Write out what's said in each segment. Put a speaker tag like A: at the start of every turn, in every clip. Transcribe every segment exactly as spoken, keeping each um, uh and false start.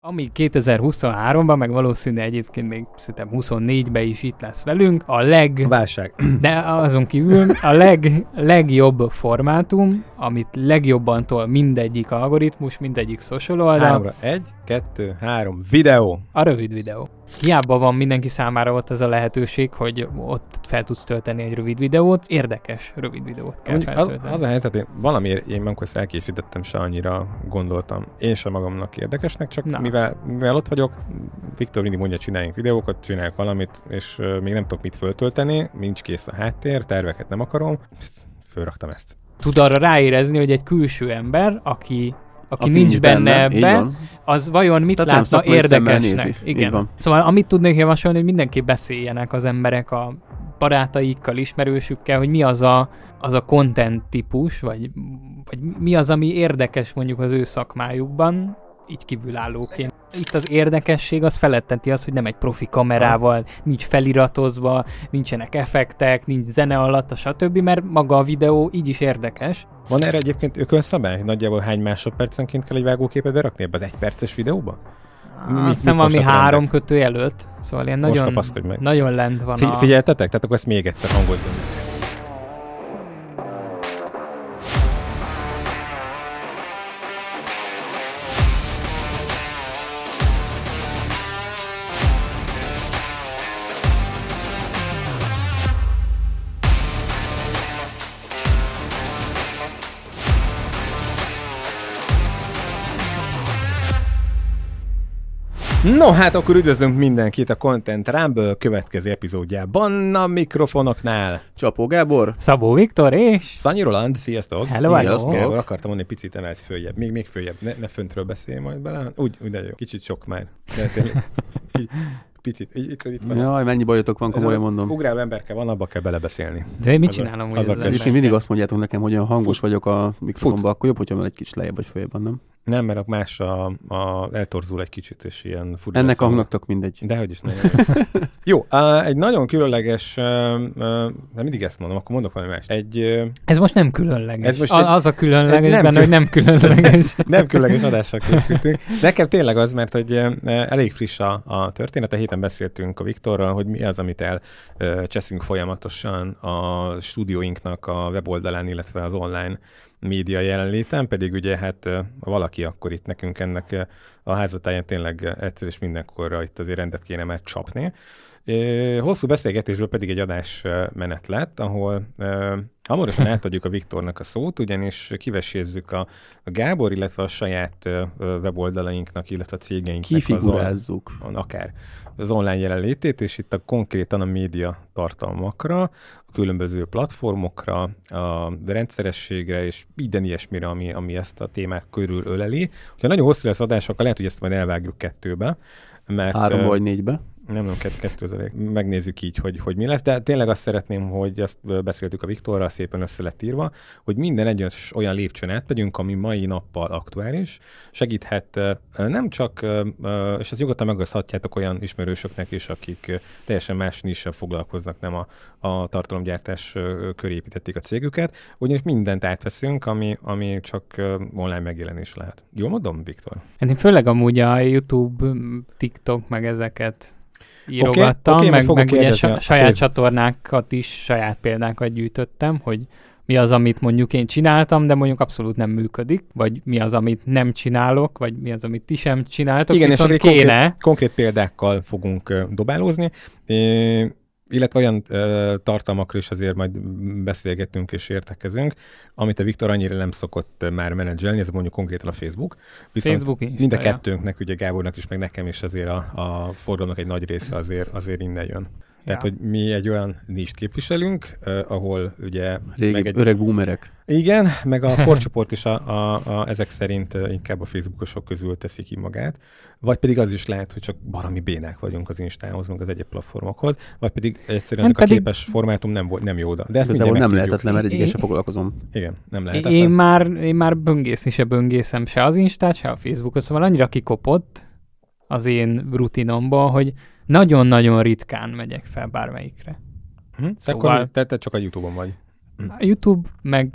A: Ami kétezer-huszonháromban, meg valószínűleg egyébként még szerintem huszonnégyben is itt lesz velünk, a leg...
B: Válság.
A: De azon kívül a leg, legjobb formátum, amit legjobban tol mindegyik algoritmus, mindegyik social oldal.
B: Háromra. Egy, kettő, három. Videó.
A: A rövid videó. Hiába van mindenki számára ott ez a lehetőség, hogy ott fel tudsz tölteni egy rövid videót. Érdekes rövid videót kell
B: Mondjuk
A: feltölteni.
B: Az, az a helyzet, én valamiért én amikor ezt elkészítettem, se annyira gondoltam. Én sem magamnak érdekesnek, csak mivel, mivel ott vagyok, Viktor mindig mondja, csináljunk videókat, csináljuk valamit, és uh, még nem tudok mit föltölteni, nincs kész a háttér, terveket nem akarom, fölraktam ezt.
A: Tud arra ráérezni, hogy egy külső ember, aki aki, aki nincs benne ebben, az vajon mit tehát látna érdekesnek. Igen. Szóval amit tudnék javasolni, hogy mindenképp beszéljenek az emberek a barátaikkal, ismerősükkel, hogy mi az a, az a content típus, vagy, vagy mi az, ami érdekes mondjuk az ő szakmájukban, így kívülállóként. Itt az érdekesség az feletteti az, hogy nem egy profi kamerával, nincs feliratozva, nincsenek effektek, nincs zene alatt, stb., mert maga a videó így is érdekes.
B: Van erre egyébként ökölszabály? Nagyjából hány másodpercenként kell egy vágóképet berakni ebbe az egyperces videóba?
A: Azt hiszem valami három kötő előtt, szóval ilyen nagyon, nagyon lent van
B: Figy-
A: a...
B: Figyeltetek? Tehát akkor ezt még egyszer hangozzon. No, hát akkor üdvözlünk mindenkit a Content Rumble következő epizódjában a mikrofonoknál.
C: Csapó Gábor,
A: Szabó Viktor és
B: Szanyi Roland, sziasztok!
A: Hello,
B: sziasztok! Gábor, akartam mondani, picit emelt följebb, még, még följebb, ne, ne föntről beszélj majd bele, úgy, úgy de jó, kicsit sok már. Picit, itt, itt van.
C: Jaj, mennyi bajotok van, komolyan mondom.
B: Ugráló emberke van, abba kell belebeszélni.
A: De mit csinálom, hogy ezzel?
C: Egyébként mindig azt mondjátok nekem, hogy olyan hangos Fut. vagyok a mikrofonba, akkor jobb, hogyha van egy kis lejjebb vagy följebb, nem?
B: Nem, mert más a, a, eltorzul egy kicsit, és ilyen fut.
C: Ennek a hangnak mindegy.
B: Dehogy is nagyon. Jó, uh, egy nagyon különleges, uh, uh, mindig ezt mondom, akkor mondok valami más. Egy, uh,
A: ez most nem különleges. Ez most
B: egy,
A: az a különleges benne, kül... hogy nem különleges.
B: Nem különleges adással készültünk. Nekem tényleg az, mert hogy uh, elég friss a, a történet. A héten beszéltünk a Viktorral, hogy mi az, amit elcseszünk uh, folyamatosan a stúdióinknak a weboldalán, illetve az online média jelenléten, pedig ugye hát valaki akkor itt nekünk ennek a házatáján tényleg egyszer és mindenkorra itt azért rendet kéne megcsapni. Hosszú beszélgetésből pedig egy adás menet lett, ahol hamarosan átadjuk a Viktornak a szót, ugyanis kivesézzük a, a Gábor, illetve a saját weboldalainknak, illetve a cégeinknek
C: kifigurázzuk.
B: Az on, akár az online jelenlétét, és itt a konkrétan a média tartalmakra, a különböző platformokra, a rendszerességre, és minden ilyesmire, ami, ami ezt a témát körül öleli. Ha nagyon hosszú lesz adás, akkor lehet, hogy ezt majd elvágjuk kettőbe. Mert,
C: Három vagy négybe.
B: Nem, nem, kettő az elég. Megnézzük így, hogy, hogy mi lesz, de tényleg azt szeretném, hogy azt beszéltük a Viktorral, szépen össze lett írva, hogy minden egyes olyan lépcsőn átmegyünk, ami mai nappal aktuális, segíthet nem csak, és ezt nyugodtan megoszthatjátok olyan ismerősöknek is, akik teljesen más nissel foglalkoznak, nem a, a tartalomgyártás köré építették a cégüket, ugyanis mindent átveszünk, ami, ami csak online megjelenés lehet. Jól mondom, Viktor?
A: Én főleg amúgy a YouTube, TikTok, meg ezeket írogattam,
B: okay, okay,
A: meg, meg ugye sa- saját
B: Facebook.
A: csatornákat is, saját példákat gyűjtöttem, hogy mi az, amit mondjuk én csináltam, de mondjuk abszolút nem működik, vagy mi az, amit nem csinálok, vagy mi az, amit ti sem csináltok,
B: igen,
A: viszont
B: és
A: kéne.
B: Konkrét, konkrét példákkal fogunk uh, dobálózni, é, illetve olyan uh, tartalmakról is azért majd beszélgetünk és értekezünk, amit a Viktor annyira nem szokott már menedzselni, ez mondjuk konkrétan a Facebook. Viszont
A: Facebook is,
B: mind a kettőnknek, ugye Gábornak is, meg nekem is azért a, a forgalomnak egy nagy része azért, azért innen jön. Tehát, ja. hogy mi egy olyan nist képviselünk, uh, ahol ugye...
C: Régi,
B: meg egy,
C: öreg boomerek.
B: Igen, meg a korcsoport is a, a, a, ezek szerint uh, inkább a Facebookosok közül teszi ki magát, vagy pedig az is lehet, hogy csak baromi bénák vagyunk az Instához, meg az egyéb platformokhoz, vagy pedig egyszerűen ezek pedig... a képes formátum nem, nem jó oda. De ezt
C: nem lehetetlen, mert egyébként sem foglalkozom.
B: Igen, nem lehetetlen.
A: Én már, én már böngészni se böngészem se az Instát, se a Facebookot, szóval annyira kikopott az én rutinomba, hogy nagyon-nagyon ritkán megyek fel bármelyikre.
B: Hm? Szóval... Akkor te, te csak a YouTube-on vagy.
A: A YouTube, meg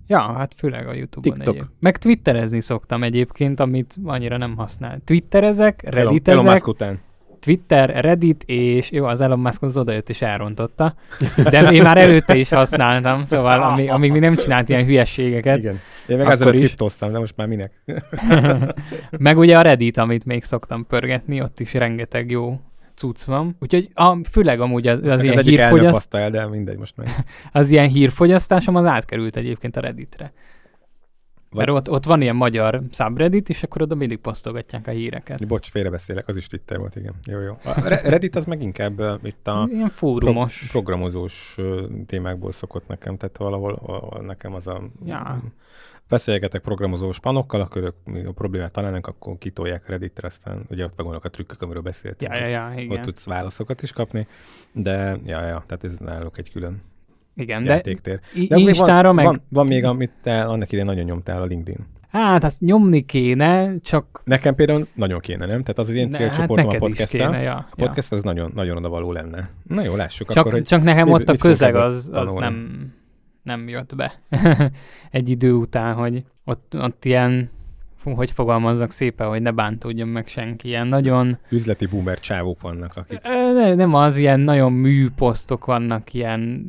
A: Ja, hát főleg a YouTube-on egyébként. Meg twitterezni szoktam egyébként, amit annyira nem használ. Twitterezek, redditezek. Elon Musk után. Twitter, Reddit, és jó, az Elon Musk az odajött és elrontotta. De én már előtte is használtam, szóval amíg, amíg mi nem csinált ilyen hülyességeket.
B: Igen. Én meg ezzel kriptóztam, de most már minek?
A: Meg ugye a Reddit, amit még szoktam pörgetni, ott is rengeteg jó cucc van. Úgyhogy a, főleg amúgy az, az ilyen hírfogyasztás...
B: el, de mindegy most meg.
A: Az ilyen hírfogyasztásom az átkerült egyébként a Redditre. Vagy... Mert ott, ott van ilyen magyar subreddit, és akkor oda mindig posztolgatják a híreket.
B: Bocs, félrebeszélek, az is Twitter volt, igen. Jó, jó. A Reddit az meg inkább uh, itt a
A: ilyen fórumos.
B: Pro- programozós uh, témákból szokott nekem, tehát valahol, valahol nekem az a...
A: Ja.
B: Beszélgetek programozós panokkal, akkor ők a problémát találnak, akkor kitolják Redditre, aztán ugye ott megvannak a trükkök, amiről beszéltünk.
A: Ja, ja, ja, igen.
B: Ott tudsz válaszokat is kapni, de ja, ja, tehát ez náluk egy külön
A: igen,
B: játéktér.
A: De, de Instára
B: van,
A: meg...
B: Van, van még, amit te annak idején nagyon nyomtál, a LinkedIn.
A: Hát, azt nyomni kéne, csak...
B: Nekem például nagyon kéne, nem? Tehát az az ilyen célcsoportom hát a podcasttel.
A: Ja,
B: a podcast ja. az nagyon, nagyon odavaló lenne. Na jó, lássuk
A: csak,
B: akkor, hogy...
A: Csak nekem ott a közeg az, az nem, nem jött be. Egy idő után, hogy ott, ott ilyen... hogy fogalmazzak szépen, hogy ne bántódjon meg senki. Ilyen nagyon...
B: Üzleti boomer csávók vannak, akik...
A: Ne, nem az, ilyen nagyon műposztok vannak, ilyen...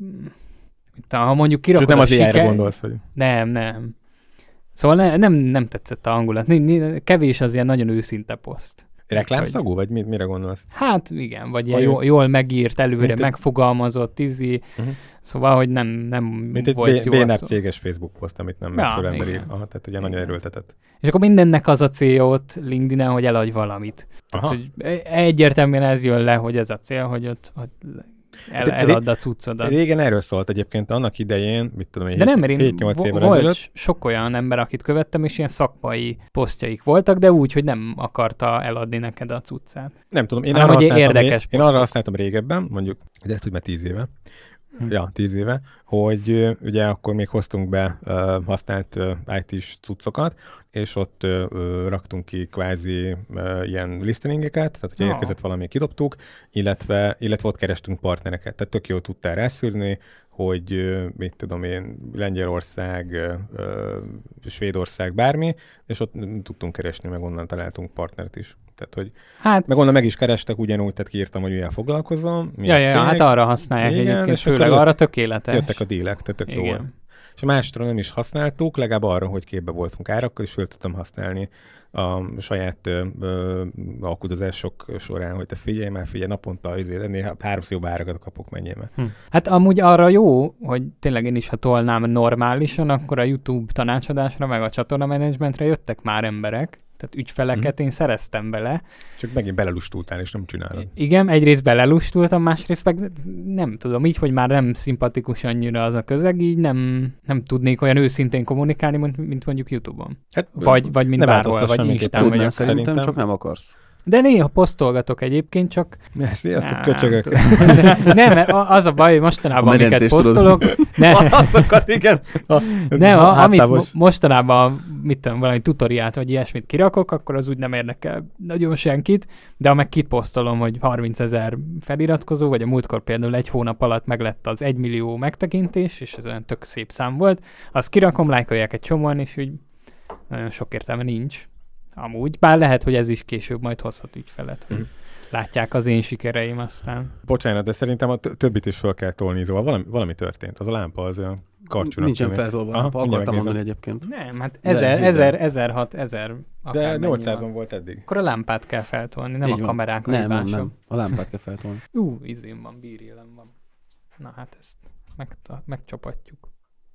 A: Ha mondjuk kirakod
B: nem
A: a
B: az
A: siker...
B: ilyenre gondolsz, hogy...
A: Nem, nem. Szóval ne, nem, nem tetszett a hangulat. Kevés az ilyen nagyon őszinte poszt.
B: Reklámszagú, vagy mi, mire gondolsz?
A: Hát igen, vagy ilyen jól, jól megírt, előre mint megfogalmazott, izi. Uh-huh. Szóval, hogy nem, nem
B: mint
A: volt
B: egy
A: jó.
B: Mint egy céges Facebook poszt, amit nem ja, megfelelő emberi. Aha, tehát ugye nagyon erőltetett.
A: És akkor mindennek az a célja ott LinkedIn-en, hogy eladj valamit. Tehát, hogy egyértelműen ez jön le, hogy ez a cél, hogy ott... hogy El, eladd a cuccodat.
B: Régen erről szólt egyébként annak idején, mit tudom én,
A: de nem, mert
B: hét-nyolc évvel
A: volt
B: ezelőtt.
A: Sok olyan ember, akit követtem, és ilyen szakmai posztjaik voltak, de úgy, hogy nem akarta eladni neked a cuccát.
B: Nem tudom, én,
A: hanem,
B: arra, használtam,
A: érdekes
B: én, én arra használtam régebben, mondjuk, de ezt úgy már tíz éve, hm. ja, tíz éve, hogy uh, ugye akkor még hoztunk be uh, használt uh, í té-s cuccokat, és ott uh, uh, raktunk ki kvázi uh, ilyen listeningeket, tehát hogyha oh. érkezett valami, kidobtuk, illetve, illetve ott kerestünk partnereket. Tehát tök jól tudtál rászűrni, hogy uh, mit tudom én, Lengyelország, uh, Svédország, bármi, és ott tudtunk keresni, meg onnan találtunk partnert is. Tehát, hogy hát, meg onnan meg is kerestek ugyanúgy, tehát kiírtam, hogy milyen foglalkozom.
A: Ja, ja, hát arra használják igen, egyébként, főleg arra tökéletes.
B: Jöttek a dílek, tehát tök jó. És a másodra nem is használtuk, legalább arra, hogy képbe voltunk árakkal, és föl tudtam használni a saját ö, ö, alkudozások során, hogy te figyelj már, figyelj, naponta azért, néha háromszor jobb árakat kapok, menjél már.
A: Hm. Hát amúgy arra jó, hogy tényleg én is, ha tolnám normálisan, akkor a YouTube tanácsadásra, meg a csatorna menedzsmentre jöttek már emberek, tehát ügyfeleket mm. én szereztem bele.
B: Csak megint belelustultál, és nem csinálod.
A: Igen, egyrészt belelustultam, másrészt meg nem tudom, így, hogy már nem szimpatikus annyira az a közeg, így nem, nem tudnék olyan őszintén kommunikálni, mint, mint mondjuk YouTube-on. Hát, vagy, vagy mint bárhol, vagy Instán, vagy
C: szerintem csak nem akarsz.
A: De néha posztolgatok egyébként, csak...
B: Sziasztok, köcsögök!
A: Nem, mert az a baj, hogy mostanában, a amiket posztolok...
B: Ne, azokat, igen! A,
A: nem, a, amit mo- mostanában, mit tudom, valami tutoriát, vagy ilyesmit kirakok, akkor az úgy nem érdekel nagyon senkit, de ha meg kit posztolom, hogy harmincezer feliratkozó, vagy a múltkor például egy hónap alatt meglett az egymillió megtekintés, és ez olyan tök szép szám volt, azt kirakom, lájkolják egy csomóan, és úgy nagyon sok értelme nincs. Amúgy, bár lehet, hogy ez is később majd hozhat ügyfelet. Mm. Látják az én sikereim aztán.
B: Bocsánat, de szerintem a t- többit is fel kell tolni, szóval valami, valami történt. Az a lámpa az olyan karcsúnak.
C: Nincsen feltolva, aha, akartam megnézem. Mondani egyébként.
A: Nem, hát ezer, ezer, ezer, hat, ezer.
B: De nyolcszázon volt eddig.
A: Akkor a lámpát kell feltolni, nem
C: így
A: a kamerák.
C: Nem, nem, nem, a lámpát kell feltolni.
A: Ú, izém van, bírélem van. Na hát ezt megta- megcsapatjuk.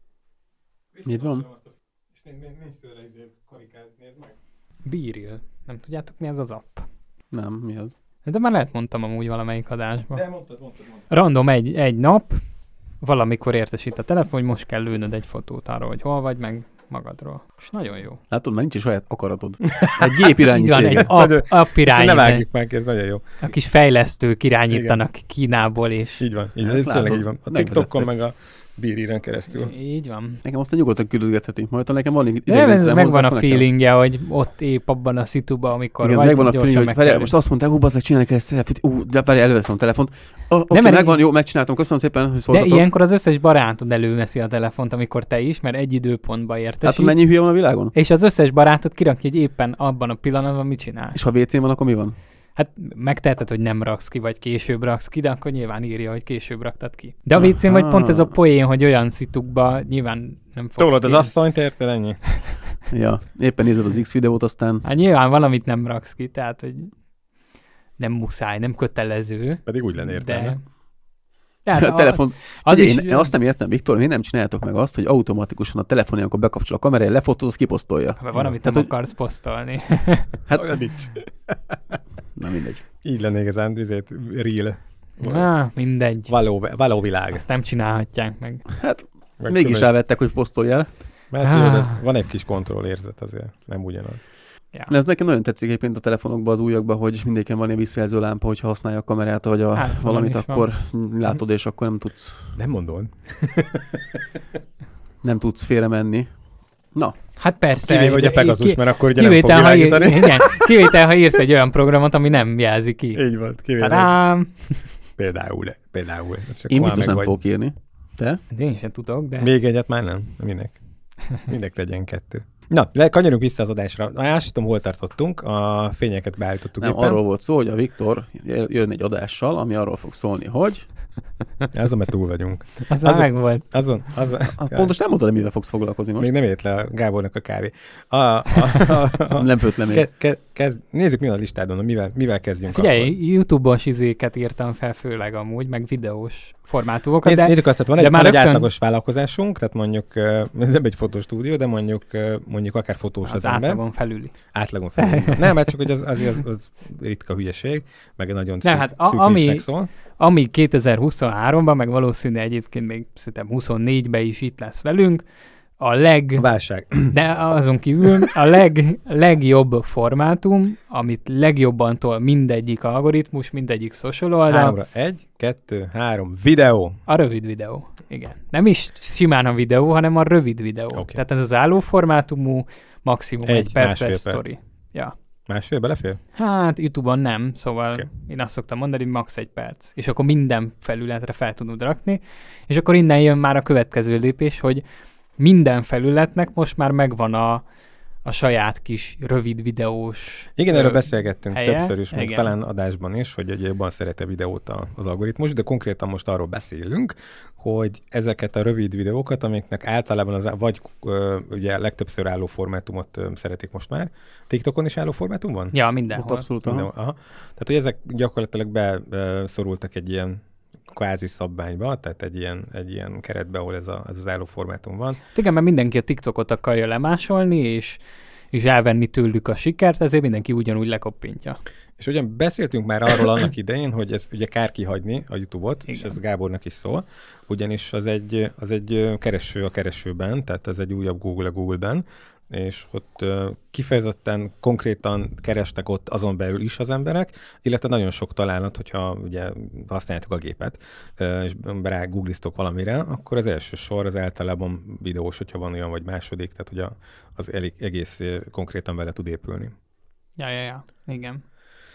C: Mit van?
B: És nincs tőle izé karikád, nézd meg.
A: Bíril. Nem tudjátok, mi ez az app?
C: Nem, mi az?
A: De már lehet mondtam amúgy valamelyik adásban.
B: De mondtad, mondtad, mondtad.
A: Random egy, egy nap, valamikor értesít a telefon, hogy most kell lőnöd egy fotót arról, hogy hol vagy, meg magadról. És nagyon jó.
C: Látod, már nincs is saját akaratod. Egy gép irányít
A: van, egy app, app irányít.
B: Ne vágjuk meg, ez nagyon jó.
A: A kis fejlesztők irányítanak igen. Kínából, és...
B: Így van, így, ez tényleg így van. A TikTokon meg a bíríren keresztül.
A: Így van.
C: Nekem azt nyugodtan küldözgetheti. Majd nekem van
A: idegrendszerem hozzá. Megvan a feelingje, hogy ott épp abban a szituban, amikor
C: igen, vagy megvan a feeling, hogy várjál, most azt mondták, hú, bazzak, csinálni kell selfie-t, ú, de várjál, előveszem a telefont. Oh, oké, okay, megvan, jó, megcsináltam, köszönöm szépen, hogy szóltatok.
A: De ilyenkor az összes barátod előveszi a telefont, amikor te is, mert egy időpontba értesít.
C: Hát mennyi hülye van a világon?
A: És az összes barátod kirakja, hogy éppen abban a pillanatban mit csinál.
C: És ha vé cén van, akkor mi van?
A: Hát megteheted, hogy nem raksz ki, vagy később raksz ki, de akkor nyilván írja, hogy később raktad ki. De a vé cén vagy pont ez a poén, hogy olyan szitukba nyilván nem fogsz
B: Tólod az asszonyt, érted, ennyi?
C: Ja, éppen nézed az X videót, aztán...
A: Hát nyilván valamit nem raksz ki, tehát, hogy nem muszáj, nem kötelező.
B: Pedig úgy lenne értelme.
C: De... Hát a, a telefon... Az is... Én azt nem értem, Viktor, miért nem csináljátok meg azt, hogy automatikusan a telefonja, amikor bekapcsol a kamerája, lefotóz, az kiposztolja.
A: Ha van, amit nem hogy... akarsz posztolni.
B: Hát olyan nincs.
C: Na mindegy.
B: Így lenne igazán, ezért real.
A: Na, mindegy.
B: Való, való világ.
A: Ezt nem csinálhatják meg.
C: Hát meg mégis elvettek, hogy posztoljál.
B: Mert ah. jó, van egy kis kontrollérzet azért, nem ugyanaz.
C: Ja. Ez nekem nagyon tetszik egyébként a telefonokban, az újakban, hogy mindegyikén van egy visszajelző lámpa, hogyha használja a kamerát, vagy a hát, valamit, akkor van. Látod, és akkor nem tudsz...
B: Nem mondod.
C: Nem tudsz félre menni. Na.
A: Hát persze.
B: Kivéve, hogy a Pegasus, ki, mert akkor ugye nem fog világítani.
A: Igen, kivétel, ha írsz egy olyan programot, ami nem jelzi ki.
B: Így volt, kivéve.
A: Tadám!
B: Például, például.
C: Én biztos nem fogok írni. Te?
A: Én sem tudok, de...
B: Még egyet már nem. Minek? Minek legyen kettő. Na, kanyarunk vissza az adásra. Azt tudom, hol tartottunk. A fényeket beállítottuk
C: nem,
B: éppen.
C: Arról volt szó, hogy a Viktor jön egy adással, ami arról fog szólni, hogy...
B: Azon, mert túl vagyunk.
A: Az azon, meg volt.
B: Azon, azon,
C: azon, pontos nem mondod, mivel fogsz foglalkozni most.
B: Még nem ért le a Gábornak a kávé. A, a, a, a,
C: nem főtt le még. Ke,
B: ke, kezd, nézzük, mi a listádon, mivel, mivel kezdjünk.
A: Figyelj, akkor. YouTube-os izéket írtam fel főleg amúgy, meg videós formátumokat. Nézz, de,
B: nézzük azt, tehát van egy, van rögtön... egy átlagos vállalkozásunk, tehát mondjuk nem egy fotostúdió, de mondjuk mondjuk akár fotós az,
A: az
B: ember.
A: átlagon felüli.
B: Átlagon felüli. Nem, mert csak hogy az, az, az, az ritka hülyeség, meg nagyon szűk,
A: hát
B: szűk
A: a, ami,
B: szól.
A: Ami kétezer-huszonháromban, meg valószínűleg egyébként még szerintem huszonnégyben is itt lesz velünk, a leg...
B: A válság.
A: De azon kívül a leg, legjobb formátum, amit legjobban tol mindegyik algoritmus, mindegyik social oldal.
B: Háromra. Egy, kettő, három. Videó.
A: A rövid videó. Igen. Nem is simán a videó, hanem a rövid videó. Okay. Tehát ez az álló formátumú, maximum egy, egy perces sztori. Ja.
B: Másfél belefér?
A: Hát YouTube-on nem, szóval okay. Én azt szoktam mondani, hogy max egy perc. És akkor minden felületre fel tudod rakni, és akkor innen jön már a következő lépés, hogy minden felületnek most már megvan a, a saját kis rövid videós
B: Igen, ö, erről beszélgettünk helye. Többször is, még talán adásban is, hogy jobban szeret-e videót az algoritmus, de konkrétan most arról beszélünk, hogy ezeket a rövid videókat, amiknek általában az, vagy ö, ugye legtöbbször álló formátumot ö, szeretik most már. TikTokon is álló formátum van?
A: Ja, mindenhol.
B: Abszolút. Mindenhol. Aha. Tehát, hogy ezek gyakorlatilag beszorultak egy ilyen kvázi szabványba, tehát egy ilyen, egy ilyen keretbe, ahol ez, a, ez az álló formátum van.
A: Igen, mert mindenki a TikTokot akarja lemásolni, és, és elvenni tőlük a sikert, ezért mindenki ugyanúgy lekoppintja.
B: És ugyan beszéltünk már arról annak idején, hogy ez ugye kár kihagyni a YouTube-ot, igen. És ez Gábornak is szól, ugyanis az egy, az egy kereső a keresőben, tehát ez egy újabb Google a Google-ben, és ott uh, kifejezetten konkrétan kerestek ott azon belül is az emberek, illetve nagyon sok találat, hogyha ugye használjátok a gépet, uh, és rá googliztok valamire, akkor az első sor az általában videós, hogyha van olyan vagy második, tehát hogy a, az elég, egész konkrétan vele tud épülni.
A: Ja, ja, ja, igen.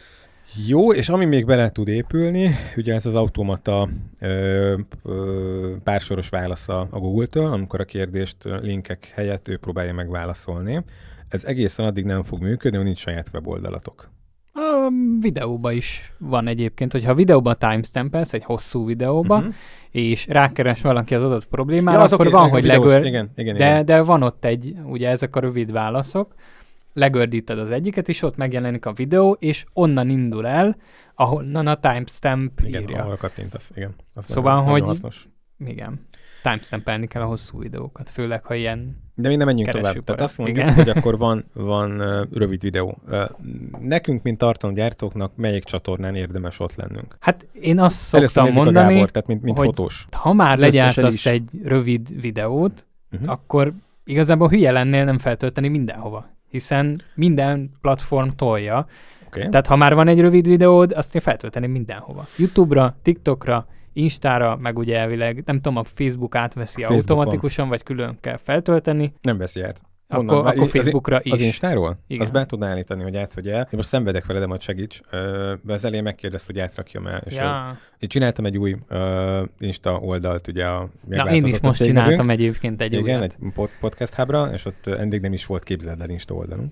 B: Jó, és ami még bele tud épülni, ugye ez az automata ö, ö, pársoros válasza a Google-től, amikor a kérdést linkek helyett ő próbálja megválaszolni. Ez egészen addig nem fog működni, hogy nincs saját weboldalatok.
A: A videóban is van egyébként, hogyha a videóban timestampelsz, egy hosszú videóba, uh-huh. és rákeres valaki az adott problémára, ja, az akkor okay, van, hogy legör... Igen, igen,
B: de, igen.
A: de van ott egy, ugye ezek a rövid válaszok, legördíted az egyiket, és ott megjelenik a videó, és onnan indul el, ahonnan a timestamp
B: igen,
A: írja.
B: Igen, ahol kattintasz, igen.
A: Azt szóval, nagyon, hogy... Nagyon hasznos. Igen. Timestampelni kell a hosszú videókat, főleg, ha ilyen
B: de még nem menjünk tovább. Tehát azt mondjuk, igen. hogy akkor van, van uh, rövid videó. Uh, nekünk, mint tartalomgyártóknak, melyik csatornán érdemes ott lennünk?
A: Hát én azt szoktam mondani,
B: Gábor, tehát mint, mint
A: hogy
B: fotós.
A: Ha már legyártasz egy rövid videót, uh-huh. akkor igazából hülye lennél nem feltölteni mindenhova. Hiszen minden platform tolja. Okay. Tehát ha már van egy rövid videód, azt kell feltölteni mindenhova. YouTube-ra, TikTokra, Instára, meg ugye elvileg, nem tudom, a Facebook átveszi Facebook automatikusan, van. Vagy külön kell feltölteni.
B: Nem veszi át.
A: Akkor, akkor az, Facebookra is.
B: Az Instáról? Igen. Azt be tudná állítani, hogy átvegy el. Én most szenvedek vele, de majd segíts. De az elején megkérdezte, hogy átrakjam el. És
A: ja.
B: az, én csináltam egy új uh, Insta oldalt, ugye a
A: Na, én is most csináltam egyébként egy
B: Igen,
A: újat.
B: egy pod- podcast hubra, és ott eddig nem is volt, képzeld el, Insta oldalunk.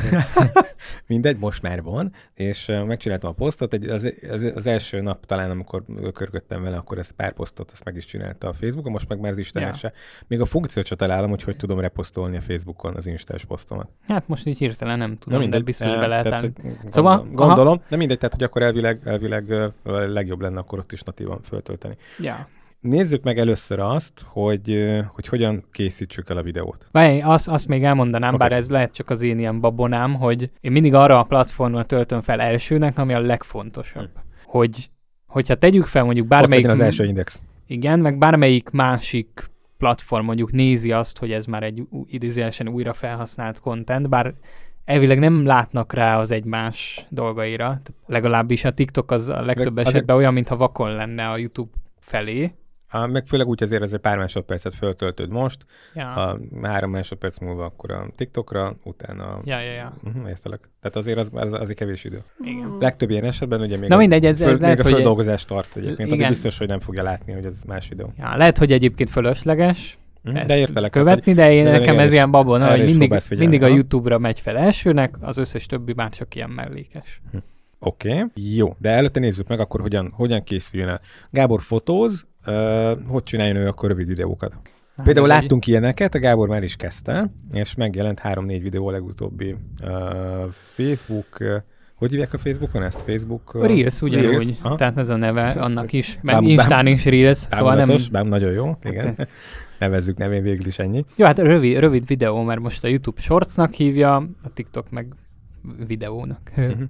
B: Mindegy, most már van, és uh, megcsináltam a posztot. Egy, az, az, az első nap talán, amikor körködtem vele, akkor ezt pár posztot azt meg is csinálta a Facebookon, most meg már az Instagram ja. se. Még a funkciót se találom, hogy hogy tudom reposztolni a Facebookon az Instás posztomat.
A: Hát most így hirtelen nem tudom, mindegy, de biztos be lehet állni.
B: Szóval gondolom, gondolom de mindegy, tehát hogy akkor elvileg, elvileg uh, legjobb lenne akkor ott is natívan föltölteni.
A: Ja.
B: Nézzük meg először azt, hogy, hogy hogyan készítsük el a videót.
A: Várj, azt, azt még elmondanám, okay. Bár ez lehet csak az én ilyen babonám, hogy én mindig arra a platformon töltöm fel elsőnek, ami a legfontosabb. Hmm. Hogy, hogyha tegyük fel mondjuk bármelyik...
B: Ott legyen az első index.
A: Igen, meg bármelyik másik platform mondjuk nézi azt, hogy ez már egy idézőjelesen újra felhasznált content, bár elvileg nem látnak rá az egymás dolgaira. Tehát legalábbis a TikTok az a legtöbb meg esetben azért... olyan, mintha vakon lenne a YouTube felé.
B: A, meg főleg úgy azért ezért pár másodpercet föltöltöd most,
A: ja.
B: a három másodperc múlva akkor a TikTokra, utána...
A: Ja, ja, ja.
B: Uh-huh, értelek. Tehát azért az, az, az egy kevés idő.
A: Igen.
B: Legtöbb ilyen esetben ugye még
A: Na mindegy, ez,
B: föl,
A: ez lehet,
B: még a
A: hogy...
B: földolgozás tart egyébként,
A: Igen.
B: biztos, hogy nem fogja látni, hogy ez más videó.
A: Ja, lehet, hogy egyébként fölösleges,
B: Mm, de értelek.
A: követni, de én, de nekem ez ilyen babona, hogy mindig, mindig a
B: ha?
A: YouTube-ra megy fel elsőnek, az összes többi már csak ilyen mellékes.
B: Hm. Oké, okay. Jó. De előtte nézzük meg akkor, hogyan, hogyan készüljön el. Gábor fotóz, uh, hogy csináljon ő akkor rövid videókat? Hát, például láttunk egy... ilyeneket, a Gábor már is kezdte, és megjelent három-négy videó legutóbbi uh, Facebook... Uh, hogy hívják a Facebookon ezt? Facebook... Uh,
A: Reels, ugyanúgy. Tehát ez a neve annak is. Meg bám, Instán is Reels, szóval nem...
B: Bám, nagyon jó, igen. Nevezzük nevén, végül is ennyi.
A: Jó, hát rövid, rövid videó, mert most a YouTube Shortsnak hívja, a TikTok meg videónak.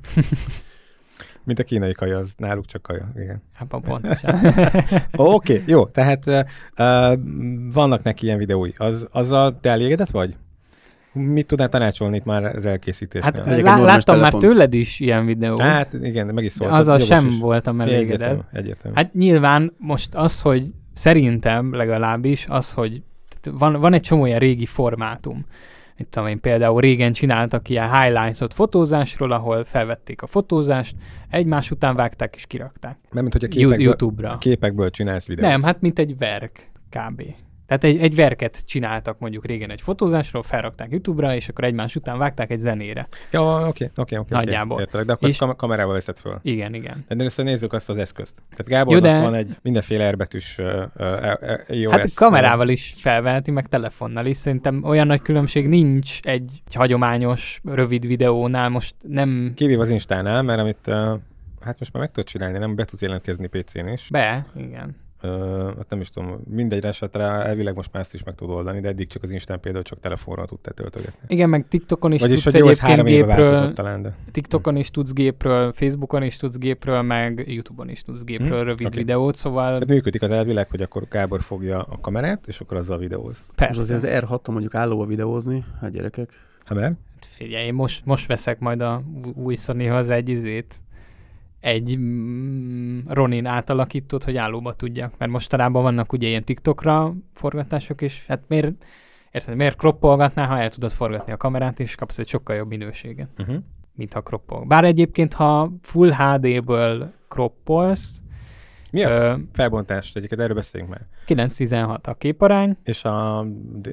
B: Mint a kínai kaja, az náluk csak kaja, igen.
A: Hát pontosan.
B: Oké, okay, jó, tehát uh, vannak neki ilyen videói. Az, azzal te elégedett vagy? Mit tudnál tanácsolni itt már az elkészítésnél?
A: Hát lá- láttam már tőled is ilyen videót.
B: Hát igen, meg is szóltam.
A: Azzal sem
B: is.
A: voltam elégedett.
B: Egyértelmű, egyértelmű.
A: Hát nyilván most az, hogy szerintem legalábbis az, hogy van, van egy csomó ilyen régi formátum. Itt tudom én, például régen csináltak ilyen highlights-ot fotózásról, ahol felvették a fotózást, egymás után vágták és kirakták.
B: Nem, mint hogy a képekből,
A: YouTube-ra.
B: A képekből csinálsz videót.
A: Nem, hát mint egy verk kb. Tehát egy, egy verket csináltak mondjuk régen egy fotózásról, felrakták YouTube-ra, és akkor egymás után vágták egy zenére.
B: Ja, oké, oké, oké.
A: Nagyjából.
B: Értelek, de akkor és... ezt kamerával veszed föl.
A: Igen, igen.
B: De először nézzük azt az eszközt. Tehát Gábornak de... van egy mindenféle erbetűs uh, uh, iOS.
A: Hát kamerával is felveheti, meg telefonnal is. Szerintem olyan nagy különbség nincs egy, egy hagyományos, rövid videónál. Most nem...
B: Kivéve az Instánál, mert amit uh, hát most már meg tudod csinálni, nem be tudsz jelentkezni pé cén is.
A: Be, igen.
B: Uh, hát nem is tudom, mindegy esetre elvileg most már ezt is meg tud oldani, de eddig csak az Instán például csak telefonra tudtál töltögetni.
A: Igen, meg TikTokon is
B: Vagyis,
A: tudsz egyébként gépről,
B: talán, de...
A: TikTokon is tudsz gépről, Facebookon is tudsz gépről, meg YouTube-on is tudsz gépről hmm? rövid okay. videót, szóval...
B: Tehát működik az elvileg, hogy akkor Gábor fogja a kamerát, és akkor azzal videóz.
C: Persze. Most azért az er hattal mondjuk állóba videózni, hát gyerekek.
B: Ha mert?
A: Figyelj, most, most veszek majd a új Sonyhoz egy izét, egy mm, Ronin átalakítót, hogy állóba tudjak. Mert mostanában vannak ugye ilyen TikTokra forgatások is. Hát miért, érted, miért kroppolgatnál, ha el tudod forgatni a kamerát, és kapsz egy sokkal jobb minőséget, uh-huh. mint ha kroppol. Bár egyébként, ha Full há dé-ből kroppolsz,
B: mi a ö, felbontás? Egyébként erről beszéljünk már.
A: kilenc tizenhat a képarány.
B: És a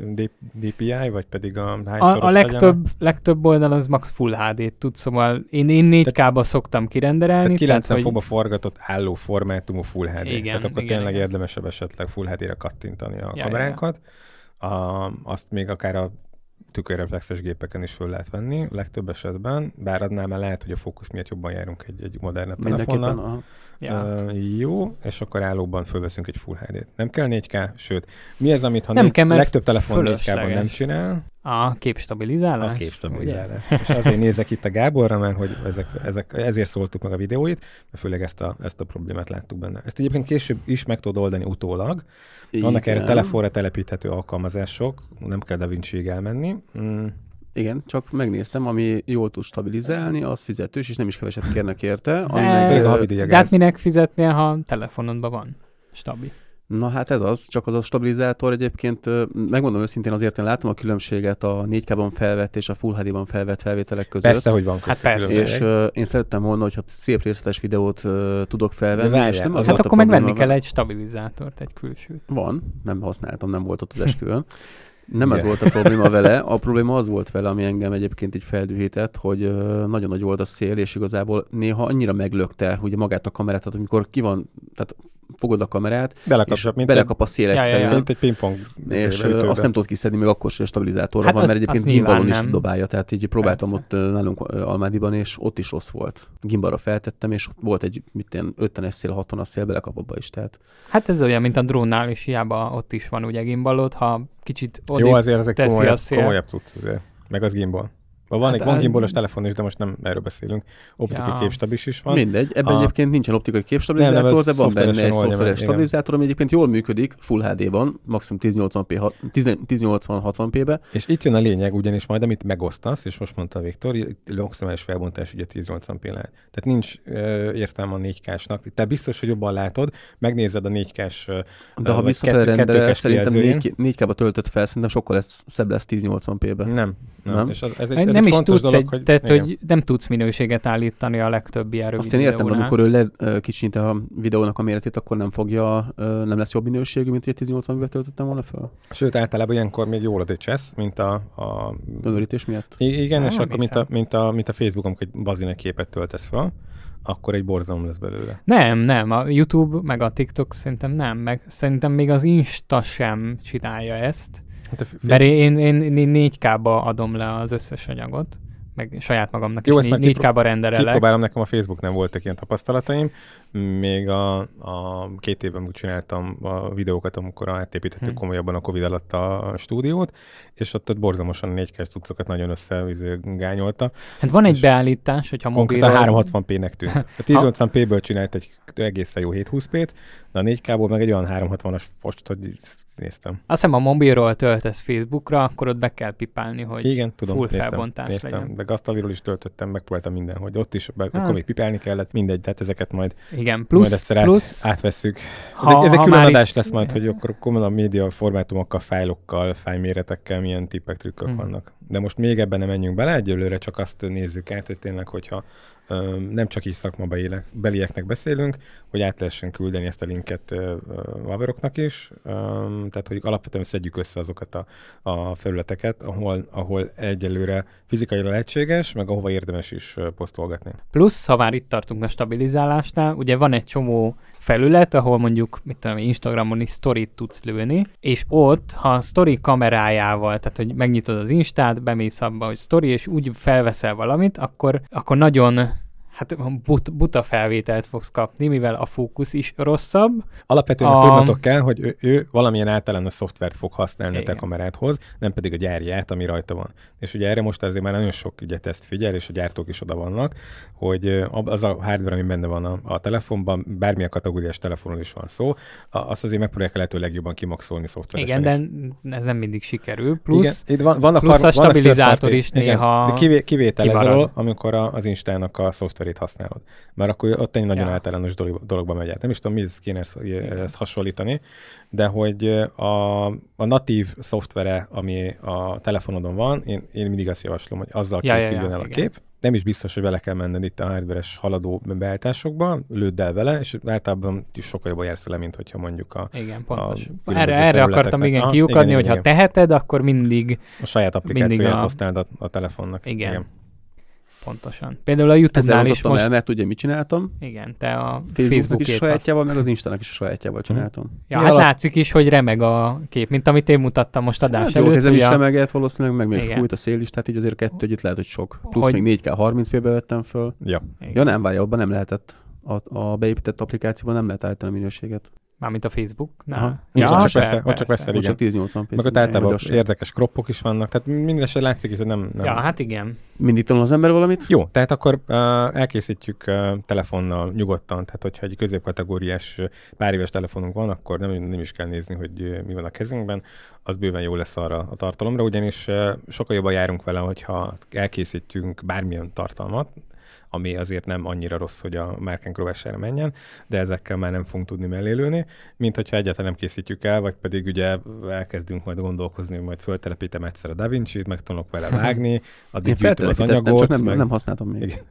B: dé pé i, vagy pedig a hány
A: A, a legtöbb, legtöbb oldal az max Full há dét tud, szóval én, én négy ká-ba szoktam kirenderelni.
B: Tehát kilencven fokba forgatott álló formátumú Full há dé.
A: Igen,
B: tehát akkor
A: igen,
B: tényleg
A: igen.
B: érdemesebb esetleg Full há dé-re kattintani a
A: ja,
B: kameránkat. Ja. A, azt még akár a tükörreflexes gépeken is föl lehet venni, legtöbb esetben, bár adnál már lehet, hogy a fókusz miatt jobban járunk egy, egy modernebb telefonnal. Ja. Uh, jó, és akkor állóban fölveszünk egy Full há dét. Nem kell négy ká, sőt, mi az, amit ha
A: nem
B: négy,
A: kell,
B: legtöbb telefon négy ká-ban nem csinál?
A: A képstabilizálás.
B: A képstabilizálás. És azért nézek itt a Gáborra, mert hogy ezek, ezek, ezért szóltuk meg a videóit, mert főleg ezt a, ezt a problémát láttuk benne. Ezt egyébként később is meg tudod oldani utólag. Igen. Vannak erre telefonra telepíthető alkalmazások, nem kell DaVinci-ig elmenni. Mm.
C: Igen, csak megnéztem, ami jól tud stabilizálni, az fizetős, és nem is keveset kérnek érte.
A: De, meg, de hát minek fizetnél, ha telefonodban van? stabil.
C: Na hát ez az, csak az a stabilizátor egyébként, megmondom őszintén, azért én látom a különbséget a négy ká-ban felvett és a Full há dé-ban felvett felvételek között.
B: Persze, hogy van köztük.
A: Hát persze.
C: És uh, én szerettem volna, hogyha szép részletes videót uh, tudok felvenni.
B: Várjál,
C: és nem
A: az hát akkor meg venni kell egy stabilizátort, egy külsőt.
C: Van, nem használtam, nem volt ott az esküvőn. Nem ez volt a probléma vele, a probléma az volt vele, ami engem egyébként így feldühített, hogy uh, nagyon nagy volt a szél, és igazából néha annyira meglökte ugye magát a kamerát, tehát amikor ki van, tehát fogod a kamerát,
B: belekap,
C: és belekap a szél egyszerűen. Ja, ja,
B: mint egy pingpong.
C: És uh, azt nem tudod kiszedni még akkor, hogy a stabilizátorra hát van, az, mert egyébként gimbalon is dobálja, tehát így próbáltam persze. Ott nálunk Almádiban, és ott is rossz volt. Gimbalra feltettem, és ott volt egy mit ilyen ötvenes szél, hatvanas szél, belekap abba is. Tehát.
A: Hát ez olyan, mint a drónnál is, hiába ott is van ugye gimbalod, ha kicsit odébb
B: jó, azért ezek
A: teszi
B: komolyabb,
A: a szél.
B: komolyabb cucc azért, meg az gimbal. Van hát egy az... gimbalos telefon is, de most nem erről beszélünk. Optikai ja. képstabilis is van.
C: Mindegy, ebben a... egyébként nincsen optikai képstabilizátor, de van benne egy szoftveres stabilizátor, ami egyébként jól működik Full há dé-ban, maximum tíz nyolcvan hatvan pé-be.
B: És itt jön a lényeg, ugyanis majd, amit megosztasz, és most mondta Viktor, maximális felbontás ugye tíz nyolcvan pé lehet. Tehát nincs uh, értelme a négy ká-snak. Te biztos, hogy jobban látod, megnézed a négy ká-s uh,
C: de ha visszafelrendeled, szerintem négy ká-ba töltött fel, szerintem sokkal lesz, szebb lesz tíz nyolcvan pé-be.
B: Nem. Nem. nem. És az, ez egy, ez
A: nem
B: egy
A: is tudsz
B: dolog,
A: egy,
B: hogy,
A: tehát, hogy nem tudsz minőséget állítani a legtöbb ilyen rövid
C: azt én értem,
A: videónál.
C: amikor ő lekicsinyíti a videónak a méretét, akkor nem fogja, nem lesz jobb minőségű, mint hogy tíz nyolcvan töltöttem volna fel.
B: Sőt, általában ilyenkor még jól ad egy csesz, mint a... a...
C: Önörítés miatt?
B: I- igen, nem, és akkor mint a, mint, a, mint a Facebookon, hogy egy bazinek képet töltesz fel, akkor egy borzalom lesz belőle.
A: Nem, nem. A YouTube meg a TikTok szerintem nem, meg szerintem még az Insta sem csinálja ezt. Hát fél... Mert én, én, én négy ká-ba adom le az összes anyagot, meg saját magamnak jó, is négy ká-ba renderelek.
B: Kipróbálom, nekem a Facebook nem voltak ilyen tapasztalataim. Még a, a két évben úgy csináltam a videókat, amikor átépítettük hmm. komolyabban a Covid alatt a stúdiót, és ott, ott borzalmasan négy ká-s cuccokat nagyon összegányolta.
A: Hát van egy beállítás, hogyha mobilról...
B: Konkrétan háromszázhatvan pé-nek tűnt. A tíz nyolcvan pé-ből csinált egy egészen jó hétszázhúsz pé-t, de a négy ká-ból meg egy olyan háromszázhatvanas fost, hogy néztem.
A: Azt hiszem, a mobilról töltesz Facebookra, akkor ott be kell pipálni, hogy
B: igen, tudom,
A: full
B: néztem,
A: felbontás
B: néztem,
A: legyen.
B: De gasztaliról is töltöttem, megpróbáltam mindenhogy. Ott is, be, akkor még pipálni kellett, mindegy, tehát ezeket majd,
A: igen, plusz,
B: majd egyszer
A: plusz,
B: át, átvesszük.
A: Ha,
B: ez egy, ez egy külön adás
A: itt...
B: lesz majd, hogy akkor komolyan média formátumokkal, fájlokkal, fájlméretekkel milyen tippek, trükkök hmm. vannak. De most még ebben nem menjünk bele, egyelőre csak azt nézzük át, hogy tényleg, hogyha nem csak így szakmabelieknek beszélünk, hogy át lehessen küldeni ezt a linket haveroknak is, tehát hogy alapvetően szedjük össze azokat a, a felületeket, ahol, ahol egyelőre fizikai lehetséges, meg ahova érdemes is posztolgatni.
A: Plusz, ha már itt tartunk a stabilizálásnál, ugye van egy csomó felület, ahol mondjuk, mit tudom, Instagramon is sztorit tudsz lőni, és ott, ha a sztori kamerájával, tehát hogy megnyitod az Instát, bemész abba, hogy sztori, és úgy felveszel valamit, akkor, akkor nagyon hát but, buta felvételt fogsz kapni, mivel a fókusz is rosszabb.
B: Alapvetően a... azt tudnotok kell, hogy ő, ő valamilyen általános szoftvert fog használni igen. a te kamerádhoz, nem pedig a gyárját, ami rajta van. És ugye erre most azért már nagyon sok ugye, teszt figyel, és a gyártók is oda vannak, hogy az a hardware, ami benne van a, a telefonban, bármilyen kategóriás telefonon is van szó, azt azért megpróbálják lehető legjobban kimaxolni szoftveresen
A: igen,
B: is.
A: de ez nem mindig sikerül. Plusz,
B: igen, van, vannak
A: plusz
B: har-
A: a stabilizátor is igen, néha
B: de kivé, kivétel ez alól, amikor a, az Instának a szoftverét használod. Mert akkor ott egy nagyon ja. általános dolog, dologba megy át. Nem is tudom, mi kéne ezt, ezt hasonlítani, de hogy a, a natív szoftvere, ami a telefonodon van, én, én mindig azt javaslom, hogy azzal ja, készüljön ja, ja, el a igen. kép. Nem is biztos, hogy bele kell menned itt a hardveres haladó beállításokba, lőd el vele, és általában sokkal jobban jársz vele, mint hogyha mondjuk a...
A: Igen, pontos. A erre, erre akartam igen ah, kiukadni, hogy ha teheted, akkor mindig...
B: A saját applikációját a... használd a, a telefonnak.
A: Igen. igen. Pontosan. Például a YouTube-nál is most...
C: el, mert ugye mit csináltam?
A: Igen, te a
C: Facebook is a sajátjával, meg az Instának is a sajátjával csináltam.
A: Hmm. Ja, hát alatt... látszik is, hogy remeg a kép, mint amit én mutattam most adás hát, előtt.
C: Jó, kezem is a... remegett valószínűleg, meg még igen. fújt a szél is, tehát így azért kettő együtt lehet, hogy sok. Plusz hogy... még négy ká harminc pé-be vettem föl.
B: Ja.
C: Ja nem, várja, abban nem lehetett. A, a beépített applikációban nem lehet állítani a minőséget.
A: Mármint a Facebooknál?
B: Ja, csak persze, persze. Ott csak persze, igen.
C: Csak tíz nyolcvan pé.
B: Meg ott általában érdekes kroppok is vannak, tehát minden esetben látszik is, hogy nem... nem...
A: Ja, hát igen.
C: Mindig tanul az ember valamit?
B: Jó, tehát akkor uh, elkészítjük uh, telefonnal nyugodtan, tehát hogyha egy középkategóriás pár éves telefonunk van, akkor nem, nem is kell nézni, hogy uh, mi van a kezünkben, az bőven jó lesz arra a tartalomra, ugyanis uh, sokkal jobban járunk vele, hogyha elkészítünk bármilyen tartalmat, ami azért nem annyira rossz, hogy a márkánk rovására menjen, de ezekkel már nem fogunk tudni mellélőni, mint hogyha egyáltalán nem készítjük el, vagy pedig ugye elkezdünk majd gondolkozni, hogy majd föltelepítem egyszer a DaVinci-t, megtanulok vele vágni, addig gyűjtöm az anyagot.
C: Csak nem,
B: meg...
C: nem használtam még.
B: Igen.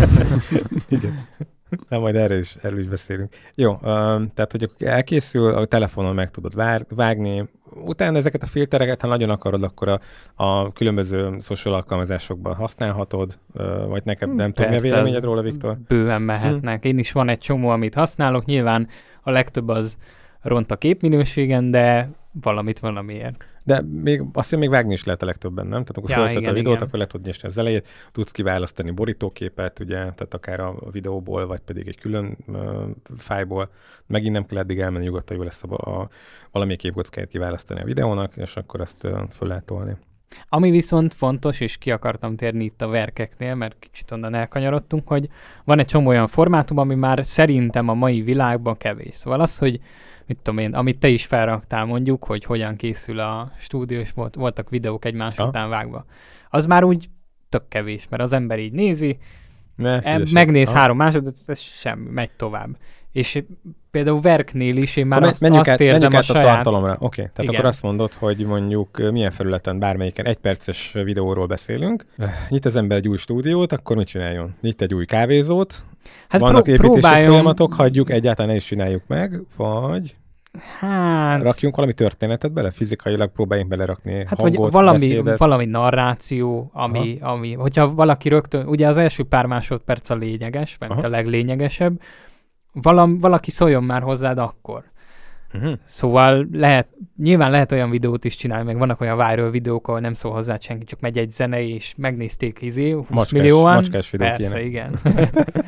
B: Igen. Na, majd erről is, erről is beszélünk. Jó, uh, tehát, hogy elkészül, a telefonon meg tudod vágni, utána ezeket a filtereket, ha nagyon akarod, akkor a, a különböző social alkalmazásokban használhatod, uh, vagy neked nem Persze, tudom, mi a véleményed róla, Viktor?
A: Bőven mehetnek. Hmm. Én is van egy csomó, amit használok, nyilván a legtöbb az ront a képminőségen, de valamit valamiért.
B: De még, azt hiszem, még vágni is lehet a legtöbben, nem? Tehát akkor ja, föltett a videót, igen. Akkor le tudod nyesni az elejét, tudsz kiválasztani borítóképet, ugye, tehát akár a videóból, vagy pedig egy külön uh, fájból. Megint nem kell eddig elmenni, nyugodtan jó lesz a, a valamelyik képkockáját kiválasztani a videónak, és akkor azt uh, föl lehet tolni.
A: Ami viszont fontos, és ki akartam térni itt a verkeknél, mert kicsit onnan elkanyarodtunk, hogy van egy csomó olyan formátum, ami már szerintem a mai világban kevés. Szóval az, hogy mit tudom én, amit te is felraktál mondjuk, hogy hogyan készül a stúdió, és volt, voltak videók egymás ha. után vágva. Az már úgy tök kevés, mert az ember így nézi, ne, e, megnéz ha. három másodot, ez semmi, megy tovább. És például verknél is én már azt, azt
B: át,
A: érzem a,
B: a
A: saját...
B: tartalomra. Oké, okay. Tehát igen. Akkor azt mondod, hogy mondjuk milyen felületen, bármelyiken egy perces videóról beszélünk, nyit az ember egy új stúdiót, akkor mit csináljon? Nyit egy új kávézót, hát vannak pró- építési próbáljon... folyamatok, hagyjuk, egyáltalán ne is csináljuk meg, vagy... Hát... rakjunk valami történetet bele, fizikailag próbáljunk belerakni hát hangot,
A: valami,
B: beszédet.
A: valami narráció, ami, ami, hogyha valaki rögtön, ugye az első pár másodperc a lényeges, mert Aha. a leglényegesebb, Valam, valaki szóljon már hozzád akkor. Uh-huh. Szóval lehet, nyilván lehet olyan videót is csinálni, meg vannak olyan viral videók, ahol nem szól hozzád senki, csak megy egy zene, és megnézték izé, húsz macskás, millióan.
B: Macskás videók
A: Persze, ilyenek. Igen.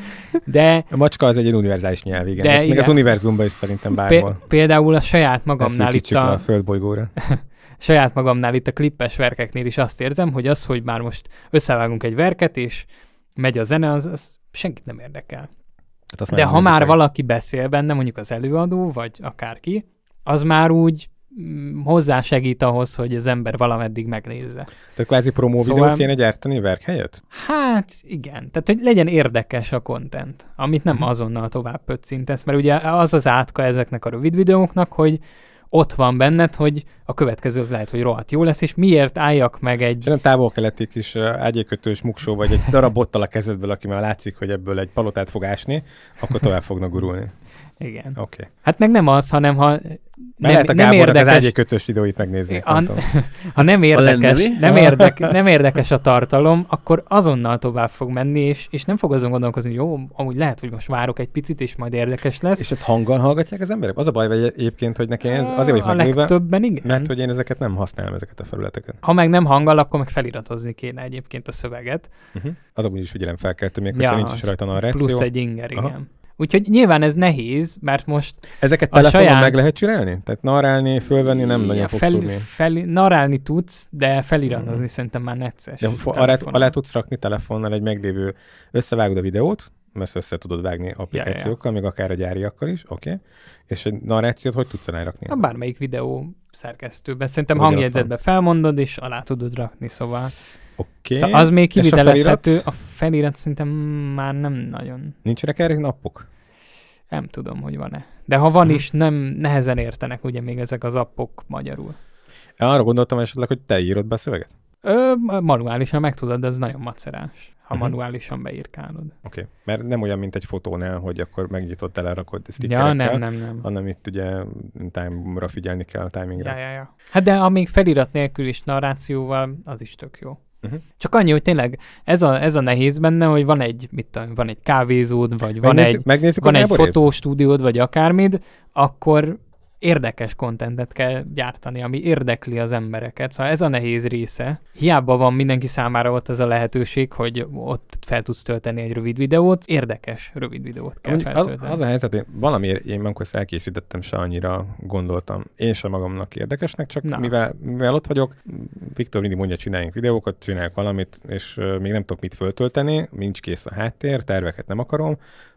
A: De,
B: a macska az egy univerzális nyelv, igen. De, igen. Még az univerzumban is szerintem bárhol.
A: P- például a saját magamnál itt a...
B: a földbolygóra.
A: saját magamnál itt a klippes verkeknél is azt érzem, hogy az, hogy már most összevágunk egy verket, és megy a zene, az, az senkit nem érdekel. Hát de ha már meg. valaki beszél benne, mondjuk az előadó, vagy akárki, az már úgy mm, hozzásegít ahhoz, hogy az ember valameddig megnézze.
B: Tehát kvázi promó szóval, videót kéne gyártani verk helyett?
A: Hát igen, tehát hogy legyen érdekes a content, amit nem hmm. azonnal tovább pöccintesz, mert ugye az az átka ezeknek a rövid videóknak, hogy ott van benned, hogy a következő az lehet, hogy rohadt jó lesz, és miért álljak meg egy...
B: Nem távol-keleti kis ágyékötős muksó, vagy egy darab bottal a kezedből, aki már látszik, hogy ebből egy palotát fog ásni, akkor tovább fognak gurulni.
A: Igen.
B: Oké. Okay.
A: Hát meg nem az, hanem ha
B: nem, lehet a nem érdekes... az ágyékötős videóit megnézni.
A: A, ha nem érdekes, nem, érdek, nem érdekes a tartalom, akkor azonnal tovább fog menni, és, és nem fog azon gondolkozni, hogy jó, amúgy lehet, hogy most várok egy picit, és majd érdekes lesz.
B: És ezt hanggal hallgatják az emberek? Az a baj, hogy egyébként, hogy nekem ez azért, hogy megnéve,
A: a legtöbben igen.
B: Mert hogy én ezeket nem használom, ezeket a felületeket.
A: Ha meg nem hanggal, akkor meg feliratozni kéne egyébként a szöveget.
B: Uh-huh. Azok is figyelem felkeltő, még ja, hogyha nincs is rajta narráció.
A: Plusz egy inger, igen. Aha. Úgyhogy nyilván ez nehéz, mert most
B: ezeket telefonon saját... meg lehet csinálni? Tehát narrálni, fölvenni nem nagyon fogsz
A: fel,
B: tudni.
A: Fel, narrálni tudsz, de feliratozni hmm. szerintem már necces.
B: De alá, alá tudsz rakni telefonnal egy meglévő, összevágod a videót, mert össze tudod vágni applikációkkal, ja, ja. még akár a gyáriakkal is, oké. Okay. És egy narrációt hogy tudsz alárakni?
A: A bármelyik videó szerkesztőben. Szerintem Ugyan hangjegyzetbe felmondod, és alá tudod rakni, szóval...
B: Okay.
A: Szóval az még kivitelezhető, a felirat szerintem már nem nagyon.
B: Nincsenek erre nappok?
A: Nem tudom, hogy van-e. De ha van hmm. is, nem nehezen értenek ugye még ezek az appok magyarul.
B: Arra gondoltam esetleg, hogy te írod be a szöveget?
A: Ö, manuálisan meg tudod, de ez nagyon macerás, ha uh-huh. manuálisan beírkálod.
B: Oké, okay. Mert nem olyan, mint egy fotónál, hogy akkor megnyitod, telerakod stickerekkel,
A: ja, nem, nem, nem.
B: hanem itt ugye time-ra figyelni kell, timingra.
A: Ja, ja, ja. Hát de amíg felirat nélkül is narrációval, az is tök jó. Uh-huh. Csak annyi, hogy tényleg ez a, ez a nehéz benne, hogy van egy, mit tudom, van egy kávézód, vagy van
B: Megnézzük,
A: egy, van egy fotóstúdiód, vagy akármid, akkor érdekes kontentet kell gyártani, ami érdekli az embereket. Szóval ez a nehéz része. Hiába van mindenki számára ott ez a lehetőség, hogy ott fel tudsz tölteni egy rövid videót. Érdekes rövid videót kell
B: Mondjuk
A: feltölteni.
B: Az, az a helyzet, én valamiért én amikor ezt elkészítettem, se annyira gondoltam. Én sem magamnak érdekesnek, csak mivel, mivel ott vagyok, Viktor mindig mondja, csináljunk videókat, csináljuk valamit, és uh, még nem tudok mit föltölteni, nincs kész a háttér, terveket nem akarom.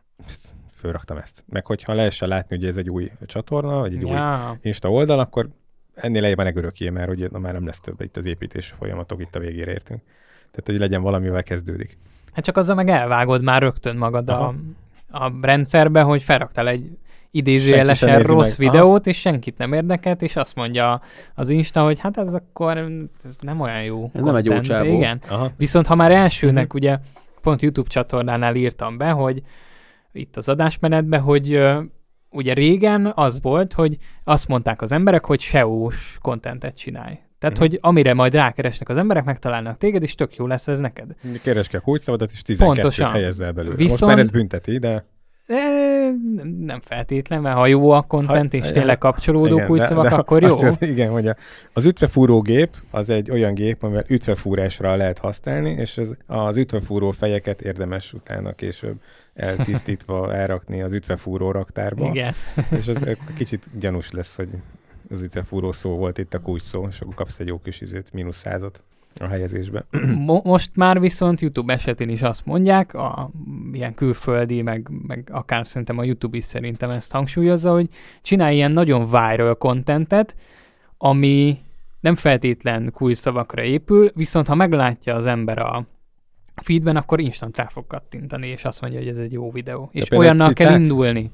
B: Fölraktam ezt. Meg hogyha lehessen látni, hogy ez egy új csatorna, vagy egy ja. új Insta oldal, akkor ennél lejjebb már örökké, mert ugye, na, már nem lesz több itt az építés folyamatok, itt a végére értünk. Tehát, hogy legyen valamivel kezdődik.
A: Hát csak azzal meg elvágod már rögtön magad a, a rendszerbe, hogy felraktál egy idézőjelesen rossz meg. videót, Aha. és senkit nem érdekelt, és azt mondja az Insta, hogy hát ez akkor ez nem olyan jó
C: Ez
A: content.
C: nem egy jó csábó.
A: Igen. Aha. Viszont ha már elsőnek, uh-huh. ugye pont YouTube csatornánál írtam be, hogy itt az adásmenetben, hogy uh, ugye régen az volt, hogy azt mondták az emberek, hogy es e ó-s contentet csinálj. Tehát, uh-huh. hogy amire majd rákeresnek az emberek, megtalálnak téged, és tök jó lesz ez neked.
B: Keresd ki a kulcsszavadat, és tizenkettőt helyezzel belőle. Viszont... Most már ez bünteti, de...
A: E, nem feltétlen, mert ha jó a content, ha, és tényleg kapcsolódó kulcsszavak, akkor jó.
B: Azt, igen, hogy a, az ütvefúró gép az egy olyan gép, amivel ütvefúrásra lehet használni, és az, az ütvefúró fejeket érdemes utána később eltisztítva elrakni az ütvefúró raktárba.
A: Igen.
B: És az kicsit gyanús lesz, hogy az ütvefúró szó volt itt a kulcs szó, és akkor kapsz egy jó kis izét, mínusz százat a helyezésbe.
A: Most már viszont YouTube esetén is azt mondják, a ilyen külföldi, meg, meg akár szerintem a YouTube is szerintem ezt hangsúlyozza, hogy csinálj ilyen nagyon viral contentet, ami nem feltétlen kulcsszavakra épül, viszont ha meglátja az ember a feedben, akkor instant rá fog kattintani, és azt mondja, hogy ez egy jó videó. De és olyannal cicák? Kell indulni.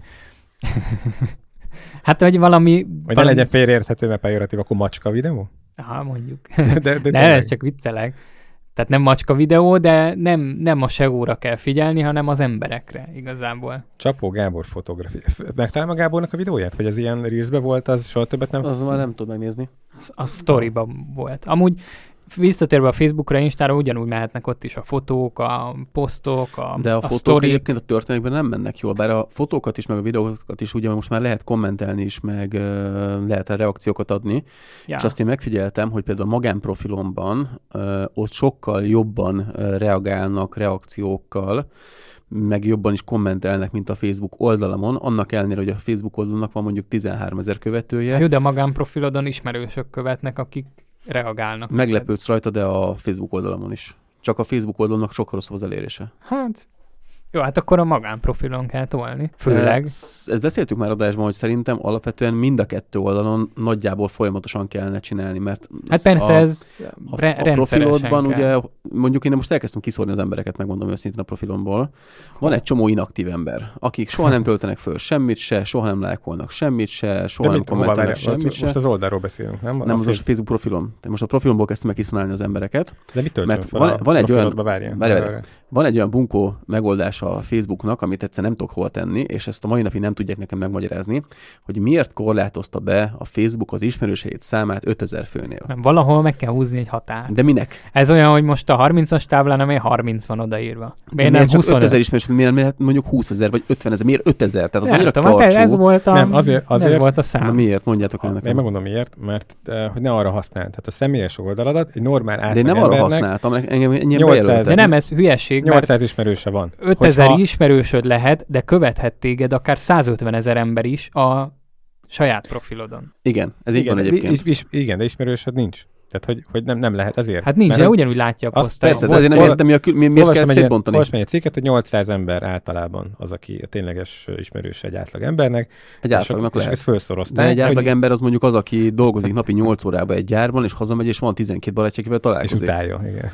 A: Hát, hogy valami...
B: Hogy
A: valami...
B: ne legyen félreérthető, mert pejoratív, akkor macska videó?
A: Aha, mondjuk.
B: de, de, de
A: de ez csak viccelek. Tehát nem macska videó, de nem, nem a es e ó-ra kell figyelni, hanem az emberekre igazából.
B: Csapó Gábor fotográfia. Megtalálom a Gábornak a videóját? Vagy az ilyen Reelsben volt, az soha többet nem...
C: Az már nem tud megnézni.
A: A sztoriban volt. Amúgy visszatérve a Facebookra, Instára ugyanúgy mehetnek ott is a fotók, a posztok, a
C: De a,
A: a
C: fotók
A: sztorik.
C: Egyébként a történetekben nem mennek jól, bár a fotókat is, meg a videókat is ugye most már lehet kommentelni is, meg uh, lehet a reakciókat adni. Ja. És azt én megfigyeltem, hogy például a magánprofilomban uh, ott sokkal jobban uh, reagálnak reakciókkal, meg jobban is kommentelnek, mint a Facebook oldalamon, annak ellenére, hogy a Facebook oldalnak van mondjuk tizenháromezer követője.
A: Jó, de a magánprofilodon ismerősök követnek, akik reagálnak.
C: Meglepődsz rajta, de a Facebook oldalamon is. Csak a Facebook oldalnak sokkal rosszabb az elérése.
A: Hát, jó, hát akkor a magánprofilon kell tolni. Főleg.
C: Ezt, ezt beszéltük már adásban, hogy szerintem alapvetően mind a kettő oldalon nagyjából folyamatosan kellene csinálni, mert
A: hát persze
C: a,
A: ez
C: a,
A: re-
C: a profilodban ugye, mondjuk én most elkezdtem kiszórni az embereket, megmondom őszintén a profilomból. Van egy csomó inaktív ember, akik soha nem töltenek föl semmit se, soha nem lájkolnak semmit se, soha
B: de
C: nem kommentelnek semmit
B: most,
C: se.
B: Most az oldalról beszélünk, nem?
C: Nem, az most a Facebook profilom. De most a profilomból kezdtem meg kiszorálni az embereket.
B: De mit töltsön fel
C: van,
B: a
C: van egy olyan,
B: várjál,
C: várjál, várjál. Van egy olyan bunkó megoldás a Facebooknak, amit egyszer nem tudok hova tenni, és ezt a mai napig nem tudják nekem megmagyarázni, hogy miért korlátozta be a Facebook az ismerőseid számát ötezer főnél.
A: Nem, valahol meg kell húzni egy határt.
C: De minek?
A: Ez olyan, hogy most a harmincas táblán, amely harminc van odaírva.
C: Miért nem csak ötezer ismerősöd, miért nem mondjuk húszezer vagy ötvenezer, miért ötezer? Tehát az annyira karcsú.
A: Ez volt a,
B: nem, azért, azért,
A: ez volt a szám.
C: Na miért? Mondjátok el nekem.
B: Én megmondom miért, mert uh, hogy ne arra használd. Tehát a személyes oldaladat egy normál átlag
C: De én nem arra használtam, engem ennyien bejelöltek.
A: De nem, ez hülyeség,
B: nyolcszáz ismerőse van.
A: ötezer hogyha... ismerősöd lehet, de követhet téged akár százötven ezer ember is a saját profilodon.
C: Igen, ez így van egyébként.
B: Is, is, igen, de ismerősöd nincs. Tehát, hogy, hogy nem, nem lehet ezért.
A: Hát nincs, de ugyanúgy látja a posztát.
C: Persze, de azért nem értem, mi a kül, mi, miért kell szétbontani.
B: Most megy egy cikket, hogy nyolcszáz ember általában az, aki a tényleges ismerős egy átlag embernek.
C: Egy átlagnak lehet.
B: És ezt felszorozták.
C: De egy átlag ember az mondjuk az, aki dolgozik napi nyolc órában egy gyárban, és hazamegy, és van tizenkét barátja, akivel találkozik.
B: És utálja, igen.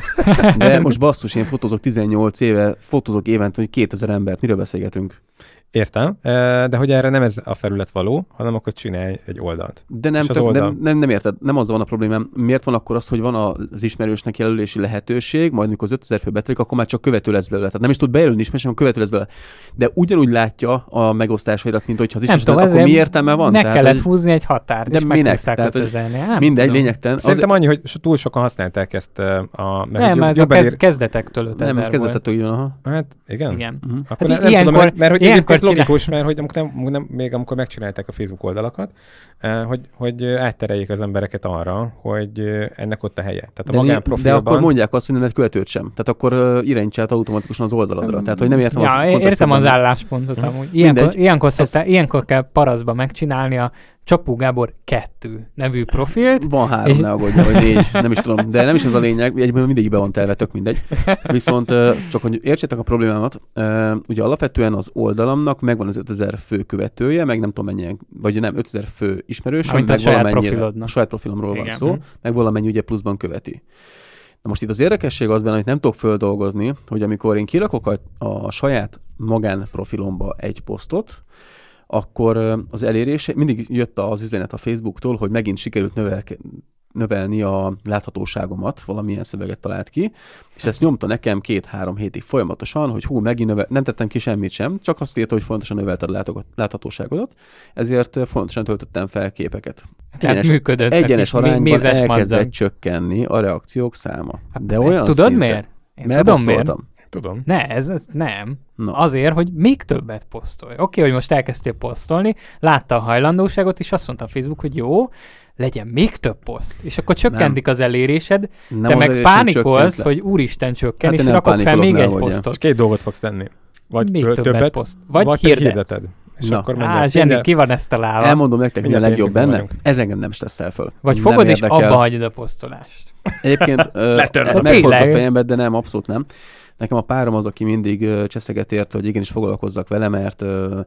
C: De most basszus, én fotózok tizennyolc éve, fotózok évente, hogy kétezer embert, miről beszélgetünk?
B: Értem, de hogy erre nem ez a felület való, hanem akkor csinálj egy oldalt.
C: De nem, tök, oldal... nem, nem, nem érted, nem az van a problémám. Miért van akkor az, hogy van az ismerősnek jelölési lehetőség, majd mikor az ötezer fő betelik, akkor már csak követő lesz belőle. Tehát nem is tud bejelölni ismerős, hanem követő lesz belőle. De ugyanúgy látja a megosztásaidat, mint hogyha az ismerős, akkor mi értelme van?
A: Meg
C: tehát,
A: kellett
C: hogy...
A: húzni egy határt,
C: de
A: és
C: minek? Tehát, mindegy, lényegtelen.
B: Szerintem annyi, hogy túl sokan használták ezt a...
A: Nem, ez a kezdetektől ötezer
C: Nem, ez kezdetektől jön, aha.
B: Hát igen.
A: Igen.
B: Akkor nem tudom, mert hogy egyébként logikus, mert hogy nem, nem, még amikor megcsinálták a Facebook oldalakat, eh, hogy, hogy áttereljék az embereket arra, hogy ennek ott a helye. Tehát a
C: de,
B: magánprofilban...
C: de akkor mondják azt, hogy nem lehet követőt sem. Tehát akkor uh, irányíts át automatikusan az oldaladra. Tehát, hogy nem értem
A: ja,
C: az
A: értem az álláspontot amúgy. Ilyenkor, ilyenkor, szokta, ez... ilyenkor kell paraszba megcsinálni a Csapó Gábor kettő nevű profilt.
C: Van három, és... ne aggódja, vagy négy, nem is tudom. De nem is ez a lényeg, egyébként mindig be van telve, tök mindegy. Viszont csak hogy értsétek a problémámat, ugye alapvetően az oldalamnak megvan az ötezer fő követője, meg nem tudom mennyien, vagy nem, ötezer fő ismerős,
A: meg
C: a saját
A: profilodnak.
C: A saját profilomról van szó, meg valamennyi ugye pluszban követi. Na most itt az érdekesség az benne, hogy nem tudok földolgozni, hogy amikor én kirakok a, a saját magánprofilomba egy posztot, akkor az elérése, mindig jött az üzenet a Facebooktól, hogy megint sikerült növelke, növelni a láthatóságomat, valamilyen szöveget talált ki, és ezt nyomta nekem két-három hétig folyamatosan, hogy hú, megint növel... nem tettem ki semmit sem, csak azt írta, hogy fontosan növelted a láthatóságodat, ezért fontosan töltöttem fel képeket.
A: Egyenes,
C: működött, egyenes arányban elkezdett csökkenni a reakciók száma. De olyan
A: Tudod
C: szinten,
A: miért? Én
C: mert
A: tudom miért.
B: Tudom.
A: Ne, ez, ez nem. No. Azért, hogy még többet posztolj. Oké, okay, hogy most elkezdtél posztolni, látta a hajlandóságot, és azt mondta a Facebook, hogy jó, legyen még több poszt. És akkor csökkentik nem. az elérésed, nem te meg pánikolsz, hogy úristen csökken, hát és rakok fel még egy posztot.
B: És két dolgot fogsz tenni. Vagy
A: még
B: többet, többet poszt.
A: Vagy, vagy hirdeted.
B: És Na. akkor
A: Á, Zseni, minden... ki van ezt találva?
C: Elmondom nektek, mi a legjobb benne. Vagyunk. Ez engem nem stresszel föl.
A: Vagy fogod nem és érdekel. Abba hagyod a posztolást.
C: Egyébként megfogott a fejembe, de nem, abszolút nem. Nekem a párom az, aki mindig uh, cseszeget ért, hogy igenis foglalkozzak vele, mert uh,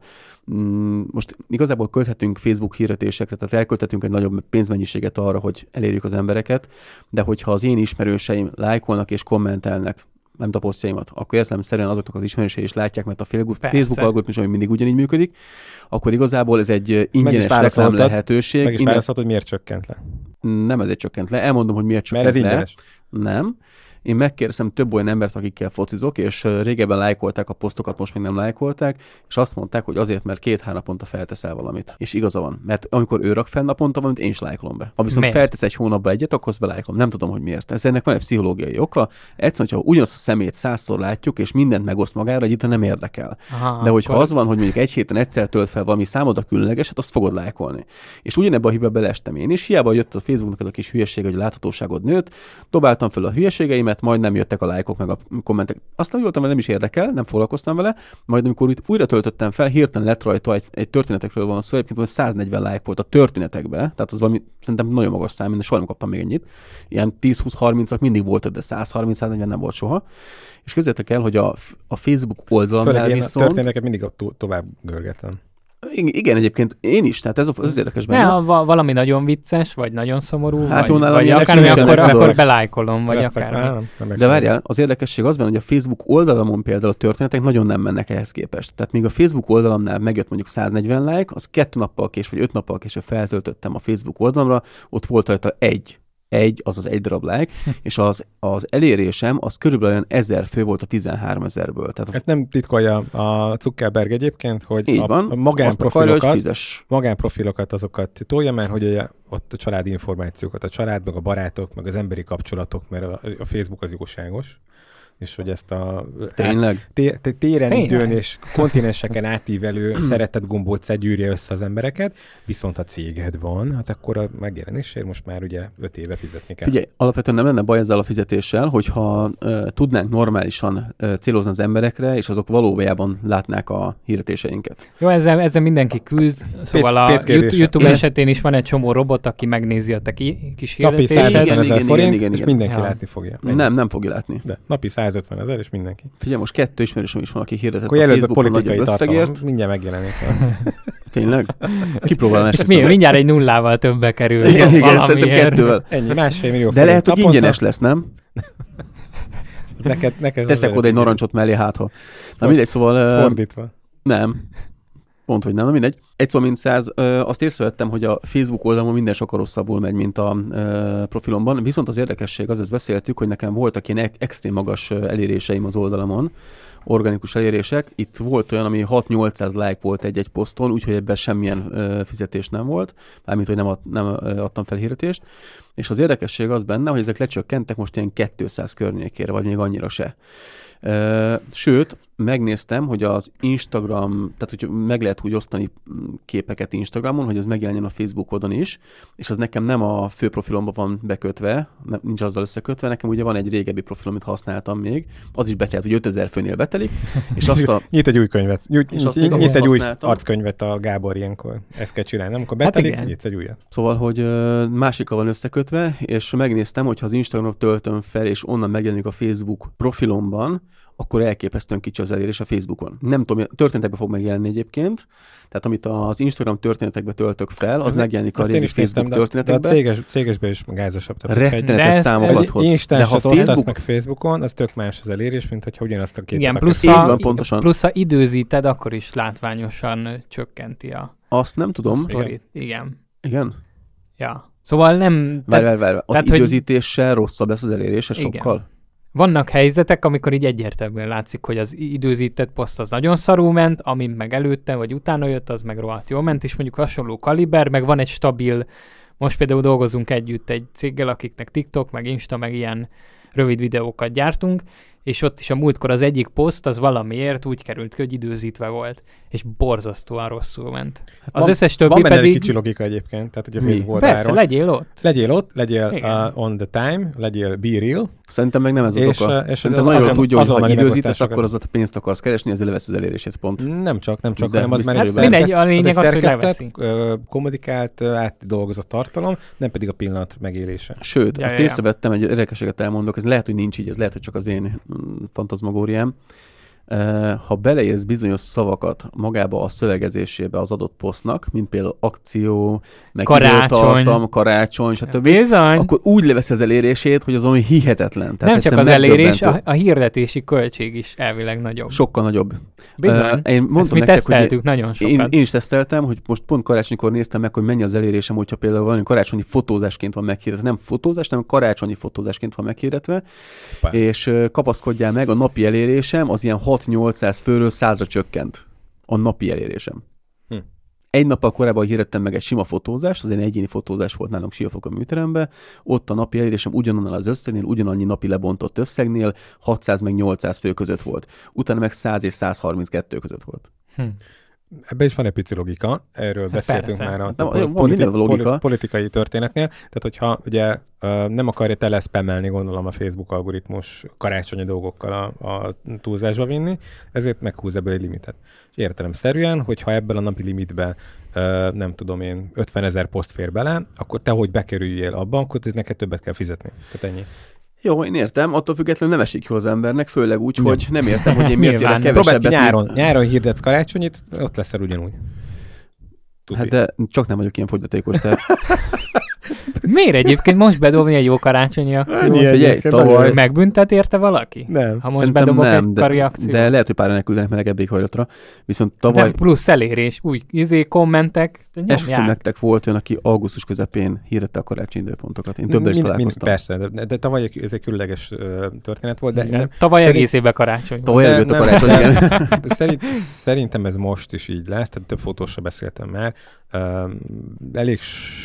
C: mm, most igazából költhetünk Facebook hirdetésekre, tehát elkölthetünk egy nagyobb pénzmennyiséget arra, hogy elérjük az embereket, de hogyha az én ismerőseim lájkolnak és kommentelnek, nem a posztjaimat, akkor értelemszerűen azoknak az ismerősei is látják, mert a Facebook algoritmus, ami mindig ugyanígy működik, akkor igazából ez egy ingyenes reklám lehetőség.
B: Meg is választhatod, hogy miért csökkent le.
C: Nem ezért csökkent le, elmondom, hogy miért csökkent le.
B: Mert ez ingyenes.
C: Nem. Én megkérdeztem több olyan embert, akikkel focizok, és régebben lájkolták a posztokat, most még nem lájkolták, és azt mondták, hogy azért, mert két-három naponta felteszel valamit. És igaza van, mert amikor ő rak fel naponta valamit, én is lájkolom be. Ha viszont miért? Feltesz egy hónapba egyet, akkor azt belájkolom. Nem tudom, hogy miért. Ez ennek van egy pszichológiai oka. Egyszerűen, hogyha ugyanazt a szemét százszor látjuk, és mindent megoszt magára, egy nem érdekel. Aha, de hogyha akkor... az van, hogy mondjuk egy héten egyszer tölt fel valami számodra különlegeset, azt fogod lájkolni. És ugyanebbe a hibába beleestem én is. Hiába jött a Facebooknak a kis hülyeség, hogy a láthatóságod nőtt, dobáltam fel a hülyeségeimet, majd nem jöttek a lájkok meg a kommentek. Azt nem voltam, hogy nem is érdekel, nem foglalkoztam vele, majd amikor újra töltöttem fel, hirtelen lett rajta egy, egy történetekről van szó, egyébként száznegyven lájk volt a történetekben, tehát az valami szerintem nagyon magas szám, de soha nem kaptam még ennyit. Ilyen tíz-húsz-harmincak mindig volt, de száz harminc-száznegyven nem volt soha. És képzeljétek el, hogy a, a Facebook oldalamnál viszont...
B: a történeteket mindig ott to- tovább görgetem.
C: Igen, egyébként én is, tehát ez az érdekes benne.
A: Ne, ha valami nagyon vicces, vagy nagyon szomorú,
C: hát
A: vagy, vagy akármi, akkor, akkor belájkolom, vagy akármi.
C: De várjál, az érdekesség az benne, hogy a Facebook oldalamon például a történetek nagyon nem mennek ehhez képest. Tehát még a Facebook oldalamnál megjött mondjuk száznegyven like, az kettő nappal később, vagy öt nappal később feltöltöttem a Facebook oldalamra, ott volt rajta egy. Egy, azaz egy darab like, és az, az elérésem az körülbelül olyan ezer fő volt a tizenhárom ezerből. Tehát
B: ezt nem titkolja a Zuckerberg egyébként, hogy
C: a,
B: a magánprofilokat, akarja, magánprofilokat azokat tolja, mert hogy ugye ott a családi információkat, a család, meg a barátok, meg az emberi kapcsolatok, mert a, a Facebook az jóságos, és hogy ezt a
C: Tényleg?
B: Té- té- téren, Tényleg? időn és kontinenseken átívelő szeretett gombóc gyűrje össze az embereket, viszont ha céged van, hát akkor a megjelenésért most már ugye öt éve fizetni kell.
C: Figyelj, alapvetően nem lenne baj ezzel a fizetéssel, hogyha uh, tudnánk normálisan uh, célozni az emberekre, és azok valójában látnák a hirdetéseinket.
A: Jó, ezzel, ezzel mindenki küzd, szóval Péc, a YouTube, YouTube esetén is van egy csomó robot, aki megnézi a te ki, kis hirdetésed.
B: Napi százötven forint, igen, és mindenki ja. látni fogja.
C: Ennyi. Nem, nem fogja látni.
B: De napi százötven ezer, és mindenki.
C: Figyelj, most kettő ismerősöm is van, aki hirdetett
B: akkor
C: a Facebookon a nagyobb összegért.
B: Mindjárt megjelenik.
C: Tényleg? Kipróbálom ezt.
A: Mi, mindjárt egy nullával többbe kerül.
C: Igen, igen, szerintem kettővel.
B: Ennyi, másfél millió
C: de lehet, hogy ingyenes lesz, nem?
B: neked, neked
C: teszek oda egy narancsot mellé, hát ha. Na mindegy, szóval...
B: Fordítva.
C: Nem. Pont, hogy nem, na mindegy. Egy szó mint száz, ö, azt észrevettem, hogy a Facebook oldalon minden sokkal rosszabbul megy, mint a ö, profilomban. Viszont az érdekesség, az ezt beszéltük, hogy nekem voltak ilyen ek- extrém magas eléréseim az oldalamon, organikus elérések. Itt volt olyan, ami hat-nyolcszáz like volt egy-egy poszton, úgyhogy ebben semmilyen ö, fizetés nem volt, mármint, hogy nem, ad, nem ö, adtam fel hirdetést. És az érdekesség az benne, hogy ezek lecsökkentek most ilyen kétszáz környékére, vagy még annyira se. Ö, sőt, megnéztem, hogy az Instagram, tehát hogy meg lehet úgy osztani képeket Instagramon, hogy az megjelenjen a Facebookodon is, és az nekem nem a fő profilomban van bekötve, nincs azzal összekötve, nekem ugye van egy régebbi profilom, amit használtam még, az is betelt, hogy ötezer főnél betelik, és azt a...
B: Nyit egy új könyvet, nyit, nyit, nyit, nyit egy új arckönyvet a Gábor ilyenkor, ezt kell csinálni, amikor betelik, hát nyitsz egy újat.
C: Szóval, hogy másikkal van összekötve, és megnéztem, hogy ha az Instagramot töltöm fel, és onnan megjelenik a Facebook profilomban, akkor elképesztően kicsi az elérés a Facebookon. Nem tudom, történetekben fog megjelenni egyébként, tehát amit az Instagram történetekbe töltök fel, az megjelenik a régi Facebook történetekbe.
B: De a céges, cégesben is gázosabb.
C: Rettenetes számokat hoz.
B: De ha Facebook... meg Facebookon, az tök más az elérés, mint hogyha ugyanazt a képet.
A: Igen, plusz a, van, pontosan. plusz a időzíted, akkor is látványosan csökkenti a
C: Azt nem tudom.
A: sztorit. Igen.
C: Igen?
A: Ja. Szóval nem...
C: Várj, várj, várj. Az tehát, időzítéssel hogy... rosszabb lesz az elérése sokkal?
A: Igen. Vannak helyzetek, amikor így egyértelműen látszik, hogy az időzített poszt az nagyon szarul ment, ami meg előtte vagy utána jött, az meg rohadt jól ment, és mondjuk hasonló kaliber, meg van egy stabil, most például dolgozunk együtt egy céggel, akiknek TikTok, meg Insta, meg ilyen rövid videókat gyártunk, és ott is a múltkor az egyik poszt, az valamiért úgy került ki, hogy időzítve volt, és borzasztóan rosszul ment.
B: Hát
A: az
B: van,
A: összes többi
B: van benne
A: pedig...
B: kicsi logika egyébként, tehát hogy a Facebook
A: oldalról. Persze, legyél ott.
B: Legyél ott, legyél uh, on the time, legyél be real.
C: Szerintem meg nem ez az és, oka. És Szerintem nagyon jól tudja, hogy ha időzítesz, akkor az a pénzt akarsz keresni, ezzel levesz az elérését, pont.
B: Nem csak, nem csak, hanem az már
A: egy mindegy, a lényeg az, hogy leveszi.
B: kommunikált, átdolgozott tartalom, nem pedig a pillanat megélése.
C: Sőt, ezt észrevettem, egy érdekességet elmondok, ez lehet, hogy nincs így, ez lehet, hogy csak az én fantazmagóriám. Ha beleérsz bizonyos szavakat magába a szövegezésébe az adott posztnak, mint például akció, meg időtartam, karácsony, stb., akkor úgy levesz az elérését, hogy az olyan hihetetlen. Tehát
A: nem csak az elérés, a, a hirdetési költség is elvileg nagyobb.
C: Sokkal nagyobb.
A: Bizony. Én mondtam ezt mi nektek, teszteltük hogy nagyon sokat.
C: Én, én is teszteltem, hogy most pont karácsonykor néztem meg, hogy mennyi az elérésem, hogyha például valami karácsonyi fotózásként van meghirdetve. Nem fotózás, nem karácsonyi fotózásként van meghirdetve. Pá. És kapaszkodjál meg, a napi elérésem az ilyen hat-nyolcszáz főről százra csökkent. A napi elérésem. Hm. Egy nappal korábban hirdettem meg egy sima fotózást, az egy egyéni fotózás volt nálunk Siófokon műteremben, ott a napi elérésem ugyanannál az összegnél, ugyanannyi napi lebontott összegnél hatszáz meg nyolcszáz fő között volt. Utána meg száz és száz harminckettő között volt. Hm.
B: Ebben is van egy pici logika, erről hát beszéltünk persze. már a
C: nem, politi- politi- logika.
B: politikai történetnél. Tehát, hogyha ugye nem akarja teleszpemelni, gondolom a Facebook algoritmus karácsonyi dolgokkal a, a túlzásba vinni, ezért meghúz ebből egy limitet. És értelemszerűen, hogyha ebből a napi limitbe nem tudom én, ötvenezer poszt fér bele, akkor te, hogy bekerüljél abba, akkor neked többet kell fizetni. Tehát ennyi.
C: Jó, én értem, attól függetlenül nem esik jól az embernek, főleg úgy, hogy nem értem, hogy én miért érek kevesebbet.
B: Próbálj nyáron, nyáron hirdetsz karácsonyit, ott leszel ugyanúgy.
C: Tuti. Hát de csak nem vagyok ilyen fogyatékos, tehát...
A: Miért egyébként most bedobni egy jó karácsonyi akciót?
C: Figyelj, tavaly...
A: Megbüntet érte valaki?
B: Nem.
A: Ha most Szerintem bedobok nem, egy kari akciót?
C: De lehet, hogy páran elküldenek melegebb éghajlatra. Viszont tavaly...
A: De plusz elérés, új izé, kommentek,
C: esküszöm nektek volt olyan, aki augusztus közepén hirdette a karácsonyi időpontokat. Én többet is találkoztam.
B: Persze, de, de tavaly ez egy különleges uh, történet volt. De nem,
A: tavaly szerint... egész évben karácsony.
C: Tavaly előtt a karácsony, igen.
B: Szerint, szerintem ez most is így lesz, tehát több fotósra beszéltem már. Uh, elég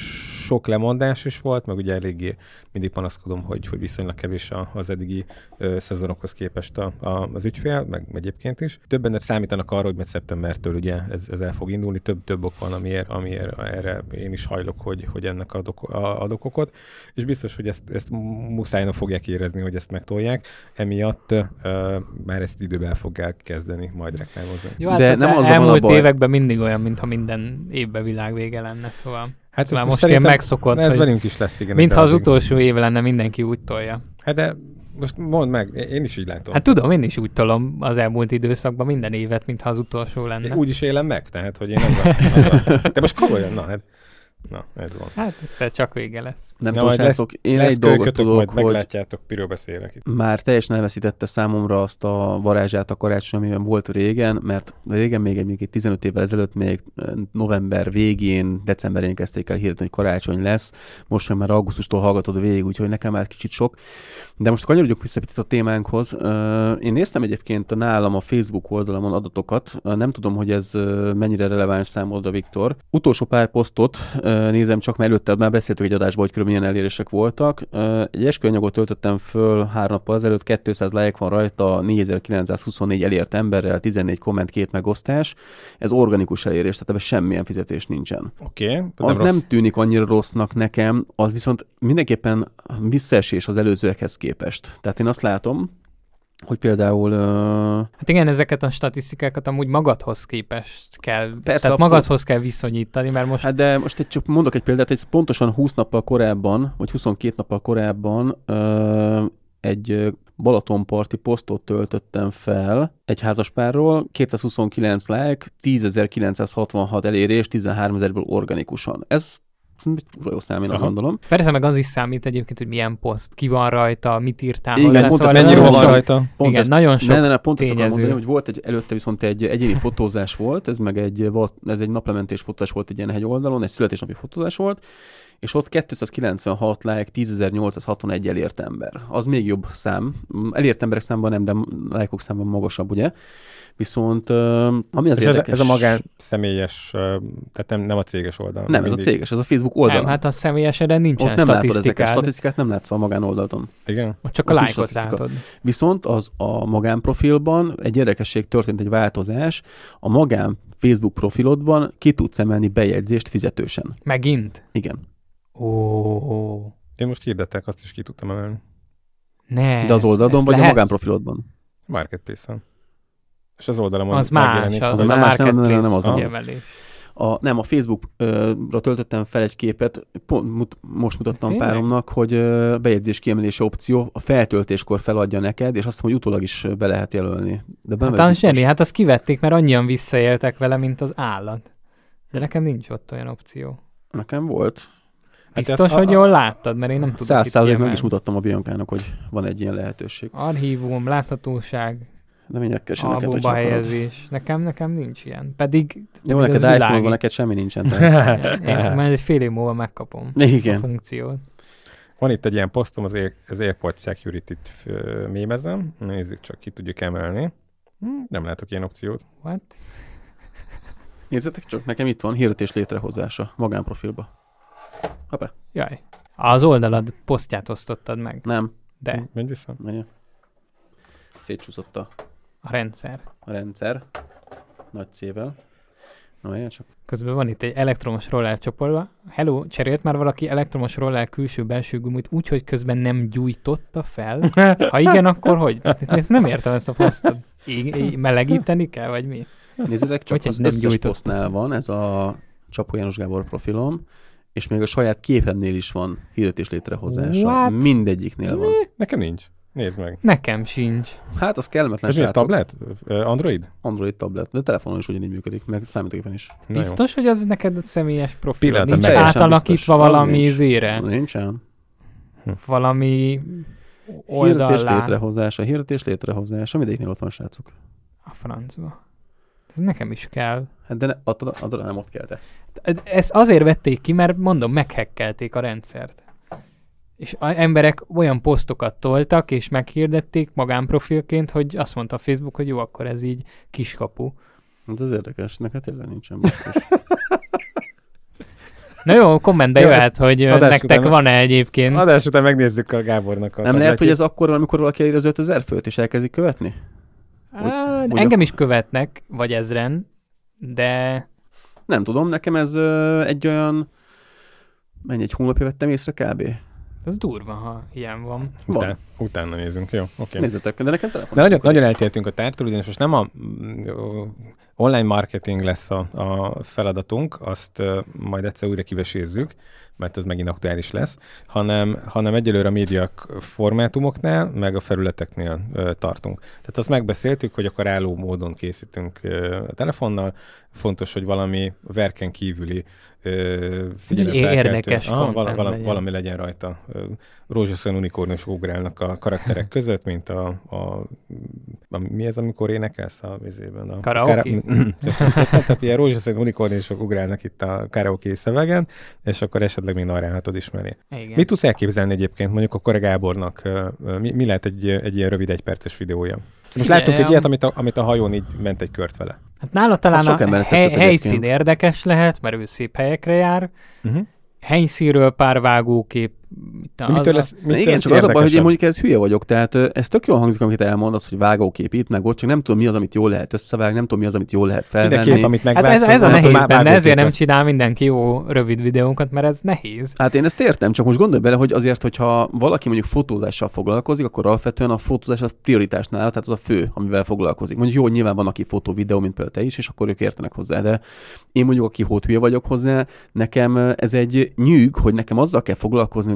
B: sok lemondás is volt, meg ugye eléggé mindig panaszkodom, hogy, hogy viszonylag kevés az eddigi ö, szezonokhoz képest a, a, az ügyfél, meg egyébként is. Többen számítanak arra, hogy mert szeptembertől ugye ez, ez el fog indulni, több, több ok van, amiért, amiért erre én is hajlok, hogy, hogy ennek adok, adok okot, és biztos, hogy ezt, ezt muszájnak fogják érezni, hogy ezt megtolják, emiatt ö, már ezt időben el fogják kezdeni majd reklámozni.
A: Jó, hát de nem az elmúlt években mindig olyan, mintha minden évben világvége lenne, szóval... Hát már most ilyen megszokott,
B: ez velünk is lesz, igen.
A: Mintha az utolsó év lenne, mindenki úgy tolja.
B: Hát de most mondd meg, én is így látom.
A: Hát tudom, én is úgy tolom az elmúlt időszakban minden évet, mintha az utolsó lenne.
B: Én úgy is élem meg, tehát, hogy én azzal... De most komolyan, na hát... Na, ez van.
A: Hát egyszer csak vége lesz.
C: Nem tudom, srácok, én egy dolgot tudok,
B: majd
C: hogy
B: meglátjátok, miről beszélek itt.
C: Már teljesen elveszítette számomra azt a varázsát a karácsony, amiben volt régen, mert régen még egy, még egy tizenöt évvel ezelőtt még november végén, decemberén kezdték el hirdetni, hogy karácsony lesz. Most már augusztustól hallgatod végig, úgyhogy nekem már kicsit sok. De most kanyarodjuk vissza picit a témánkhoz. Én néztem egyébként nálam a Facebook oldalamon adatokat. Nem tudom, hogy ez mennyire releváns számodra, Viktor. Utolsó pár posztot nézem csak, mert előtte már beszéltük egy adásban, hogy körülbelül milyen elérések voltak. Egy esküanyagot töltöttem föl három nappal ezelőtt, kétszáz like van rajta, négyezer-kilencszázhuszonnégy elért emberrel, tizennégy komment, két megosztás. Ez organikus elérés, tehát ebben semmilyen fizetés nincsen.
B: Oké. Okay,
C: az nem, nem tűnik annyira rossznak nekem, az viszont mindenképpen visszaesés az előzőekhez képest. Tehát én azt látom, hogy például... Uh...
A: Hát igen, ezeket a statisztikákat amúgy magadhoz képest kell,
C: persze,
A: tehát
C: abszolút.
A: magadhoz kell viszonyítani, mert most...
C: Hát de most egy, csak mondok egy példát, egy pontosan húsz nappal korábban, vagy huszonkét nappal korábban uh, egy Balatonparti posztot töltöttem fel egy házaspárról, kétszázhuszonkilenc like, tízezer-kilencszázhatvanhat elérés, tizenháromezerből organikusan. Ez szerintem egy jó szám, én azt gondolom.
A: Persze, meg az is számít egyébként, hogy milyen poszt, ki van rajta, mit írtál
C: hozzá. Igen, pont
A: szóval
C: ezt mennyire van rajta. Pont
A: igen,
C: ezt,
A: nagyon sok
C: ne, ne, ne, pont
A: tényező.
C: Ezt mondani, hogy volt egy, előtte viszont egy egyéni fotózás volt, ez meg egy, ez egy naplementés fotózás volt egy ilyen hegy oldalon, egy születésnapi fotózás volt, és ott kétszázkilencvenhat like, tízezer-nyolcszázhatvanegy elért ember. Az még jobb szám. Elért emberek számban nem, de lájkok számban magasabb, ugye? Viszont ami az
B: és
C: érdekes...
B: Ez a magán személyes, tehát nem, nem a céges oldal.
C: Nem, mindig. Ez a céges, ez a Facebook oldal.
A: Nem, hát a személyeseden nincsen
C: ott nem
A: statisztikád.
C: A statisztikát nem látsz a magánoldalon.
B: Igen?
A: Ott csak a lájkot látod.
C: Viszont az a magánprofilban egy érdekesség történt, egy változás. A magán Facebook profilodban ki tudsz emelni bejegyzést fizetősen.
A: Megint?
C: Igen.
A: Ó. Oh.
B: Én most hirdettek, azt is ki tudtam emelni.
A: Ne,
C: de az oldalon vagy lehet? A magánprofilodban?
B: Marketplace-on. És az oldalamon
A: az más, az, az, az a Marketplace nem, nem az a kiemelés.
C: A, nem, a Facebookra töltöttem fel egy képet, pont most mutattam Tényleg? páromnak, hogy bejegyzés kiemelési opció a feltöltéskor feladja neked, és azt hiszem, hogy utólag is be lehet jelölni.
A: De hát az zseni, hát azt kivették, mert annyian visszaéltek vele, mint az állat. De nekem nincs ott olyan opció.
C: Nekem volt.
A: Biztos, hát hogy a, jól láttad, mert én nem tudom.
C: Száz százalék meg is mutattam a Biancának, hogy van egy ilyen lehetőség.
A: Archívum, láthatóság,
C: de mindjárt kell
A: albumba helyezés. Nekem, nekem nincs ilyen. Pedig
C: jó, neked iPhone-ban neked semmi nincsen.
A: Én majd egy fél év múlva megkapom
C: Igen.
A: a funkciót.
B: Van itt egy ilyen posztom, az, Air, az AirPod Security-t mémezem. Nézzük csak, ki tudjuk emelni. Nem látok ilyen opciót.
A: What?
C: Nézzetek csak, nekem itt van hirdetés létrehozása magánprofilba. Hoppá.
A: Jaj. Az oldalad posztját osztottad meg.
C: Nem.
A: De.
B: Menj vissza.
C: Menj. Szétcsúszott a...
A: A rendszer.
C: A rendszer. Nagy C-vel. Na, menj csak.
A: Közben van itt egy elektromos roller csoportban. Hello, cserélt már valaki elektromos roller külső-belső gumit úgy, hogy közben nem gyújtotta fel? Ha igen, akkor hogy? Ezt nem értem ezt a posztot. Ég, ég, melegíteni kell, vagy mi?
C: Nézzétek csak, hogy az nem összes posztnál van, ez a Csapó János Gábor profilom, és még a saját képemnél is van hirdetés létrehozása. What? Mindegyiknél van. Mi?
B: Nekem nincs. Nézd meg.
A: Nekem sincs.
C: Hát az kellemetlen.
B: És mi ez tablet? Android?
C: Android tablet. De telefonon is ugyanígy működik, meg számítógépen is.
A: Biztos, hogy az neked a személyes profil? Nincs átalakítva valami zére?
C: Nincsen.
A: Hm. Valami oldallá.
C: Hirdetés létrehozása, hirdetés létrehozása. Mindegyiknél ott van, srácok.
A: A francba. Ez nekem is kell.
C: Hát de ne, attól, attól nem ott kell te.
A: Ezt azért vették ki, mert mondom, meghekkelték a rendszert. És az emberek olyan posztokat toltak, és meghirdették magánprofilként, hogy azt mondta a Facebook, hogy jó, akkor ez így kiskapu.
C: Hát ez érdekes, neked tényleg nincsen basszus.
A: Na jó, kommentbe jó, jöhet, hogy nektek után, van-e egyébként.
B: Adás után megnézzük a Gábornak a...
C: Nem lehet, hogy ez akkor, amikor valaki elér az ötezer főt, és elkezdik követni?
A: Úgy, Á, úgy engem a... is követnek, vagy ezren, de...
C: Nem tudom, nekem ez uh, egy olyan... Mennyi, egy hónapja vettem észre kb.
A: Ez durva, ha ilyen van.
B: Után, utána nézzünk, jó? Okay.
C: Nézzetek, de nekem telefon.
B: De nagyon, nagyon eltértünk a tártól, ugyanis most nem a online marketing lesz a, a feladatunk, azt uh, majd egyszer újra kivesézzük, mert ez megint aktuális lesz, hanem, hanem egyelőre a médiak formátumoknál, meg a felületeknél uh, tartunk. Tehát azt megbeszéltük, hogy akkor álló módon készítünk uh, a telefonnal, fontos, hogy valami verken kívüli uh,
A: érdekes
B: Aha, val- val- legyen. Valami legyen rajta. Uh, rózsaszín unikornus ugrálnak a karakterek között, mint a, a, a mi ez, amikor énekelsz a vizében? A
A: karaoke?
B: Kara- Tehát ilyen rózsaszín unikornusok ugrálnak itt a karaoke szövegen, és akkor esetleg még narrálhatod ismerni.
A: Igen.
B: Mit tudsz elképzelni egyébként mondjuk akkor a Gábornak? Mi, mi lehet egy, egy ilyen rövid egyperces videója? Most láttunk egy ilyet, amit a, amit a hajón így ment egy kört vele.
A: Hát nála talán a hely, helyszín érdekes lehet, mert ő szép helyekre jár. Uh-huh. Helyszínről pár vágókép.
B: Az lesz,
C: a... Igen, csak az a baj, hogy én mondjuk ez hülye vagyok, tehát ez tök jól hangzik, amit elmondasz, hogy vágókép itt, meg ott, csak nem tudom, mi az, amit jól lehet összevágni, nem tudom, mi az, amit jól lehet felvenni.
B: Kép, amit
A: hát ez, ez a nehéz benne, ezért nem csinál mindenki jó rövid videókat, mert ez nehéz.
C: Hát én ezt értem, csak most gondolj bele, hogy azért, hogyha valaki mondjuk fotózással foglalkozik, akkor alapvetően a fotózás az prioritás nála, tehát az a fő, amivel foglalkozik. Mondjuk jó, hogy nyilván van, aki fotó videó, mint például te is, és akkor ők értenek hozzá, de én mondjuk, aki hót hülye vagyok hozzá, nekem ez egy nyűg, hogy nekem azzal kell foglalkozni, hogy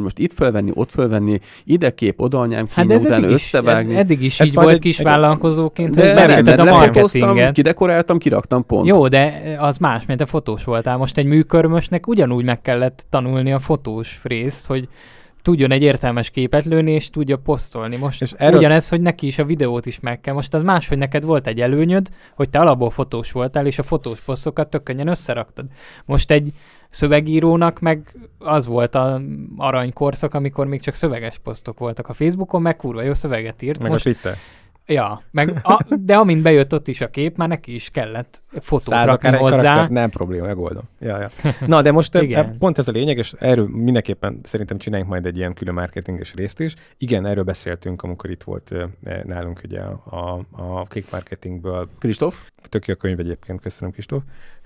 C: most itt felvenni, ott felvenni, ide kép, oda anyám
A: hát
C: kéne, utána is, összevágni.
A: Eddig is így volt kis vállalkozóként, hogy bevetted a marketinget.
C: Kidekoráltam, kiraktam, pont.
A: Jó, de az más, mert te fotós voltál. Most egy műkörmösnek ugyanúgy meg kellett tanulni a fotós részt, hogy tudjon egy értelmes képet lőni, és tudja posztolni. Most és erről... ugyanez, hogy neki is a videót is meg kell. Most az más, hogy neked volt egy előnyöd, hogy te alapból fotós voltál, és a fotós posztokat tök könnyen összeraktad. Most egy szövegírónak meg az volt az aranykorszak, amikor még csak szöveges posztok voltak a Facebookon, meg kurva jó szöveget írt.
B: Meg most... a Twitter.
A: Ja, meg a, de amint bejött ott is a kép, már neki is kellett fotót rakni hozzá. Karakter,
B: nem probléma, megoldom. Ja, ja. Na, de most pont ez a lényeg, és erről mindenképpen szerintem csináljunk majd egy ilyen külön marketinges részt is. Igen, erről beszéltünk, amikor itt volt nálunk ugye a, a click marketingből.
C: Kristóf?
B: Tök jó könyv egyébként, köszönöm Kristóf.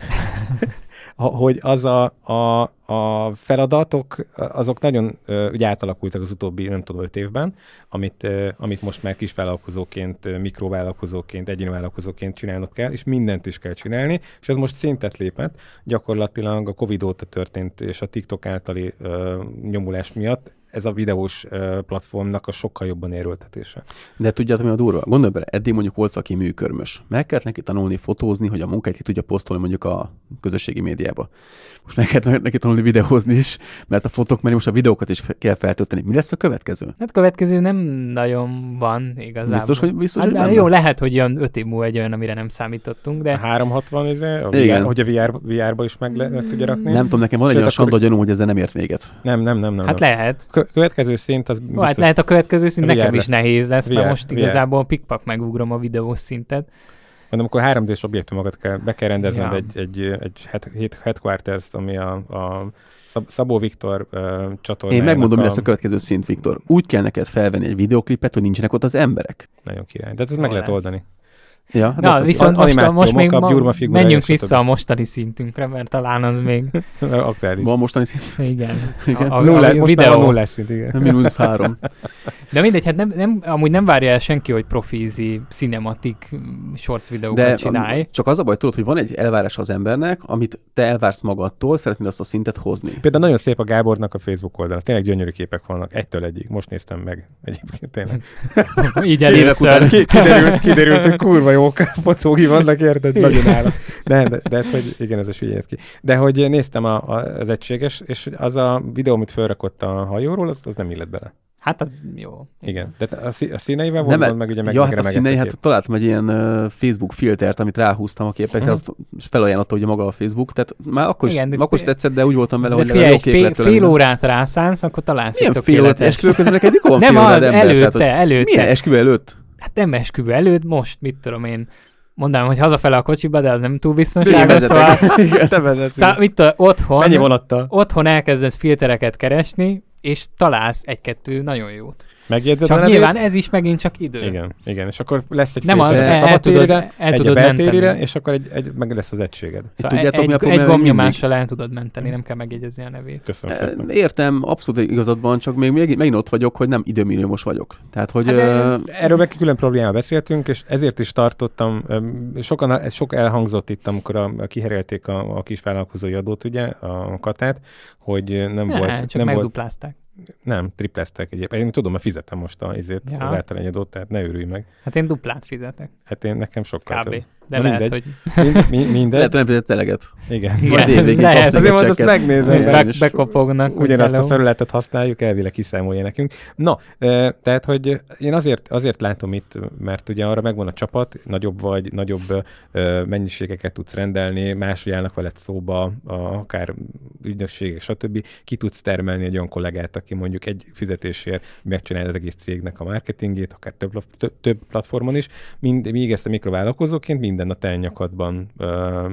B: Hogy az a, a, a feladatok, azok nagyon ugye átalakultak az utóbbi, nem tudom, öt évben, amit, amit most már kisvállalkozóként, mikrovállalkozóként, egyéni vállalkozóként csinálnod kell, és mindent is kell csinálni, és ez most szintet lépett. Gyakorlatilag a Covid óta történt, és a TikTok általi uh, nyomulás miatt ez a videós uh, platformnak a sokkal jobban érültetése.
C: De tudjátok, mi a durva? Gondolj bele, eddig mondjuk volt aki műkörmös. Meg kellett neki tanulni fotózni, hogy a munkáit ki tudja posztolni mondjuk a közösségi médiába. Most meg kellett neki tanulni videózni is, mert a fotók, mert most a videókat is kell feltölteni. Mi lesz a következő?
A: Hát következő nem nagyon van igazából.
C: Biztos, hogy biztos,
A: hát,
C: hogy nem
A: jó,
C: van?
A: Lehet, hogy jön öt év múlva egy olyan, amire nem számítottunk, de...
B: A háromszázhatvan, izé, a vé er, hogy a vé er, vé er-ba is meg, le, meg tudja rakni.
C: Nem tudom, nekem van egy olyan sanda gyanúm, hogy ezzel nem ért véget.
B: Nem, nem, nem. nem
A: hát
B: nem.
A: lehet.
B: Kö- következő szint az biztos...
A: Hát lehet a következő szint nekem lesz. Is nehéz lesz,
B: vé er,
A: mert most
B: vé er.
A: Igazából pikpak megugrom a videós szintet.
B: Mondom, akkor három dés objektumokat kell, be kell rendezned ja. egy, egy, egy head, headquarters-t, ami a, a Szabó Viktor uh, csatornájának.
C: Én megmondom,
B: a...
C: mi lesz a következő szint, Viktor. Úgy kell neked felvenni egy videoklipet, hogy nincsenek ott az emberek.
B: Nagyon király. De ez meg lehet oldani.
C: Ja,
A: Na, viszont most, a, most még ma, menjünk vissza a mostani szintünkre, mert talán az még...
B: aktuális.
C: Van mostani szint?
A: Igen.
C: igen.
A: A, a,
B: nulla,
A: a
B: most
A: videó.
B: már nulla szint, igen.
C: Minusz három.
A: De mindegy, hát nem, nem, amúgy nem várja el senki, hogy profizi, cinematic shorts videókat
C: de
A: csinálj.
C: A, csak az a baj, tudod, hogy van egy elvárás az embernek, amit te elvársz magadtól, szeretnéd azt a szintet hozni.
B: Például nagyon szép a Gábornak a Facebook oldala. Tényleg gyönyörű képek vannak, egytől egyig. Most néztem meg egyébként tényleg.
A: Így először.
B: Kiderült, kiderült, hogy kurva jók fotók vannak, érted? Nagyon állak. De, de, de hogy igen, ez a sügyélet ki. De hogy néztem a, a, az egységes, és az a videó, amit felrakott a hajóról, az, az nem illett bele.
A: Hát az jó.
B: Igen, de a, szí- a színeivel volt, meg ugye meg
C: ja, hát a színei, hát találtam egy ilyen uh, Facebook filtert, amit ráhúztam a képekre, hmm. azt felajánlotta ugye maga a Facebook, tehát már akkor is, igen, akkor is tetszett, de úgy voltam vele, hogy
A: legalább jó kép fél, lett fél lenne. Órát rászánsz, akkor találsz egy tökéletes.
C: Milyen fél órát esküvő közben neked mikor van
A: nem
C: fél
A: az,
C: ember,
A: előtte,
C: tehát,
A: előtte.
C: Milyen esküvő előtt?
A: Hát nem esküvő előtt, most, mit tudom én. Mondanám, hogy hazafele a kocsiba, de az nem túl biztonságos, szóval...
B: Te vezetsz.
A: Szóval mit tudom, otthon...
B: Mennyi vonattal?
A: Otthon elkezdesz filtereket keresni, és találsz egy-kettő nagyon jót.
B: Megjegyzed
A: csak
B: a
A: nyilván ez is megint csak idő.
B: Igen, igen, és akkor lesz egy
A: nem
B: filter
A: az,
B: a szabadtérire, egy a beltérire, és akkor egy, egy, meg lesz az egységed.
A: Szóval tudjátok, egy, egy gombnyomással el tudod menteni, nem kell megjegyezni a nevét.
B: Köszönöm szépen.
C: Értem, abszolút igazad van, csak még megint ott vagyok, hogy nem időmilliómos vagyok. Tehát, hogy...
B: Hát ez, erről meg külön problémával beszéltünk, és ezért is tartottam, sokan, sok elhangzott itt, amikor a, a kiherélték a, a kisvállalkozói adót, ugye, a katát, hogy nem ne, volt...
A: csak
B: nem
A: megduplázták.
B: Volt, nem, tripleztek egyébként. Én tudom, mert fizetem most a izét, ja. az általányadót, tehát ne örülj meg.
A: Hát én duplát fizetek.
B: Hát én nekem sokkal
A: Kb.
B: Több.
A: De Na, lehet,
B: mindegy.
A: hogy...
B: Mind, mind, mindegy.
C: Lehet, hogy nem fizetsz eleget.
B: Igen.
C: Majd évvégén kapsz
B: azért majd azt megnézem.
A: Be, bekopognak.
B: Ugyanazt a felületet használjuk, elvileg kiszámolja nekünk. Na, e, tehát, hogy én azért, azért látom itt, mert ugye arra megvan a csapat, nagyobb vagy, nagyobb e, mennyiségeket tudsz rendelni, máshogy állnak veled szóba, a, akár ügynökségek, stb. Ki tudsz termelni egy olyan kollégát, aki mondjuk egy fizetésért megcsinálja az egész cégnek a marketingét, akár több, több, több platformon is. Mind, míg ezt a mikrovállalkozóként minden a te nyakadban uh,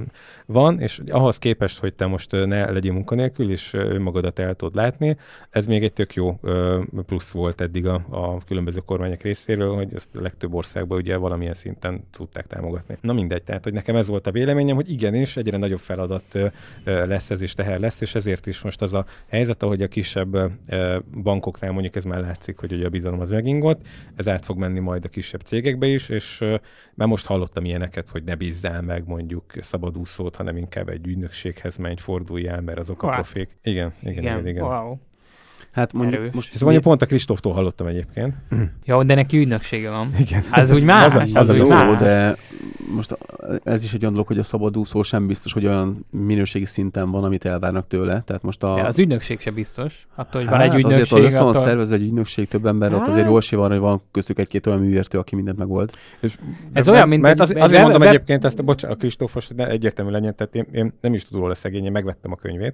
B: van, és ahhoz képest, hogy te most uh, ne legyél munkanélkül, és uh, önmagadat el tudod látni, ez még egy tök jó uh, plusz volt eddig a, a különböző kormányok részéről, hogy ezt a legtöbb országban ugye valamilyen szinten tudták támogatni. Na mindegy, tehát hogy nekem ez volt a véleményem, hogy igenis egyre nagyobb feladat uh, lesz ez, és teher lesz, és ezért is most az a helyzet, ahogy a kisebb uh, bankoknál mondjuk ez már látszik, hogy ugye a bizalom az megingott, ez át fog menni majd a kisebb cégekbe is, és uh, már most hallottam ilyeneket, hogy ne bízzál meg mondjuk szabadúszót, hanem inkább egy ügynökséghez menj, forduljál, mert azok a profék. Igen, igen, igen. igen.
A: Wow.
B: Hát mondjuk, most ez mondjuk pont a Kristóftól hallottam egyébként.
A: Jó, de neki ügynöksége van.
B: Igen.
A: Az úgy más.
C: Az, az, az jó, más. De most ez is egy olyan dolog, hogy a szabadúszó sem biztos, hogy olyan minőségi szinten van, amit elvárnak tőle. Tehát most a...
A: ja, az ügynökség sem biztos. Attól, hogy hát, van egy ügynökség.
C: Azért, attól... szóval szervez egy ügynökség több ember, hát... ott azért jól van, hogy van köztük egy-két olyan műértő, aki mindent megold.
B: És
A: ez olyan, mint...
B: Mert az, azért mondom web... egyébként ezt, bocsánat, a Kristófos, de egyértelmű legyen, tehát én, én nem is tudom róla szegény, én megvettem a könyvét,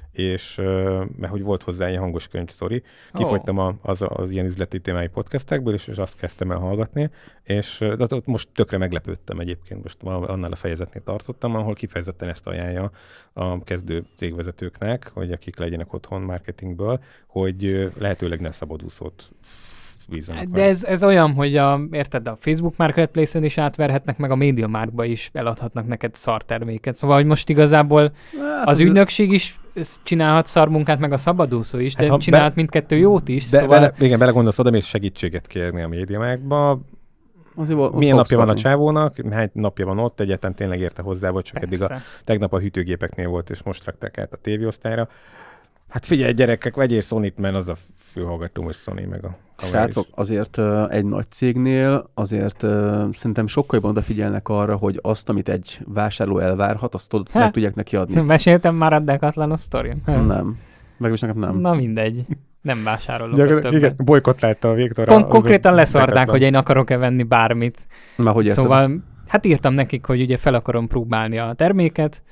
B: és mert hogy volt hozzá egy hangos könyv, sorry, kifogytam oh. az, az ilyen üzleti témái podcastekből, és, és azt kezdtem el hallgatni, és de ott most tökre meglepődtem egyébként, most annál a fejezetnél tartottam, ahol kifejezetten ezt ajánlja a kezdő cégvezetőknek, hogy akik legyenek otthon marketingből, hogy lehetőleg ne szabadúszót bízzanak.
A: De ez, ez olyan, hogy a, érted, a Facebook Marketplace-en is átverhetnek, meg a MediaMarktba is eladhatnak neked szarterméket. Szóval, hogy most igazából hát az, az ügynökség is csinálhat szarmunkát, meg a szabadúszó is, de hát, csinálhat be, mindkettő jót is.
B: De,
A: szóval...
B: bele, igen, belegondolsz, oda mész segítséget kérni a MediaMarktba. Azért milyen napja van a csávónak, hány napja van ott, egyáltalán tényleg érte hozzá, vagy csak Persze. eddig a tegnap a hűtőgépeknél volt, és most rakták át a tévéosztályra. Hát figyelj, gyerekek, vegyél Sony-t, mert az a főhallgató, most Sony meg a kamera.
C: Srácok, is. azért uh, egy nagy cégnél azért uh, szerintem sokkal jobban odafigyelnek arra, hogy azt, amit egy vásárló elvárhat, azt tud, meg tudják neki adni.
A: Meséltem már a Decathlon sztorin?
C: Nem. Meg is nekem nem.
A: Na mindegy. Nem vásárolok a többet.
B: Igen, bolykottált a Viktor.
A: Kon- konkrétan leszarták, hogy én akarok-e venni bármit.
C: Már hogy érted?
A: Szóval, hát írtam nekik, hogy ugye fel akarom próbálni a terméket.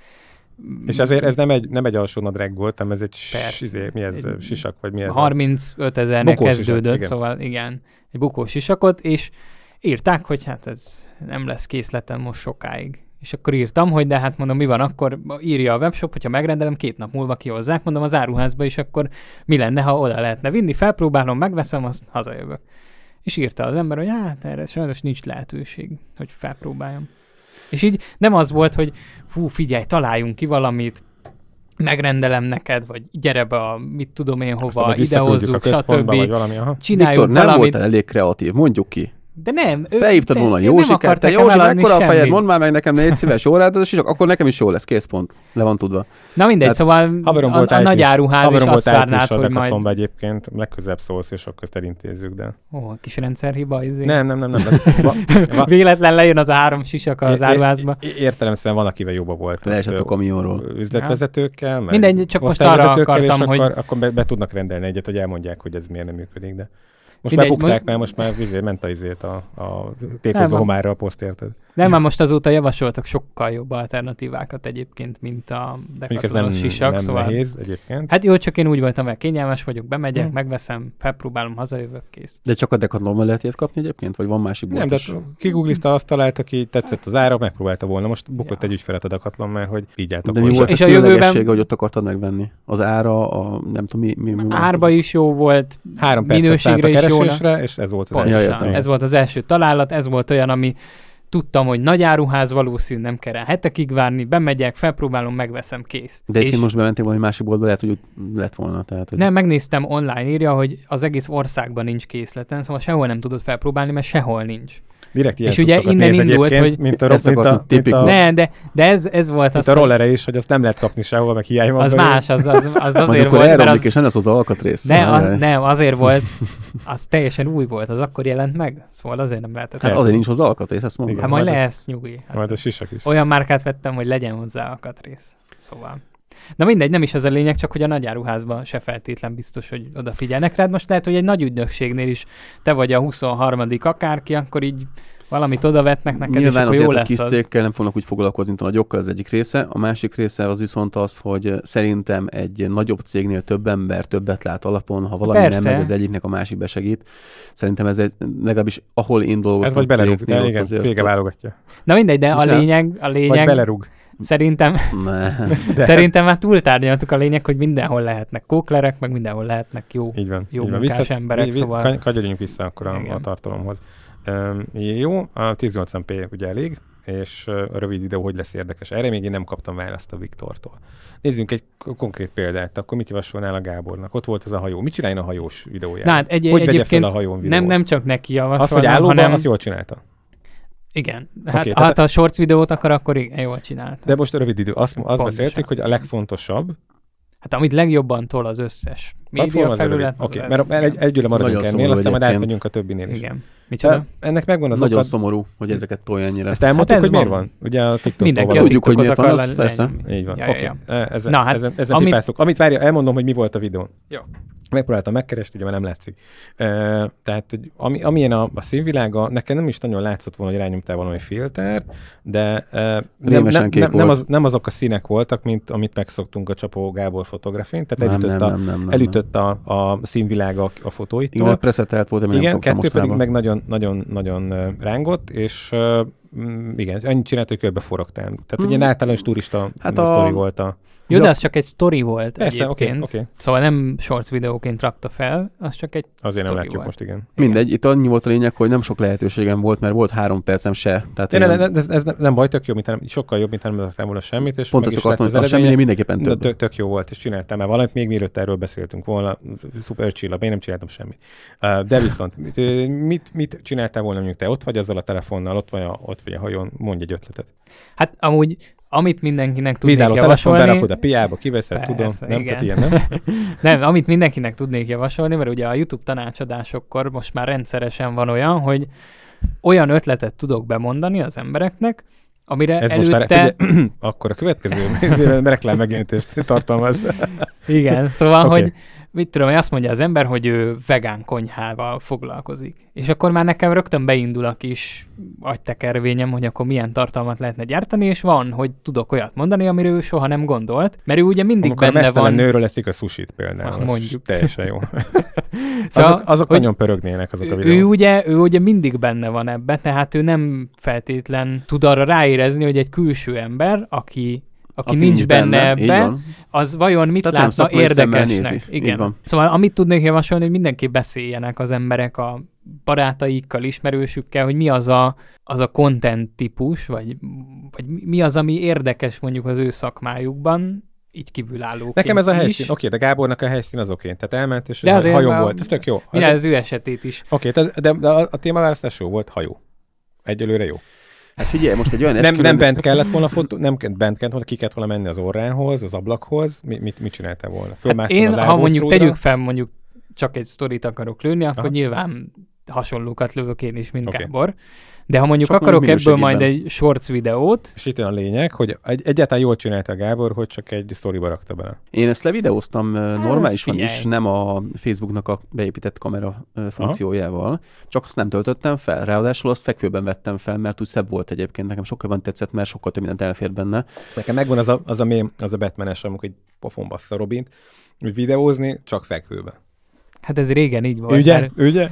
B: És ezért ez nem egy, nem egy alsónadrág volt, hanem ez egy sizé, mi ez, egy sisak, vagy mi ez?
A: harmincöt ezernek kezdődött, sisak, szóval igen, egy bukós sisakot, és írták, hogy hát ez nem lesz készletem most sokáig. És akkor írtam, hogy de hát mondom, mi van akkor, írja a webshop, hogyha megrendelem, két nap múlva kihozzák, mondom az áruházba is, akkor mi lenne, ha oda lehetne vinni, felpróbálom, megveszem, azt hazajövök. És írta az ember, hogy hát erre sajnos nincs lehetőség, hogy felpróbáljam. És így nem az volt, hogy fú, figyelj, találjunk ki valamit, megrendelem neked, vagy gyere be a, mit tudom én hova, idehozzuk, stb.
C: Csináljunk Viktor, nem valamit. Voltál elég kreatív, mondjuk ki.
A: De nem.
C: Felhívtad volna Józsikát, te Józsi, mekkora a fejed, mondd már meg nekem, négy szíves órát, az is, akkor nekem is jó lesz, kész pont. Le van tudva.
A: Na mindegy, szóval a, a nagy áruház is azt várnád, hogy majd...
B: Haverom egyébként, legközelebb szólsz, és akkor ezt elintézzük, de...
A: Ó, kis rendszerhiba, izé.
B: Nem, nem, nem, nem.
A: Véletlen lejön az a három sisak az áruházba.
B: Értelemszerűen van, akivel jobban volt.
C: Leesett a kamionról.
B: Üzletvezetőkkel, meg
A: mindegy, csak most arra akartam, hogy...
B: akkor be tudnak rendelni egyet, hogy elmondják, hogy ez miért nem működik, de... Most Mindegy, már bukták, mert most már vizé, ment a izét a, a tékozó homályra a poszt, érted?
A: Nem, már most azóta javasoltak sokkal jobb alternatívákat egyébként, mint a Decathlon sisak.
B: Nem
A: szóval...
B: nehéz egyébként.
A: Hát jó, csak én úgy voltam, mert kényelmes vagyok, bemegyek, hmm. megveszem, felpróbálom, hazajövök, kész.
C: De csak a Decathlonban lehet ilyet kapni egyébként? Vagy van másik bolt?
B: Nem, de kigooglizta, azt találta, aki tetszett az ára, megpróbálta volna. Most bukott ja. egy ügyfelet a Decathlon, mert hogy így álltak.
C: De mi volt és a jövőben... hogy ott akartad megvenni? Az ára, a nem tudom mi... mi, mi
A: árba is jó volt,
B: három minőségre is jó. És ez volt az
A: Pontosan. első. Ez volt az első találat, ez volt olyan, ami tudtam, hogy nagy áruház valószínű, nem kell hetekig várni, bemegyek, felpróbálom, megveszem, kész.
C: De és... most bementél valami másik boltba, lehet, hogy lett volna. Tehát, hogy...
A: Nem, megnéztem online, írja, hogy az egész országban nincs készleten, szóval sehol nem tudod felpróbálni, mert sehol nincs.
B: Direkt ilyen
A: és ugye innen indult, hogy...
B: Mint a, mint a, mint a,
A: ne, de, de ez, ez volt
B: az... Mint a rollere is, hogy azt nem lehet kapni sehol, meg hiány van.
A: Az belőle. Más, az, az, az azért
C: volt.
A: Mert
C: az... és nem lesz az alkatrész.
A: Ne, a, nem, azért volt, az teljesen új volt, az akkor jelent meg, szóval azért nem lehetett.
C: Hát azért nincs hozzá alkatrész, ezt mondom.
A: Hát majd lesz, nyugi. Hát
B: majd a sisak is.
A: Olyan márkát vettem, hogy legyen hozzá alkatrész. Szóval... Na mindegy, nem is ez a lényeg, csak hogy a nagyáruházban se feltétlen biztos, hogy odafigyelnek rád. Most lehet, hogy egy nagy ügynökségnél is te vagy a huszonharmadik akárki, akkor így valamit odavetnek neked,
C: nyilván
A: és akkor jó lesz
C: az. Nyilván azért a kis cégekkel nem fognak úgy foglalkozni, mint a nagyokkal, az egyik része. A másik része az viszont az, hogy szerintem egy nagyobb cégnél több ember többet lát alapon, ha valami
A: Persze.
C: nem megy, az egyiknek a másik besegít. Szerintem ez egy, legalábbis ahol én dolgoztam.
B: Ez vagy belerúg, de igen, cége válogatja.
A: Na mindegy, de a lényeg, a lényeg...
B: Vagy belerúg.
A: Szerintem, szerintem már túltárgyaltuk a lényeg, hogy mindenhol lehetnek kóklerek, meg mindenhol lehetnek jó,
B: így van,
A: jó
B: így van.
A: munkás
B: Vissza,
A: emberek.
B: Vi,
A: szóval...
B: Kagyaljunk vissza akkor a, a tartalomhoz. Um, jó, a ezernyolcvan pé ugye elég, és a rövid videó hogy lesz érdekes. Erre még én nem kaptam választ a Viktortól. Nézzünk egy konkrét példát, akkor mit javasolnál a Gábornak? Ott volt az a hajó. Mit csináljon a hajós videóját?
A: Na, hát egy,
B: hogy
A: egyébként
B: vegye fel a hajón videót?
A: Nem, nem csak neki javasolnám,
B: az, hogy állóban,
A: hanem...
B: azt jól csinálta.
A: Igen, hát okay, ha tehát... a shorts videót akar, akkor igen, jól csinálta.
B: De most a rövid idő. Azt, azt beszéltük, hogy a legfontosabb.
A: Hát amit legjobban tol az összes média felület.
B: Oké, okay. Mert egy, együtt maradunk ennél, aztán majd átmegyünk a többinél is.
A: Igen. Micsoda?
B: Ennek megvan az
C: Nagyon
B: okad...
C: szomorú, hogy ezeket tolja ennyire.
B: Ezt elmondtuk, hát ez hogy
A: van.
B: Miért van? Ugye a TikTokon
A: mindenki
B: van.
C: Tudjuk, hogy miért van, az persze.
B: Így van.
A: Ja,
B: Oké.
A: ja,
B: Okay.
A: ja.
B: Ezen,
A: Na, hát,
B: ezen, ezen
A: amit...
B: pipászok. Amit várja, elmondom, hogy mi volt a videón.
A: Jó.
B: Megpróbáltam megkeresni, ugye már nem látszik. Uh, tehát, hogy ami, amilyen a, a színvilága, nekem nem is nagyon látszott volna, hogy rányomtál valami filtert, de uh, nem, nem, nem, nem, az, nem azok a színek voltak, mint amit megszoktunk a Csapó Gábor fotográfin, tehát nem, elütött, nem, a, nem, nem, nem, elütött a, a színvilága a, a fotóitól.
C: Igen, preszetelt volt, ami
B: igen,
C: nem
B: kettő pedig
C: rá
B: meg nagyon, nagyon, nagyon rángott, és uh, igen, annyit csinált, hogy körbe forogtál. Tehát hmm. egy általános turista hát a... sztori volt a...
A: Jó, ja. De az csak egy sztori volt
B: Persze,
A: egyébként.
B: Okay, okay.
A: Szóval nem shorts videóként rakta fel, az csak egy
B: azért nem látjuk
A: volt.
B: most, igen.
C: Mindegy, itt annyi volt a lényeg, hogy nem sok lehetőségem volt, mert volt három percem se. Tehát
B: én... ne, ne, ez, ez nem baj, tök jó, mint nem, sokkal jobb, mint nem lettem volna semmit, és
C: pont
B: meg
C: ezt
B: is lett az
C: a semmi mindenképpen több.
B: Tök, tök jó volt, és csináltam már valamit, még mielőtt erről beszéltünk volna, szuper csillag, én nem csináltam semmit. De viszont, mit, mit csináltál volna, mondjuk te ott vagy azzal a telefonnal, ott vagy a, ott vagy a hajón, mondj egy ötletet.
A: Hát amúgy amit mindenkinek tudnék
B: Vízálló
A: javasolni...
B: telefon, berakod a piába, kiveszed,
A: persze,
B: tudom, nem,
A: igen.
B: tehát ilyen, nem?
A: Nem, amit mindenkinek tudnék javasolni, mert ugye a YouTube tanácsadásokkor most már rendszeresen van olyan, hogy olyan ötletet tudok bemondani az embereknek, amire
B: ez
A: előtte...
B: Most már, figyelj, akkor a következő reklám megjelentést tartalmaz.
A: Igen, szóval,
B: okay.
A: hogy mit tudom, hogy azt mondja az ember, hogy ő vegán konyhával foglalkozik. És akkor már nekem rögtön beindul a kis agytekervényem, hogy akkor milyen tartalmat lehetne gyártani, és van, hogy tudok olyat mondani, amiről ő soha nem gondolt, mert ő ugye mindig
B: amikor
A: benne van...
B: Amikor a nőről leszik a sushit például,
A: mondjuk.
B: Teljesen jó. Szóval, azok azok nagyon pörögnének azok a videók.
A: Ő ugye, ő ugye mindig benne van ebben, tehát ő nem feltétlen tud arra ráérezni, hogy egy külső ember, aki aki, aki nincs benne, benne ebbe, az vajon mit tehát látna érdekesnek. Igen. Szóval amit tudnék javasolni, hogy mindenképp beszéljenek az emberek a barátaikkal, ismerősükkel, hogy mi az a, az a content típus, vagy, vagy mi az, ami érdekes mondjuk az ő szakmájukban, így kívülállóként.
B: Nekem ez a helyszín, oké, okay, de Gábornak a helyszín az oké. Okay. Tehát elment, és hajó a... volt, ez tök jó.
A: Minden az ő esetét is.
B: Oké, okay, de, de a, a témaválasztás jó volt, hajó. Egyelőre jó.
C: Hát figyelj, most egy olyan
B: nem, nem bent kellett volna fotó, nem bent kellett volna, ki kellett volna menni az órához, az ablakhoz, mit, mit, mit csináltál volna?
A: Hát én, ha mondjuk tegyük fel, mondjuk csak egy sztorit akarok lőni, akkor aha. nyilván hasonlókat lövök én is, mint okay. Gábor. De ha mondjuk csak akarok ebből majd egy shorts videót...
B: És itt a lényeg, hogy egy, egyáltalán jól csinálta Gábor, hogy csak egy sztoriba rakta bele.
C: Én ezt levideóztam hát, normálisan figyelj. is, nem a Facebooknak a beépített kamera funkciójával. Aha. Csak azt nem töltöttem fel. Ráadásul azt fekvőben vettem fel, mert úgy szebb volt egyébként. Nekem sokkal van tetszett, mert sokkal több mindent elfér benne.
B: Nekem megvan az a, az a mém, az a Batman-es, amikor egy pofon bassza Robint, hogy videózni csak fekvőben.
A: Hát ez régen így volt.
B: Ugye? Mert... Ugye?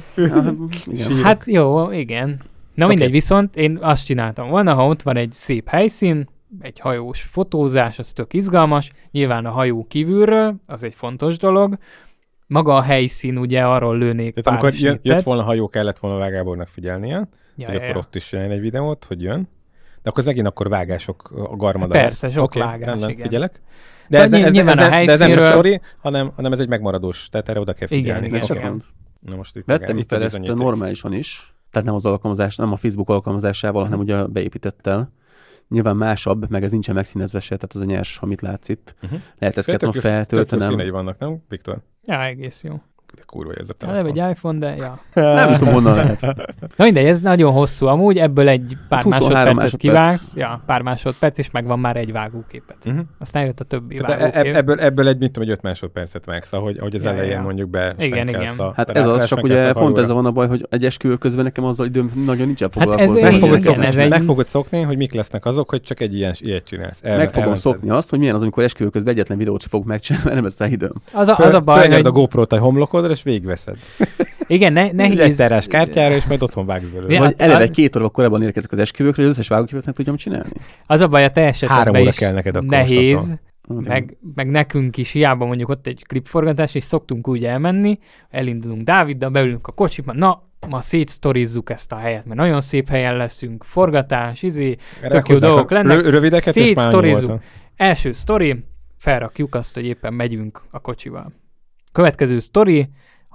A: Hát jó, igen. Na okay. mindegy, viszont én azt csináltam volna, ha ott van egy szép helyszín, egy hajós fotózás, az tök izgalmas, nyilván a hajó kívülről, az egy fontos dolog, maga a helyszín, ugye arról lőnék
B: pár amikor jön, jött volna hajó, kellett volna Vágábornak figyelnie,
A: ja,
B: hogy
A: ja,
B: akkor
A: ja.
B: ott is jön egy videót, hogy jön, de akkor megint akkor vágások a garmada
A: persze,
B: lesz.
A: sok
B: okay,
A: vágás,
B: rendben,
A: igen.
B: Figyelek. De,
A: szóval
B: ez, ez,
A: nyilván
B: ez,
A: a
B: de ez nem csak
A: helyszínről...
B: sztori, hanem, hanem ez egy megmaradós, tehát erre oda kell figyelni.
A: Igen, igen,
C: okay.
B: Na most itt
C: vettem fel ezt normálisan is, tehát nem az alkalmazás, nem a Facebook alkalmazásával, uh-huh. hanem ugye beépítettel. Nyilván másabb, meg ez nincsen megszínezve se, tehát az a nyers, amit látsz itt. Uh-huh. Lehet ezt kellett feltöltenem.
B: Tök jó színei vannak, nem, Viktor?
A: Ja, egész jó.
B: De kurva ez a
A: telefon. Nem egy iPhone, de ja.
C: Nem is tudom, honnan lehet.
A: Na mindegy, ez nagyon hosszú. Amúgy ebből egy pár másodpercet másodperc. kivágsz. Ja, pár másodperc, és megvan már egy vágóképet. Uh-huh. Aztán jött a többi
B: tehát vágókép. Ebből, ebből egy, mit tudom, egy öt másodpercet vágsz, ahogy, ahogy az ja, elején ja. mondjuk be
A: igen, igen.
B: A,
C: hát ez az, csak ugye pont ez van a baj, hogy egy esküvő közben nekem azzal időm nagyon nincsen foglalkozni.
B: Hát meg, fogod szokni, ez meg fogod szokni, hogy mik lesznek azok, hogy csak egy ilyen ilyet csinálsz.
C: Meg fogom szokni azt, hogy milyen az, amikor esküvő közben egyetlen videót sem fogok megcsinálni, mert nem lesz rá időm.
A: Az a baj, hogy
B: a GoPro-t a homlokodra, és végigveszed.
A: Igen, ne, nehéz.
B: Egy terás kártyára, és majd otthon vágjuk belőle.
C: Ja, vagy eleve a... két óra korábban érkezek az esküvőkről, hogy az összes vágóképet meg tudjam csinálni.
A: Az a baj, a te esetedben is
B: kell neked
A: nehéz, meg, meg nekünk is, hiába mondjuk ott egy klipforgatás, és szoktunk úgy elmenni, elindulunk Dáviddal, beülünk a kocsiba, na, ma szétsztorizzuk ezt a helyet, mert nagyon szép helyen leszünk, forgatás, izé, tök jó dolgok lennek.
B: Rövideket és már
A: Első sztori, felrakjuk azt, hogy éppen megyünk a kocsival. Következő sztori,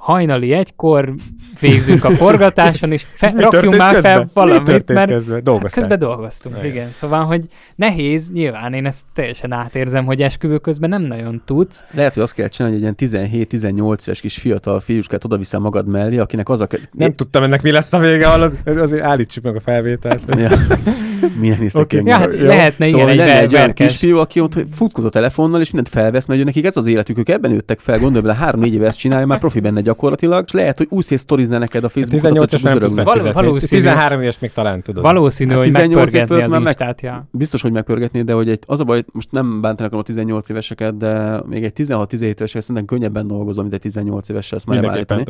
A: hajnali egykor végzünk a forgatáson, és fe, rakjunk már közben? fel valamit, mert
B: közben?
A: közben dolgoztunk. Igen. igen. Szóval, hogy nehéz, nyilván én ezt teljesen átérzem, hogy esküvő közben nem nagyon tudsz.
C: Lehet, hogy azt kell csinálni, hogy egy ilyen tizenhét-tizennyolc éves kis fiatal fiúskát odaviszem magad mellé, akinek az a...
B: Nem é... tudtam ennek mi lesz a vége, azért állítsuk meg a felvételt.
C: Ja. Milyen néztek
A: okay. ja, hát lehetne
C: szóval
A: igen,
C: egy, egy olyan kisfiú, aki ott futkozott a telefonnal, és mindent felvesz, mert nekik ez az életük, ők ebben nőttek fel, gondolj bele, három-négy éve ezt csinálja, már profi benne gyakorlatilag, és lehet, hogy úsz és sztorizne neked a Facebookot.
B: tizennyolc nem tudsz tizenhárom éves még talán tudod.
A: Valószínű, hogy megpörgetni az Instát, ja.
C: Biztos, hogy megpörgetni, de hogy egy, az a baj, most nem bántanak a tizennyolc éveseket, de még egy tizenhat-tizenhét évesek szerintem könnyebben dolgozom, mint egy tizennyolc évessel, ezt már nem állítani.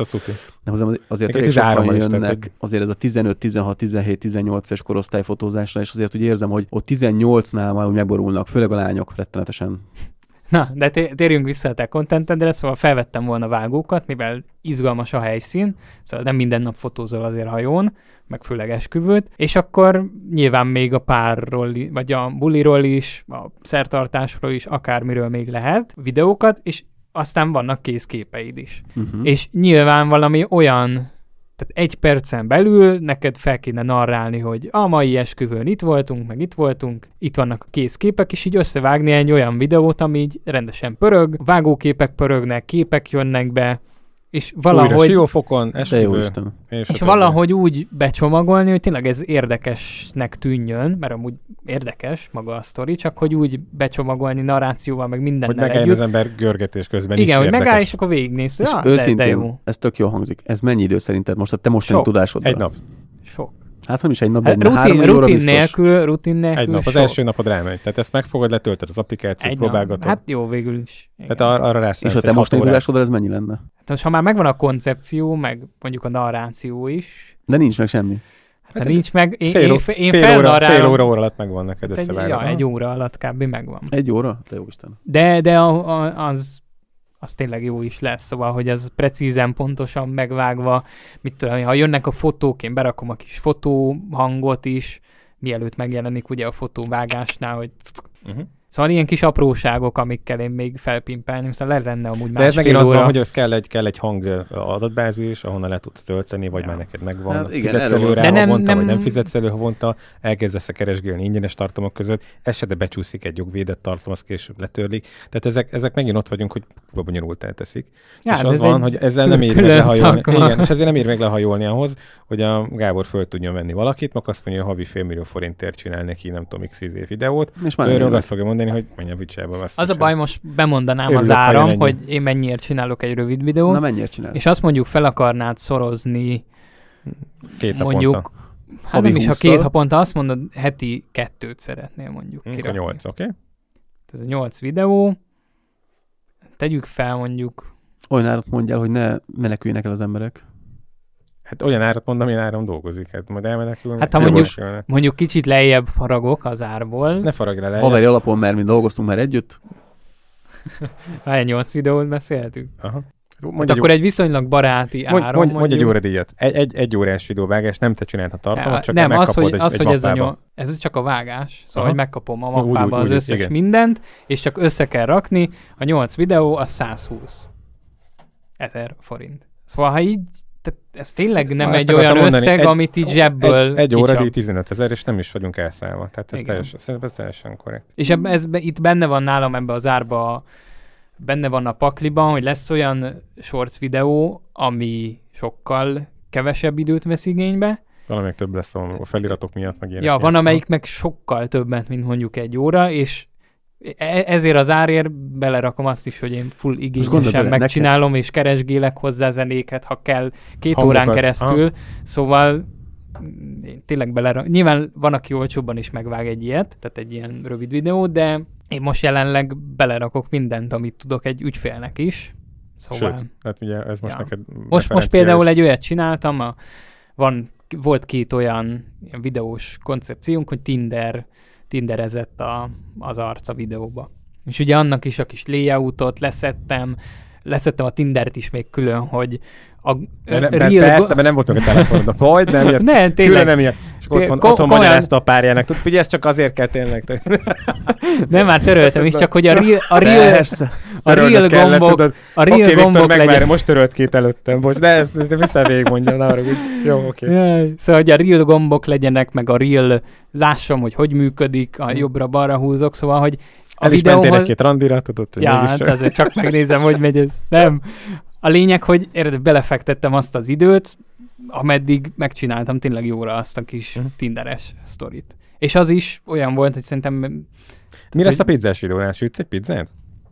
C: De azért elég sokan jönnek, azért ez a tizenöt, tizenhat, tizenhét, tizennyolc éves korosztály fotózásra, és azért úgy érzem, hogy ott tizennyolcnál már úgy megborulnak, főleg a lányok rettenetesen.
A: Na, de térjünk vissza a te contentedre, szóval felvettem volna vágókat, mivel izgalmas a helyszín, szóval nem minden nap fotózol azért hajón, meg főleg esküvőt, és akkor nyilván még a párról, vagy a buliról is, a szertartásról is, akármiről még lehet videókat, és aztán vannak kész képeid is. Uh-huh. És nyilván valami olyan, tehát egy percen belül neked fel kéne narrálni, hogy a mai esküvőn itt voltunk, meg itt voltunk, itt vannak a kész képek, és így összevágni egy olyan videót, ami így rendesen pörög, vágóképek pörögnek, képek jönnek be, és valahogy...
B: Újra siófokon, esküvő.
A: És, és valahogy úgy becsomagolni, hogy tényleg ez érdekesnek tűnjön, mert amúgy érdekes maga a sztori, csak hogy úgy becsomagolni narrációval, meg mindennel
B: együtt. Hogy megálljon az ember görgetés közben
A: igen,
B: is
A: hogy
B: érdekes.
A: megáll, és akkor végignéz.
C: És ja, őszintén, de, de jó. Ez tök jól hangzik. Ez mennyi idő szerinted most? Te mostani tudásodban?
B: Egy nap.
A: Sok.
C: Hát nem is egy nap, de
A: hát, rutin,
C: három
A: rutin
C: óra biztos.
A: nélkül, rutin nélkül
B: Egy nap,
A: sok.
B: az első napod rámegy. Tehát ezt megfogod, letöltöd az applikációt,
A: egy
B: próbálgatod.
A: Nap. Hát jó, végül is.
B: Igen. Tehát ar- arra rászállsz.
C: És a te mostani tudásodra ez mennyi lenne?
A: Hát most, ha már megvan a koncepció, meg mondjuk a narráció is.
C: De nincs meg semmi.
A: Hát, hát nincs meg. Én,
B: fél,
A: én, én
B: fél, óra, fél óra, óra alatt megvan neked összevágva.
A: Ja, egy óra alatt kb. Megvan.
C: Egy óra? Te jó Isten.
A: De, de a, a, az... az tényleg jó is lesz, szóval, hogy az precízen, pontosan megvágva, mit tudom, ha jönnek a fotók, én berakom a kis fotóhangot is, mielőtt megjelenik ugye a fotóvágásnál, hogy uh-huh. Szóval ilyen kis apróságok, amikkel én még felpimpelném, szóval le lenne amúgy másfél óra. De ez megint az van,
B: hogy ez kell egy, kell egy hang adatbázis, ahonnan le tudsz tölteni, vagy ja. már neked megvan. Hát,
C: igen,
B: fizetsz elő rá havonta, nem... vagy nem fizetsz elő havonta, elkezdesz keresgélni ingyenes tartalmak között, ez se de becsúszik egy jogvédett tartalom, az később letörlik. Tehát ezek, ezek megint ott vagyunk, hogy bonyolult elteszik. Ja, és az van, hogy ezzel nem ér meg lehajolni. Igen, és ezért nem ér meg lehajolni ahhoz, hogy a Gábor föl tudjon venni valakit, meg azt mondja, hogy havi félmillió forintért csinál neki, nem tudom, x videót. És őről azt fogja mondani, hogy menj a bicsába. Az
A: a baj, most bemondanám Örülök, az áram, hogy én mennyiért csinálok egy rövid videót.
C: Na mennyiért csinálsz?
A: És azt mondjuk fel akarnád szorozni
B: két
A: mondjuk,
B: naponta.
A: Hát nem is, ha két naponta, azt mondod, heti kettőt szeretnél mondjuk
B: hmm, kirakni. nyolc, oké? Okay.
A: Ez a nyolc videó. Tegyük fel mondjuk.
C: Olyan árat mondjál, hogy ne meneküljenek el az emberek.
B: Hát olyan árat mondom, én áram dolgozik. Hát majd elmenekülünk.
A: Hát ha mondjuk, mondjuk kicsit lejjebb faragok az árból.
B: Ne faragj le lejjebb.
C: Haveri alapon, mert mi dolgoztunk már együtt.
A: Hány nyolc videót beszéltünk?
B: Aha.
A: Hát akkor egy viszonylag baráti
B: mondj,
A: áram.
B: Mondj, mondj egy óradíjat. Egy, egy, egy órás videóvágás, nem te csináld a tartalmat, csak
A: nem,
B: megkapod
A: az, hogy,
B: egy,
A: az,
B: egy
A: hogy ez, a nyol,
B: ez
A: ez csak a vágás. Szóval, Aha. hogy megkapom a mappába
B: úgy, úgy,
A: az
B: úgy,
A: összes
B: igen.
A: mindent, és csak össze kell rakni. A nyolc videó az százhúsz ezer forint. Szóval, ha így tehát ez tényleg nem ha egy olyan mondani, összeg, egy, amit így zsebből
B: Egy, egy óra díj tizenöt ezer, és nem is vagyunk elszállva. Tehát ez teljesen, ez teljesen korrekt.
A: És ebbe, ez, itt benne van nálam ebbe az árba, benne van a pakliban, hogy lesz olyan shorts videó, ami sokkal kevesebb időt vesz igénybe.
B: Valamelyik több lesz a feliratok miatt, meg ilyenek.
A: Ja, van amelyik meg sokkal többet, mint mondjuk egy óra, és ezért az árért belerakom azt is, hogy én full igényesen megcsinálom, neked... és keresgélek hozzá zenéket, ha kell, két Hangokat. órán keresztül. Ha. Szóval én tényleg belerakom. Nyilván van, aki olcsóbban is megvág egy ilyet, tehát egy ilyen rövid videót, de én most jelenleg belerakok mindent, amit tudok egy ügyfélnek is. Szóval...
B: Sőt, hát ugye ez most ja. neked
A: Most, most például egy olyat csináltam, a, van, volt két olyan videós koncepciónk, hogy Tinder tinderezett a, az arc a videóba. És ugye annak is a kis layoutot leszettem, leszettem a Tindert is még külön, hogy a
B: de, de, real persze, go- mert nem volt meg a telefonod, hogy nem ilyet,
A: nem,
B: külön nem ilyet, és akkor otthon, otthon magyarázta a párjának, tudod, ugye ez csak azért kell tényleg.
A: Nem, már töröltem is, csak hogy a real, a real, a real gombok, a real
B: okay,
A: gombok
B: legyen. Megvárj, most törölt két előttem, most, de ezt, ezt vissza végig mondja, na, úgy, jó, oké.
A: Okay. Szóval, hogy a real gombok legyenek, meg a real, lássam, hogy hogy működik, a jobbra-balra húzok, szóval, hogy a
B: El is
A: videóhoz...
B: mentél egy-két randira, tudod, hogy
A: ja, hát azért csak megnézem, hogy megy ez. Nem. A lényeg, hogy érde, belefektettem azt az időt, ameddig megcsináltam tényleg jóra azt a kis uh-huh. tinderes sztorit. És az is olyan volt, hogy szerintem...
B: Mi
A: hogy...
B: lesz a pizzás videónál? Sütsz egy pizzát?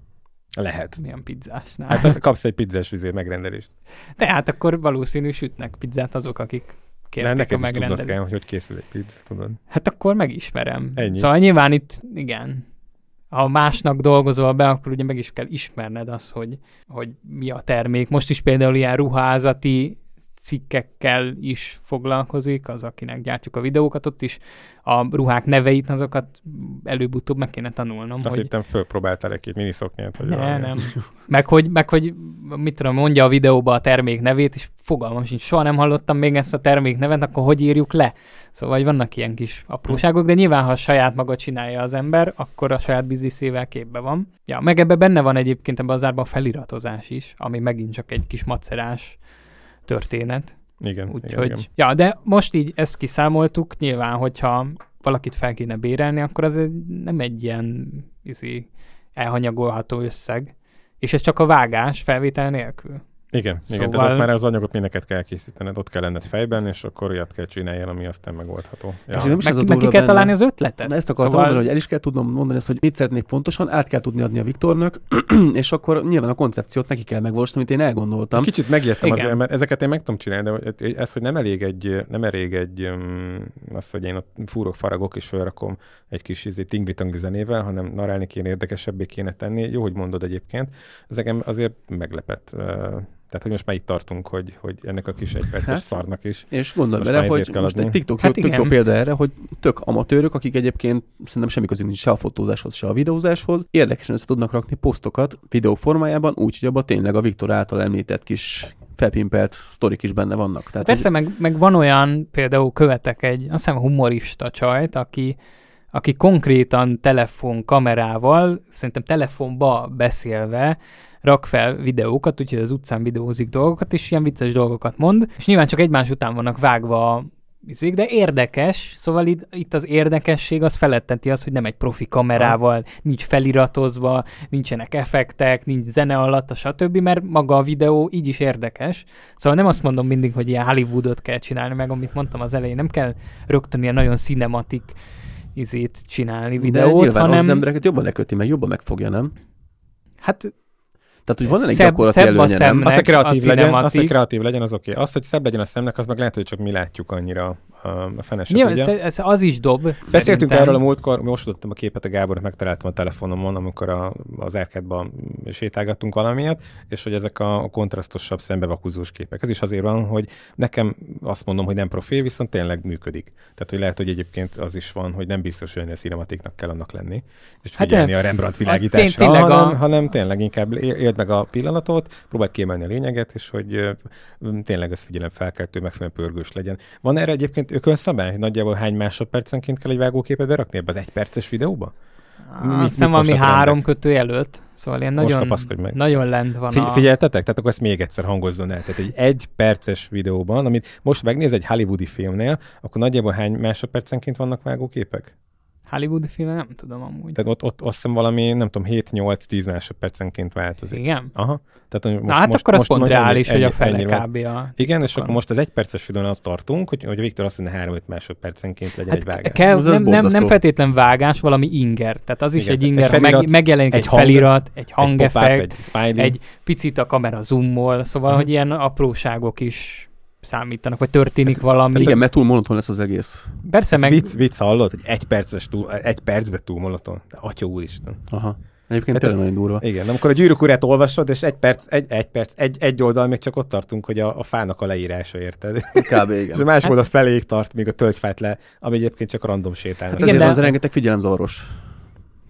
B: Lehet.
A: Milyen pizzásnál?
B: Hát kapsz egy pizzás vizét megrendelést.
A: De hát akkor valószínű sütnek pizzát azok, akik kértek
B: neked
A: a megrendelést.
B: Neked is tudod kell, hogy hogy készül egy pizza, tudod.
A: Hát akkor megismerem.
B: Ennyi.
A: Szóval nyilván itt, igen... Ha másnak dolgozol be, akkor ugye meg is kell ismerned azt, hogy, hogy mi a termék. Most is például ilyen ruházati cikkekkel is foglalkozik, az, akinek gyártjuk a videókat, ott is a ruhák neveit, azokat előbb-utóbb meg kéne tanulnom.
B: Azt
A: hogy...
B: hittem fölpróbáltál egy-két miniszoknyát. Hogy
A: ne,
B: valami.
A: nem. meg, hogy, meg hogy, mit tudom, mondja a videóba a termék nevét, és fogalmam sincs, soha nem hallottam még ezt a termék nevet, akkor hogy írjuk le? Szóval vannak ilyen kis apróságok, de nyilván, ha saját maga csinálja az ember, akkor a saját bizniszével képbe van. Ja, meg ebben benne van egyébként ebben az árban feliratozás is, ami megint csak egy kis macerás történet.
B: Igen,
A: Úgy,
B: igen,
A: hogy,
B: igen.
A: Ja, de most így ezt kiszámoltuk, nyilván, hogyha valakit fel kéne bérelni, akkor az egy, nem egy ilyen izi, elhanyagolható összeg. És ez csak a vágás felvétel nélkül.
B: Igen, szóval... igen, de az már az anyagot mindeket kell készítened, ott kell lenned fejben, és akkor olyat kell csináljál, ami aztán megoldható. Ja.
A: És nem is meg, meg ki kell találni az ötletet?
C: Na ezt akartam szóval... mondani, hogy el is kell tudnom mondani ezt, hogy mit szeretnék pontosan, át kell tudni adni a Viktornak, és akkor nyilván a koncepciót neki kell megvalósítani, amit én elgondoltam.
B: Kicsit megijedtem azért, mert ezeket én meg tudom csinálni, de ez, hogy nem elég egy, nem elég egy um, az, hogy én ott fúrok, faragok, és felrakom egy kis izé, tingli-tangli zenével, hanem narálni kéne, érdekesebbé kéne tenni. Jó, hogy mondod egyébként. Ezeken azért meglepett. Tehát, hogy most már itt tartunk, hogy, hogy ennek a kis egyperces hát, szarnak is.
C: És gondolj bele, hogy most egy TikTok hát tök jó példa erre, hogy tök amatőrök, akik egyébként szerintem semmi közük nincs se a fotózáshoz, se a videózáshoz, érdekesen össze tudnak rakni posztokat videók formájában, úgy, hogy abban tényleg a Viktor által említett kis felpimpelt sztorik is benne vannak. Tehát,
A: persze,
C: hogy...
A: meg, meg van olyan, például követek egy, azt hiszem humorista csajt, aki, aki konkrétan telefon kamerával, szerintem telefonba beszélve, rak fel videókat, úgyhogy az utcán videózik dolgokat, és ilyen vicces dolgokat mond, és nyilván csak egymás után vannak vágva a izék, de érdekes, szóval itt, itt az érdekesség az feletteti az, hogy nem egy profi kamerával, ha. nincs feliratozva, nincsenek effektek, nincs zene alatt, stb., mert maga a videó így is érdekes. Szóval nem azt mondom mindig, hogy ilyen Hollywoodot kell csinálni, meg amit mondtam az elején, nem kell rögtön ilyen nagyon cinematik izét csinálni videót,
C: de nyilván
A: hanem...
C: az embereket jobban leköti, meg jobban megfogja, nem?
A: Hát...
C: Tehát, hogy van ennek gyakorlati előnye, nem?
B: Az, hogy kreatív legyen, az, hogy kreatív legyen, az oké. Okay. Az, hogy szebb legyen a szemnek, az meg lehet, hogy csak mi látjuk annyira a fene se tudja.
A: Ez az is dob.
B: Beszéltünk szerintem. Erről a múltkor, most adottam a képet a Gábornak, megtaláltam a telefonomon, amikor a, az árkádban sétálgattunk valamiért, és hogy ezek a kontrasztosabb, szembevakúzós képek. Ez is azért van, hogy nekem azt mondom, hogy nem profi, viszont tényleg működik. Tehát, hogy lehet, hogy egyébként az is van, hogy nem biztos, hogy a cinematiknak kell annak lenni, és figyelni hát, a Rembrandt világításra, tény, hanem, a... hanem tényleg inkább éld meg a pillanatot, próbáld kiemelni a lényeget, és hogy uh, tényleg ez figyelemfelkeltő, megfelelően pörgős legyen. Van erre egyébként ökölszabály, hogy nagyjából hány másodpercenként kell egy vágóképet berakni ebbe az egy perces videóba?
A: Azt hiszem, ami három kötő előtt, szóval ilyen nagyon, nagyon lent van
B: Figy-
A: a...
B: Figyeltetek? Tehát akkor ezt még egyszer hangozzon el. Tehát egy egy perces videóban, amit most megnéz egy hollywoodi filmnél, akkor nagyjából hány másodpercenként vannak vágóképek?
A: Hollywoodi filmben nem tudom amúgy.
B: Tehát ott, ott azt hiszem valami, nem tudom, hét-nyolc-tíz másodpercenként változik.
A: Igen?
B: Aha. Tehát most,
A: Na, hát
B: most,
A: akkor az
B: most
A: pont reális,
B: ennyi,
A: hogy a fele
B: ennyi,
A: kb. A...
B: Igen, és akkor most az egy perces videónál tartunk, hogy, hogy Viktor azt mondja, három-öt másodpercenként legyen
A: hát
B: egy vágás.
A: Kell, nem, nem, nem feltétlen vágás, valami inger. Tehát az is igen, egy inger, egy felirat, meg, megjelenik egy, egy hang, felirat, egy hangeffekt, egy, egy picit a kamera zoomol, szóval, uh-huh. hogy ilyen apróságok is számítanak, vagy történik valami.
C: Tehát igen, mert túl monoton lesz az egész.
A: Persze, meg...
B: Vicc, vicc hallod, hogy egy perces túl, egy percbe túl monoton. De atya úristen.
C: Aha. Egyébként tényleg nagyon durva.
B: Igen, amikor a Gyűrűk urát olvasod, és egy perc, egy, egy perc, egy, egy oldal, még csak ott tartunk, hogy a, a fának a leírása, érted?
C: Kb. Igen.
B: És a másik hát... oldal feléig tart, még a tölgyfát le, ami egyébként csak random sétálnak.
C: Hát ezért de... van az rengeteg figyelemzavaros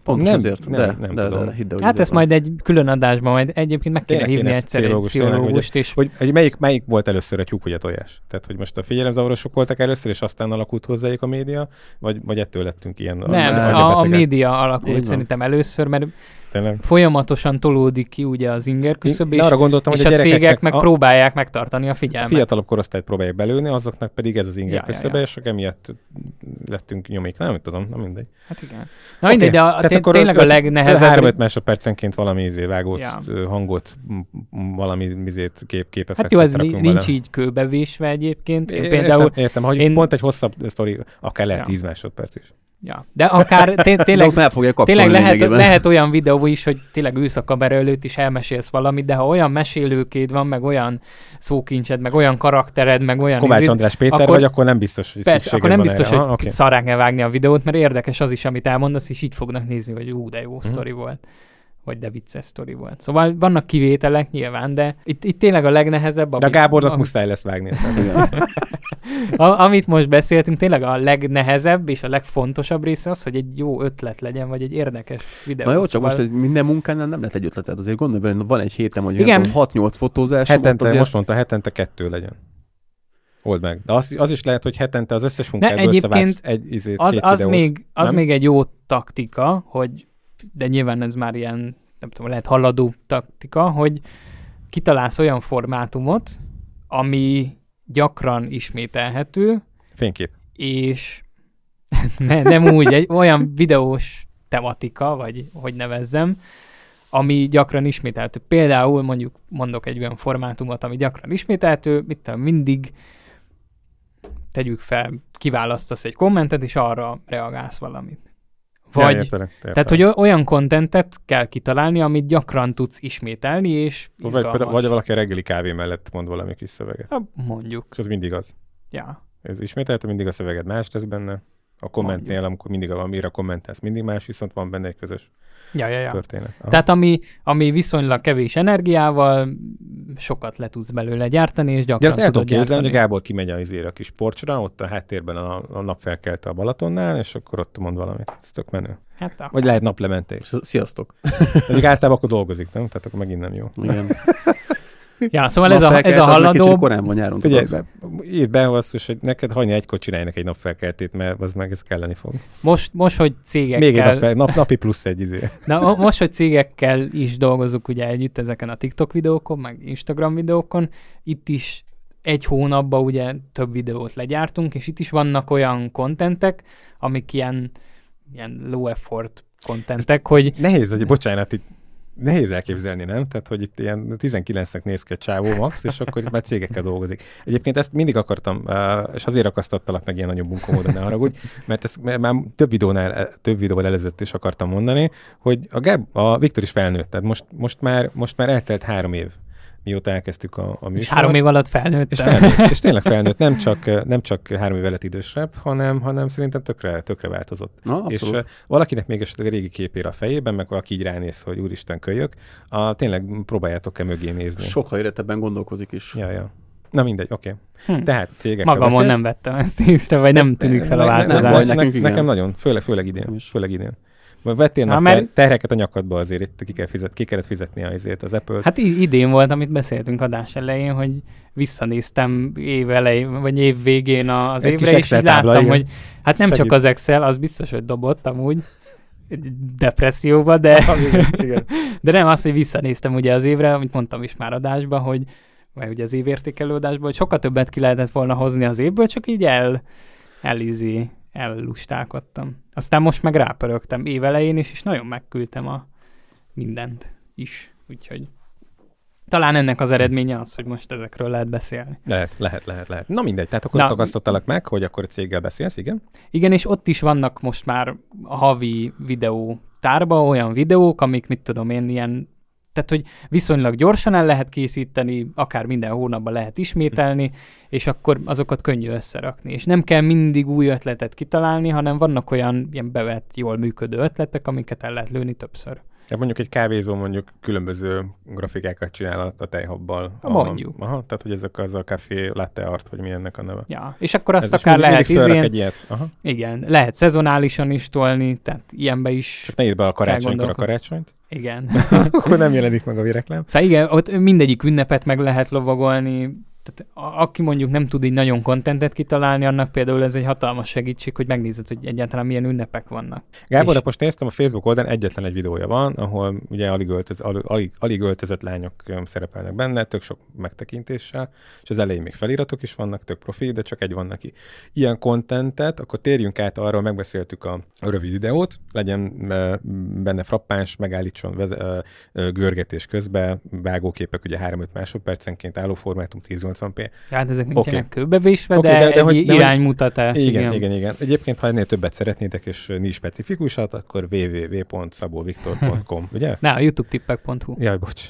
C: Pont
B: nem,
C: ezért,
B: nem,
C: de,
B: nem
C: de,
B: tudom.
C: de, hidd,
A: hát ezt van. Majd egy külön adásban, majd egyébként meg kéne hívni egyszer egy pszichológust. És...
B: Hogy, hogy melyik, melyik volt először a tyúk vagy a tojás? Tehát, hogy most a figyelemzavarosok voltak először, és aztán alakult hozzájuk a média, vagy, vagy ettől lettünk ilyen?
A: Nem, a, a média alakult szerintem először, mert
B: tényleg?
A: Folyamatosan tolódik ki ugye az inger küszöb, és,
B: arra gondoltam,
A: és
B: hogy
A: a,
B: a
A: cégek meg
B: a,
A: próbálják megtartani a figyelmet.
B: A fiatalabb korosztályt próbálják belőni, azoknak pedig ez az inger
A: ja,
B: küszöbe,
A: ja, ja.
B: és emiatt lettünk nyomik. Nem tudom, nem mindegy.
A: Hát igen. Na mindegy, okay. de a, té- tényleg a legnehezebb...
B: három-öt másodpercenként valami izé, vágót, ja. hangot, valami izét, kép, képeffektet.
A: Hát jó, ez nincs vele. Így kőbevésve egyébként. Én
B: értem,
A: például...
B: értem, hogy én... pont egy hosszabb sztori, akár lehet ja. tíz másodperc is.
A: Ja, de akár té- tényleg, tényleg lehet, lehet olyan videó is, hogy tényleg ülsz a kamera előtt is elmesélsz valamit, de ha olyan mesélőkéd van, meg olyan szókincsed, meg olyan karaktered, meg olyan...
B: Kovács András Péter akkor, vagy, akkor nem biztos, hogy
A: persze, akkor nem biztos,
B: erre.
A: hogy
B: ha, okay.
A: szarrá kell vágni a videót, mert érdekes az is, amit elmondasz, és így fognak nézni, hogy ú, de jó hmm. sztori volt. Vagy de vicces sztori volt. Szóval vannak kivételek nyilván, de itt, itt tényleg a legnehezebb...
B: De a Gábornak amit, muszáj lesz vágni.
A: a, amit most beszéltünk, tényleg a legnehezebb és a legfontosabb része az, hogy egy jó ötlet legyen, vagy egy érdekes videó.
C: Na jó, csak szóval... most hogy minden munkánál nem lehet egy ötletet. Azért gondolj, hogy van egy héten, hogy hat-nyolc fotózás.
B: Hetente,
C: azért...
B: most mondta, hetente kettő legyen. Old meg. De az, az is lehet, hogy hetente az összes munkádból összevágsz egy izét,
A: az,
B: két
A: az
B: videót.
A: Még, az még egy jó taktika, hogy de nyilván ez már ilyen, nem tudom, lehet haladó taktika, hogy kitalálsz olyan formátumot, ami gyakran ismételhető.
B: Fénykép.
A: És ne, nem úgy, egy olyan videós tematika, vagy hogy nevezzem, ami gyakran ismételhető. Például mondjuk mondok egy olyan formátumot, ami gyakran ismételhető, mit tudom, mindig tegyük fel, kiválasztasz egy kommentet, és arra reagálsz valamit. Vagy, ja, értelek, értelek. Tehát, hogy olyan kontentet kell kitalálni, amit gyakran tudsz ismételni, és izgalmas.
B: Vagy, vagy valaki a reggeli kávé mellett mond valami kis szöveget.
A: Ha, mondjuk.
B: És az mindig az.
A: Ja.
B: Ez ismételhető, mindig a szöveged más lesz benne. A kommentnél, mondjuk. Amikor mindig, amire kommentelsz, mindig más, viszont van benne egy közös
A: ja, ja, ja.
B: történet. Aha.
A: Tehát ami, ami viszonylag kevés energiával, sokat le tudsz belőle gyártani, és gyakran
B: de azt el tudom
A: képzelni,
B: hogy Gábor kimegy a izére a kis porcsra, ott a háttérben a, a nap felkelte a Balatonnál, és akkor ott mond valamit. Ez tök menő.
A: Hát akár.
B: Vagy lehet naplemente is.
C: Sziasztok.
B: Mondjuk általában akkor dolgozik, nem? Tehát akkor megint nem jó.
C: Igen.
A: Ja, szóval ez a, ez a haladó...
C: korábban nyáron.
B: Figyelj, írd be azt, hogy neked hagyni egykor csináljanak egy napfelkeltét, mert az meg ez kelleni fog.
A: Most, most hogy cégekkel...
B: Még egy napfel, nap, napi plusz egy izé.
A: Na, most, hogy cégekkel is dolgozunk ugye együtt ezeken a TikTok videókon, meg Instagram videókon, itt is egy hónapban ugye több videót legyártunk, és itt is vannak olyan kontentek, amik ilyen, ilyen low effort kontentek, hogy...
B: Nehéz, hogy bocsánat, itt nehéz elképzelni, nem? Tehát, hogy itt ilyen tizenkilencnek néz ki a csávó max, és akkor itt már cégekkel dolgozik. Egyébként ezt mindig akartam, és azért akasztattalak meg ilyen nagyobb munkamódon, ne haragudj, mert ezt már több videónál, több videóval előzött is akartam mondani, hogy a, Gab, a Viktor is felnőtt, tehát most, most, már, most már eltelt három év, mióta elkezdtük a, a műsort. És
A: három év alatt felnőtt.
B: És, felnőtt, és tényleg felnőtt, nem csak, nem csak három év alatt idősebb, hanem, hanem szerintem tökre, tökre változott.
C: Na,
B: és uh, valakinek még esetleg a régi képére a fejében, meg valaki így ránéz, hogy úristen kölyök, a, tényleg próbáljátok-e mögé nézni.
C: Sokkal érettebben gondolkozik is.
B: Ja, ja. Na mindegy, oké. Okay. Hm. Tehát cégekkel
A: Magamon
B: beszélsz.
A: nem vettem ezt észre, vagy nem tűnik fel a változás.
B: Ne, ne, ne, ne, nekem nagyon, főleg, főleg idén. Főleg idén. Vettél
A: Há,
B: mert... terheket a nyakadba azért, itt ki, kell fizet, ki kellett fizetni azért az Apple-t.
A: Hát idén volt, amit beszéltünk adás elején, hogy visszanéztem év elején, vagy év végén az egy évre, és így láttam, igen. Hogy hát nem Segít. Csak az Excel, az biztos, hogy dobott amúgy depresszióba, de,
B: ah, igen, igen.
A: de nem az, hogy visszanéztem ugye az évre, amit mondtam is már adásban, hogy vagy ugye az évértékelő adásban, hogy sokkal többet ki lehetett volna hozni az évből, csak így el, elízi. ellustálkodtam. Aztán most meg rápörögtem évelején is, és nagyon megküldtem a mindent is. Úgyhogy talán ennek az eredménye az, hogy most ezekről lehet beszélni.
B: Lehet, lehet, lehet, lehet. Na mindegy, tehát akkor tagasztottalak meg, hogy akkor céggel beszélsz, igen?
A: Igen, és ott is vannak most már a havi videó tárba olyan videók, amik, mit tudom én, ilyen, tehát, hogy viszonylag gyorsan el lehet készíteni, akár minden hónapban lehet ismételni, és akkor azokat könnyű összerakni. És nem kell mindig új ötletet kitalálni, hanem vannak olyan ilyen bevett, jól működő ötletek, amiket el lehet lőni többször.
B: Ja, mondjuk egy kávézó mondjuk különböző grafikákat csinál a, a tejhabbal.
A: A, mondjuk.
B: Aha, tehát hogy ezek az a café latte art, vagy mi ennek a neve.
A: Ja, és akkor azt ez akár lehet
B: izén... egy ilyet. Aha.
A: Igen, lehet szezonálisan is tolni, tehát ilyenbe is.
B: Csak ne írd be a karácsonykor a karácsonyt.
A: Igen.
B: Akkor nem jelenik meg a vireklám.
A: Szóval igen, ott mindegyik ünnepet meg lehet lovagolni. Tehát a, aki mondjuk nem tud így nagyon kontentet kitalálni, annak például ez egy hatalmas segítség, hogy megnézed, hogy egyáltalán milyen ünnepek vannak.
B: Gábor, és... most néztem, a Facebook oldalon egyetlen egy videója van, ahol ugye alig, öltöz, alig, alig öltözött lányok szerepelnek benne, tök sok megtekintéssel, és az elején még feliratok is vannak, tök profi, de csak egy van neki. Ilyen kontentet, akkor térjünk át arra, megbeszéltük a rövid videót, legyen benne frappáns, megállítson veze, görgetés közben, vágóképek ugye három-öt másodpercenként, álló formátum tíz nyolcvan pé.
A: Hát ezek nincsenek okay. kőbevésve, okay, de, de, de egy hogy, iránymutatás.
B: Igen, igen, igen, igen. Egyébként, ha ennél többet szeretnétek, és nincs specifikusat, akkor double-u double-u double-u pont szabó viktor pont com, ugye?
A: Ne, a youtube tippek pont hu.
B: Jaj, bocs.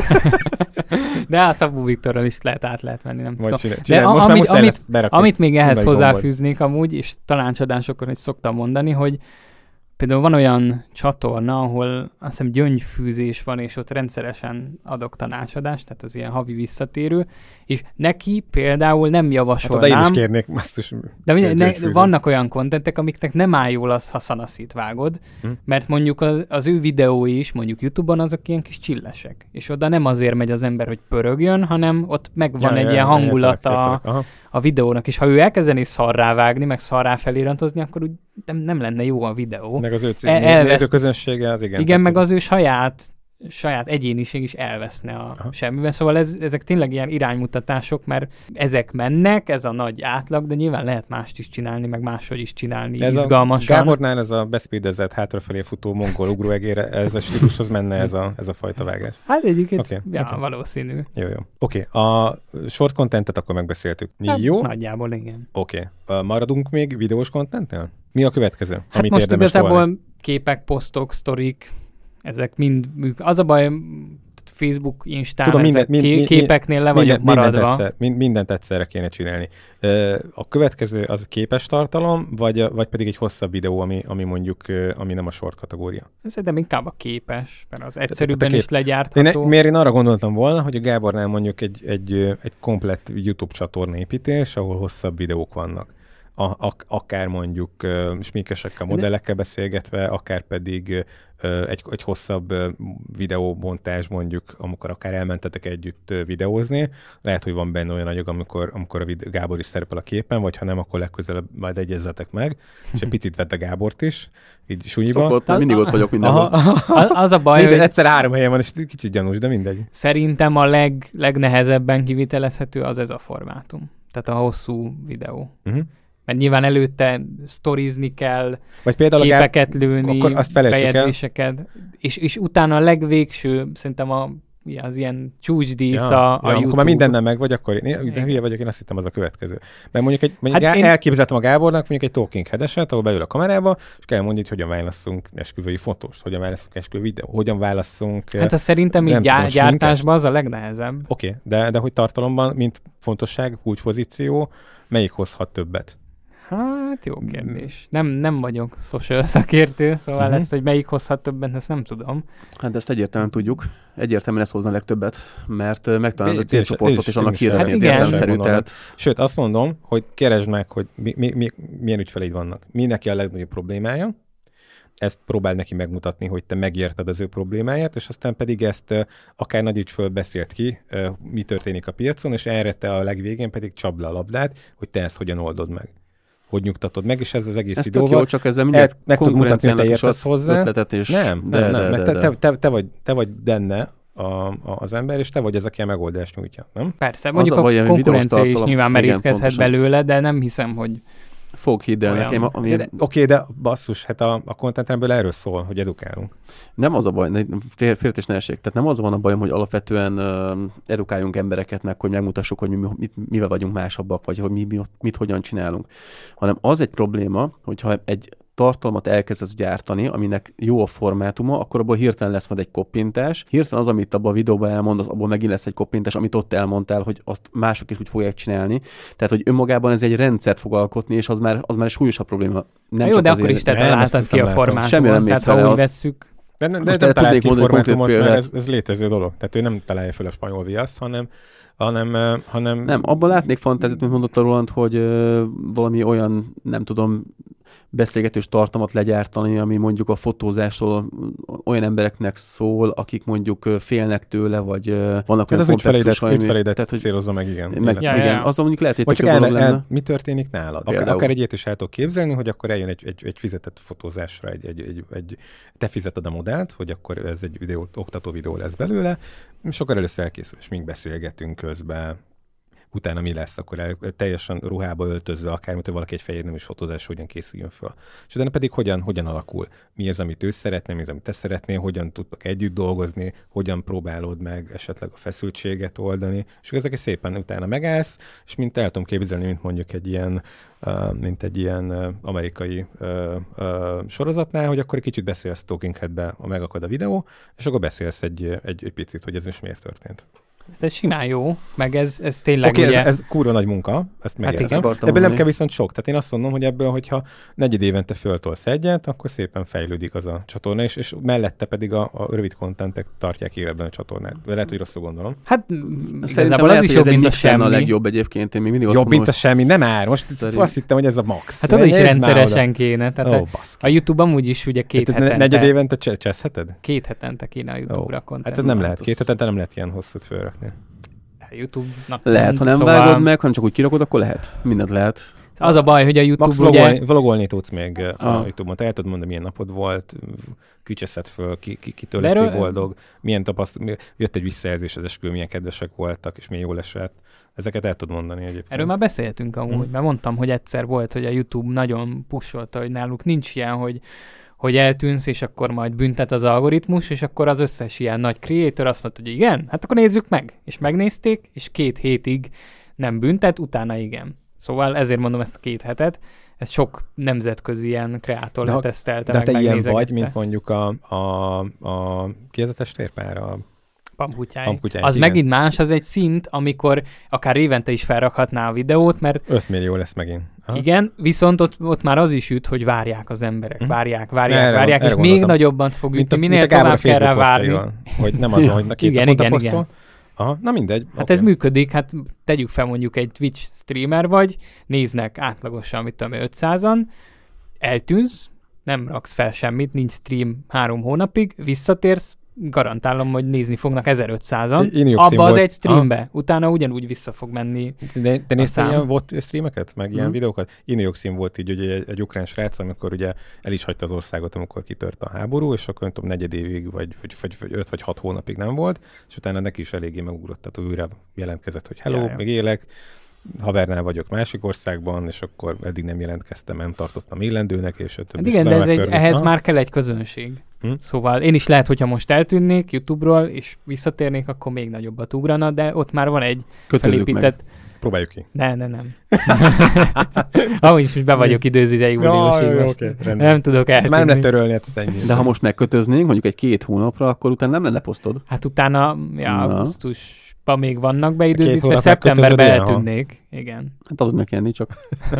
A: De a Szabó Viktorral is lehet, át lehet venni, nem tudom.
B: Csinál, csinál. De most amit,
A: már amit, berakni, amit még ehhez hozzáfűznék amúgy, és talán csadásokon is szoktam mondani, hogy például van olyan csatorna, ahol azt hiszem gyöngyfűzés van, és ott rendszeresen adok tanácsadást, tehát az ilyen havi visszatérő, és neki például nem javasolnám...
B: Hát oda én is kérnék, basszus.
A: De minden, ne, vannak olyan kontentek, amiknek nem áll jól az, ha szanaszít vágod, hm? mert mondjuk az, az ő videói is, mondjuk YouTube-on azok ilyen kis csillesek, és oda nem azért megy az ember, hogy pörögjön, hanem ott megvan ja, egy ja, ilyen hangulata a, a videónak, és ha ő elkezdeni szarrá vágni, meg szarrá felirantozni, akkor úgy nem, nem lenne jó a videó.
B: Meg az ő néző közönsége, az igen.
A: Igen, meg az ő saját saját egyéniség is elveszne a Aha. semmiben. Szóval ez, ezek tényleg ilyen iránymutatások, mert ezek mennek, ez a nagy átlag, de nyilván lehet mást is csinálni, meg máshogy is csinálni ez izgalmasan.
B: A Gábornál ez a beszpédezett, hátrafelé futó mongol ugróegére, ez a stílushoz menne ez a, ez a fajta vágás.
A: Hát egyébként,
B: okay.
A: ja,
B: okay.
A: valószínű.
B: Jó, jó. Oké, okay. A short contentet akkor megbeszéltük. Hát, jó?
A: Nagyjából igen.
B: Oké. Okay. Maradunk még videós contentnél? Mi a következő?
A: Hát
B: amit
A: most
B: érdemes
A: igazából
B: volna?
A: Képek, posztok, sztorik, ezek mind műk. Az a baj, Facebook, Instán,
B: Tudom,
A: minden,
B: mind, mind,
A: képeknél le vagyok
B: minden,
A: maradva.
B: Mindent, egyszer, mind, mindent egyszerre kéne csinálni. A következő az képes tartalom, vagy, vagy pedig egy hosszabb videó, ami, ami mondjuk ami nem a short kategória?
A: Szerintem inkább a képes, mert az egyszerűbben kép... is legyártható.
B: Én, miért én arra gondoltam volna, hogy a Gábornál mondjuk egy, egy, egy komplett YouTube csatorna építés, ahol hosszabb videók vannak. A, a, akár mondjuk uh, sminkesekkel, modellekkel beszélgetve, akár pedig uh, egy, egy hosszabb uh, videómontázs mondjuk, amikor akár elmentetek együtt uh, videózni. Lehet, hogy van benne olyan anyag, amikor, amikor a videó, Gábor is szerepel a képen, vagy ha nem, akkor legközelebb majd egyezzetek meg, és egy picit vedd a Gábort is, így sunyiba.
C: Szokott, mindig ott vagyok mindenhol.
A: Az a baj,
B: minden,
A: hogy...
B: Egyszer három helyen van, és kicsit gyanús, de mindegy.
A: Szerintem a leg, legnehezebben kivitelezhető az ez a formátum. Tehát a hosszú videó. Uh-huh. Mert nyilván előtte sztorizni kell, vagy például képeket Gáb... lőni, bejegyzéseket, és, és utána a legvégső, szerintem a, az ilyen csúcsdísz ja, a, a
B: ja,
A: YouTube.
B: Amikor már mindennel meg vagy, akkor én, de hülye vagyok, én azt hittem az a következő. Mert mondjuk, egy, mondjuk hát gá- én... elképzeltem a Gábornak mondjuk egy talking headeset, ahol beül a kamerába, és kell mondani, hogy hogyan válasszunk esküvői fotóst, hogyan válasszunk esküvői videó, hogyan válasszunk...
A: Hát az szerintem így gyá- gyártásban az a legnehezebb.
B: Oké, okay, de, de hogy tartalomban, mint fontosság, kulcspozíció, melyik hozhat többet?
A: Hát jó kérdés. Nem, nem vagyok social szakértő, szóval uh-huh. ezt, hogy melyik hozhat többen, ezt nem tudom.
C: Hát ezt egyértelműen tudjuk. Egyértelműen ez hozna a legtöbbet, mert megtalálod a célcsoportot és annak hírnevét
A: hát
C: értelemszerű. Tehát...
B: Sőt, azt mondom, hogy keresd meg, hogy mi, mi, mi, milyen ügyfeleid vannak. Mi neki a legnagyobb problémája, ezt próbáld neki megmutatni, hogy te megérted az ő problémáját, és aztán pedig ezt uh, akár nagyíts föl, beszélt ki, uh, mi történik a piacon, és erre te a legvégén pedig csapd le a labdát, hogy te ezt hogyan oldod meg. Hogy nyugtatod meg, és ez az egész videóval.
C: Jó, csak ezzel mindjárt
B: meg tud mutatni, hogy te értesz hozzá.
C: És
B: nem,
C: de,
B: nem,
C: de,
B: nem,
C: de,
B: mert
C: de,
B: te, te, te, te, vagy, te vagy benne a, a, az ember, és te vagy az, aki a megoldást nyújtja, nem?
A: Persze, mondjuk a, a konkurencia is nyilván merítkezhet belőle, de nem hiszem, hogy
C: fog hidd el nekem. Ami...
B: De, de, oké, de basszus, hát a, a contentremből erről szól, hogy edukálunk.
C: Nem az a baj, félretés ne essék. Tehát nem az van a bajom, hogy alapvetően uh, edukáljunk embereket meg, hogy megmutassuk, hogy mi, mi, mivel vagyunk másabbak, vagy hogy mi, mi, mit hogyan csinálunk. Hanem az egy probléma, hogyha egy tartalmat elkezdesz gyártani, aminek jó a formátuma, akkor abból hirtelen lesz majd egy koppintás. Hirtelen az, amit abban a videóban elmondasz, abból megint lesz egy koppintás, amit ott elmondtál, hogy azt mások is úgy fogják csinálni. Tehát, hogy önmagában ez egy rendszert fog alkotni, és az már, az már egy súlyosabb probléma. Nem
A: jó,
C: csak
A: de
C: azért,
A: akkor is te találtad ki a formátumot.
C: Semmi nem mész
A: tehát, ha úgy vesszük.
B: De, de, de nem talált ki formátumot, mert ez, ez létező dolog. Tehát ő nem találja fel a spanyol viaszt, hanem hanem, hanem...
C: Nem, abban látnék fantáziát, mint mondott a Roland, hogy ö, valami olyan, nem tudom, beszélgetős tartalmat legyártani, ami mondjuk a fotózásról olyan embereknek szól, akik mondjuk félnek tőle, vagy vannak
B: olyan hát komplexus... Az ügyfelédet tehát, hogy célozza meg, igen.
C: Meg, ja, igen, ja. Azon mondjuk lehet, hogy
B: csak el, el, el, mi történik nálad? Akár, akár egy ilyet is el tudok képzelni, hogy akkor eljön egy, egy, egy fizetett fotózásra, egy, egy, egy, egy, te fizeted a modellt, hogy akkor ez egy videó, oktató videó lesz belőle, és akkor először elkészül, és mink beszélgetünk közben, utána mi lesz, akkor el, teljesen ruhába öltözve, akármint, hogy valaki egy fehér nem is fotózás, hogyan készüljön fel. És utána pedig hogyan, hogyan alakul. Mi az, amit ő szeretne, mi az, amit te szeretnél, hogyan tudtok együtt dolgozni, hogyan próbálod meg esetleg a feszültséget oldani. És ezek szépen utána megállsz, és mint el tudom képzelni, mint mondjuk egy ilyen, uh, mint egy ilyen uh, amerikai uh, uh, sorozatnál, hogy akkor egy kicsit beszélsz Talking Headbe, megakad a videó, és akkor beszélsz egy, egy, egy picit, hogy ez is miért történt.
A: Ez simán jó, meg ez, ez tényleg
B: okay,
A: ugye...
B: ez, ez kurva nagy munka, ezt megértem. Hát ebből nem kell viszont sok. Tehát én azt mondom, hogy ebből, hogyha negyed évente föltolsz egyet, akkor szépen fejlődik az a csatorna, és, és mellette pedig a, a rövid kontentek tartják életben a csatornát. De lehet, hogy rosszul gondolom.
A: Hát
C: szerintem lehet, hogy ez egy nincs a legjobb egyébként. Én még mindig azt
B: jobb,
C: mondom,
B: mint a semmi, nem áll. Most szerint... azt hittem, hogy ez a max.
A: Hát oda is rendszeresen kéne. Tehát oh, a YouTube amúgy is ugye két hát, hetente...
B: Negyed évente cseszheted?
A: Két hetente kéne a YouTube-ra kontent.
B: Hát ez nem lehet. Két hetente nem lehet ilyen hosszút fölrakni.
A: YouTube-nak
C: lehet, ha nem szóval... vágod meg, hanem csak úgy kirakod, akkor lehet. Mindent lehet.
A: Az a baj, hogy a YouTube
B: Max ugye... vlogolni, vlogolni tudsz még ah. a YouTube-on. Te el tudod mondani, milyen napod volt, kicseszed föl, ki, ki, kitől lett erről... boldog, milyen tapasztalat, jött egy visszajelzés az eskü, milyen kedvesek voltak, és milyen jól esett. Ezeket el tudod mondani egyébként.
A: Erről már beszéltünk amúgy, hmm. mert mondtam, hogy egyszer volt, hogy a YouTube nagyon pusolta, hogy náluk nincs ilyen, hogy hogy eltűnsz, és akkor majd büntet az algoritmus, és akkor az összes ilyen nagy creator azt mondta, hogy igen, hát akkor nézzük meg. És megnézték, és két hétig nem büntet, utána igen. Szóval ezért mondom ezt a két hetet. Ez sok nemzetközi ilyen kreátor letesztelte, meg
B: megnézegette. De te ilyen vagy, mint mondjuk a, a, a ki ez a testvérpár? A
A: Pampkutyáj. Pampkutyáj. Az igen. Megint más, az egy szint, amikor akár évente is felrakhatná a videót, mert...
B: öt millió lesz megint.
A: Aha. Igen, viszont ott, ott már az is üt, hogy várják az emberek, hm. várják, várják, erre, várják, erre és még nagyobban fog ütni, minél tovább kell rá várni.
B: Hogy nem azon, hogy két
A: igen,
B: naponta
A: igen,
B: posztol.
A: Igen.
B: Aha, na mindegy.
A: Hát okay. Ez működik, hát tegyük fel mondjuk egy Twitch streamer vagy, néznek átlagosan, mit tudom, ötszázan, eltűnsz, nem raksz fel semmit, nincs stream három hónapig, visszatérsz, garantálom, hogy nézni fognak ezerötszázan, abba az egy streambe, ah. utána ugyanúgy vissza fog menni.
B: De te néztél ilyen volt streameket, meg ilyen mm. videókat? Inioxin volt így, hogy egy, egy ukrán srác, amikor ugye el is hagyta az országot, amikor kitört a háború, és akkor nem tudom, negyed évig, vagy, vagy, vagy, vagy öt vagy hat hónapig nem volt, és utána neki is eléggé megugrott, tehát újra jelentkezett, hogy hello, Jaj, még élek, havernál vagyok másik országban, és akkor eddig nem jelentkeztem, nem tartottam élendőnek, és a többi.
A: Igen, de ez egy, ehhez ha? már kell egy közönség. Hm? Szóval én is lehet, hogyha most eltűnnék YouTube-ról, és visszatérnék, akkor még nagyobbat ugrana, de ott már van egy
C: Kötődjük
A: felépített...
C: Meg.
B: Próbáljuk ki.
A: Ne, ne, nem. Ahogy is most be vagyok időzíteni,
B: ja, okay,
A: nem tudok eltűnni.
B: Már nem lehet törölni, hát ennyi.
C: De ha most megkötöznénk, mondjuk egy két hónapra, akkor utána nem lenne posztod.
A: Hát utána, ja, augusztus még vannak beidőzítve, szeptemberben eltűnnék. Igen.
C: Hát az meg kenni csak.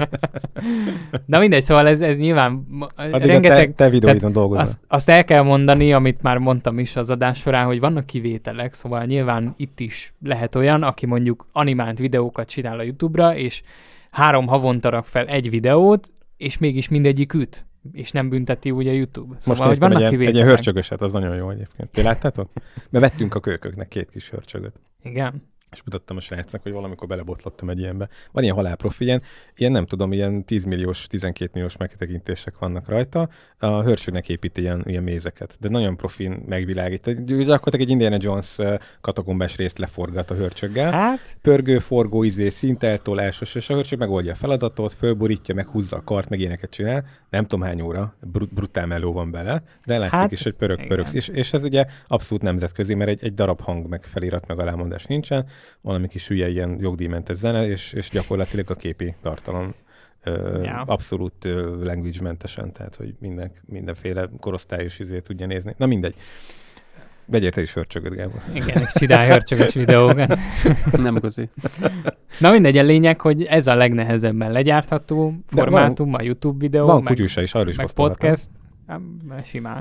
A: Na mindegy, szóval ez, ez nyilván
B: addig rengeteg... te, te videóidon dolgozol.
A: Azt, azt el kell mondani, amit már mondtam is az adás során, hogy vannak kivételek, szóval nyilván itt is lehet olyan, aki mondjuk animált videókat csinál a YouTube-ra, és három havonta rak fel egy videót, és mégis mindegyik üt, és nem bünteti úgy a YouTube. Szóval,
B: most néztem egy, egy ilyen hörcsögöset, az nagyon jó egyébként. Ti láttátok? Mert vettünk a kölyköknek két kis hörcsögöt.
A: Igen.
B: És mutattam a srácnak, hogy valamikor belebotlottam egy ilyenbe. Van ilyen halálprofi, ilyen, ilyen nem tudom, ilyen tíz milliós, tizenkét milliós megtekintések vannak rajta. A hörcsögnek épít ilyen, ilyen mézeket, de nagyon profin megvilágít. Gyakorlatilag egy Indiana Jones katakombás részt leforgat a hörcsöggel.
A: Hát?
B: Pörgő, forgó, izé, szinteltól elsős, és a hörcsög megoldja a feladatot, fölborítja, meghúzza a kart, meg ilyeneket csinál. Nem tudom hány óra, brut, brutál meló van bele, de látszik hát, is, hogy pörög, pörögsz. És, és ez ugye abszolút nemzetközi, mert egy, egy darab hang meg felirat meg alámondás nincsen. Valami kis hülye ilyen jogdíjmentes zene, és, és gyakorlatilag a képi tartalom ö, yeah. abszolút ö, language-mentesen, tehát hogy minden, mindenféle korosztályos izét tudja nézni. Na mindegy. Vegyél te is hörcsögöt, Gábor.
A: Igen, és csinálj hörcsögös videókat.
C: Nem közi.
A: Na mindegy, a lényeg, hogy ez a legnehezebben legyártható formátum, van, a YouTube videó,
B: van
A: meg,
B: kutyusa is, arra is
A: meg podcast. Simán.